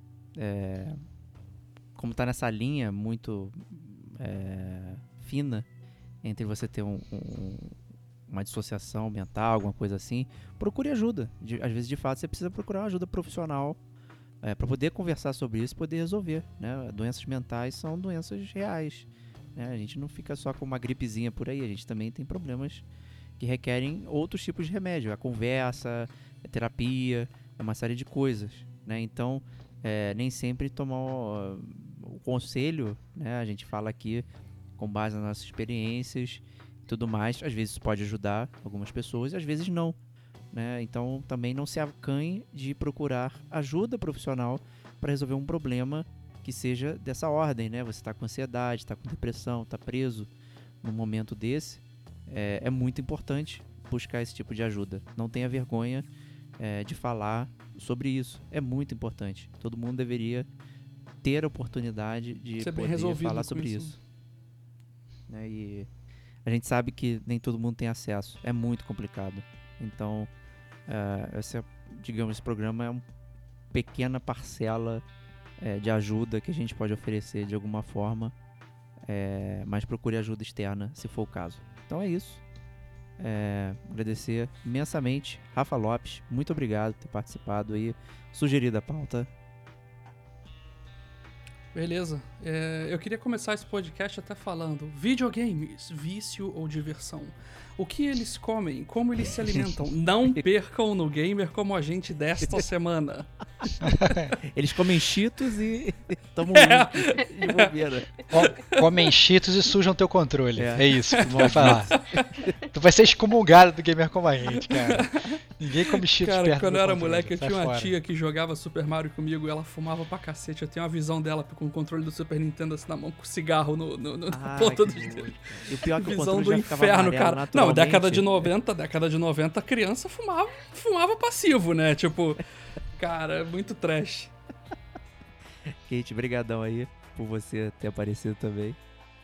é, como tá nessa linha muito é, fina entre você ter um, um, uma dissociação mental, alguma coisa assim, procure ajuda. De, às vezes, de fato, você precisa procurar ajuda profissional é, para poder conversar sobre isso e poder resolver. Né? Doenças mentais são doenças reais. Né? A gente não fica só com uma gripezinha por aí, a gente também tem problemas que requerem outros tipos de remédio. A conversa, a terapia, é uma série de coisas. Né? Então, é, nem sempre tomar o, o conselho, né? A gente fala aqui com base nas nossas experiências e tudo mais. Às vezes isso pode ajudar algumas pessoas, às vezes não. Né? Então, também não se acanhe de procurar ajuda profissional para resolver um problema que seja dessa ordem, né? Você está com ansiedade, está com depressão, está preso num momento desse, é, é muito importante buscar esse tipo de ajuda. Não tenha vergonha é, de falar sobre isso. É muito importante. Todo mundo deveria ter a oportunidade de Ser bem poder resolvido falar com sobre isso. isso. Né? E a gente sabe que nem todo mundo tem acesso. É muito complicado. Então, uh, esse, digamos, esse programa é uma pequena parcela É, de ajuda que a gente pode oferecer de alguma forma, é, mas procure ajuda externa se for o caso. Então é isso. É, agradecer imensamente Rafa Lopes, muito obrigado por ter participado aí, sugerido a pauta. Beleza. É, eu queria começar esse podcast até falando: videogames, vício ou diversão? O que eles comem? Como eles se alimentam? Não percam no Gamer Como a Gente desta semana. Eles comem cheetos e tomam É. um de bobeira. Com- Comem cheetos e sujam teu controle. É. É, isso que tu vai falar. Tu vai ser excomungado do Gamer Como a Gente, cara. Ninguém come cheetos Cara, perto quando do eu era controle. moleque, eu Sai tinha uma fora. tia que jogava Super Mario comigo e ela fumava pra cacete. Eu tenho uma visão dela com o controle do Super Nintendo assim na mão, com cigarro no, no, no, na Ah, ponta que dos nojo. dedos. E o pior é que o Visão controle do já ficava inferno, amarelo cara. Não, naturalmente. década de noventa, década de noventa, a criança fumava, fumava passivo, né? Tipo, cara, muito trash. Kate, brigadão aí por você ter aparecido também.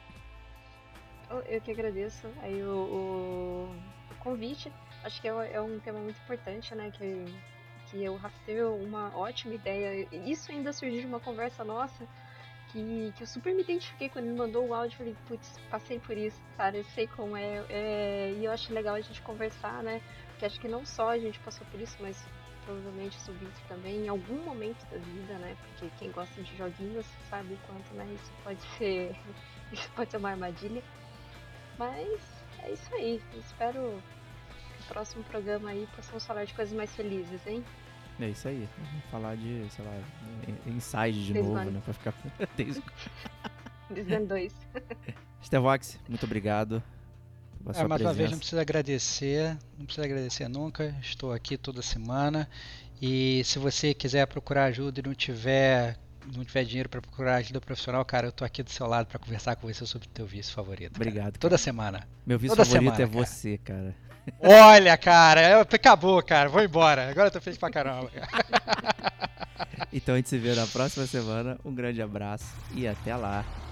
Eu, eu que agradeço aí o, o- o convite. Acho que é, é um tema muito importante, né? Que, que o Rafa teve uma ótima ideia. Isso ainda surgiu de uma conversa nossa que, que eu super me identifiquei quando ele mandou o áudio. Falei, putz, passei por isso, cara, eu sei como é, é. E eu acho legal a gente conversar, né? Porque acho que não só a gente passou por isso, mas provavelmente o Victor também, em algum momento da vida, né? Porque quem gosta de joguinhos sabe o quanto, né? Isso pode ser. Isso pode ser uma armadilha. Mas é isso aí. Eu espero que o próximo programa aí possamos falar de coisas mais felizes, hein? É isso aí. Vamos falar de, sei lá, Inside de Days novo, Gone. né? Pra ficar. Days- Desden dois. Stevox, muito obrigado pela É, sua mais uma vez, não presença. precisa agradecer, não precisa agradecer nunca. Estou aqui toda semana. E se você quiser procurar ajuda e não tiver, não tiver dinheiro para procurar ajuda profissional, cara, eu tô aqui do seu lado para conversar com você sobre o teu vício favorito. cara. Obrigado, cara. Toda semana. Meu vício toda favorito semana, é cara. você, cara. Olha, cara, é- acabou, cara. Vou embora. Agora eu tô feliz pra caramba. Então a gente se vê na próxima semana. Um grande abraço e até lá.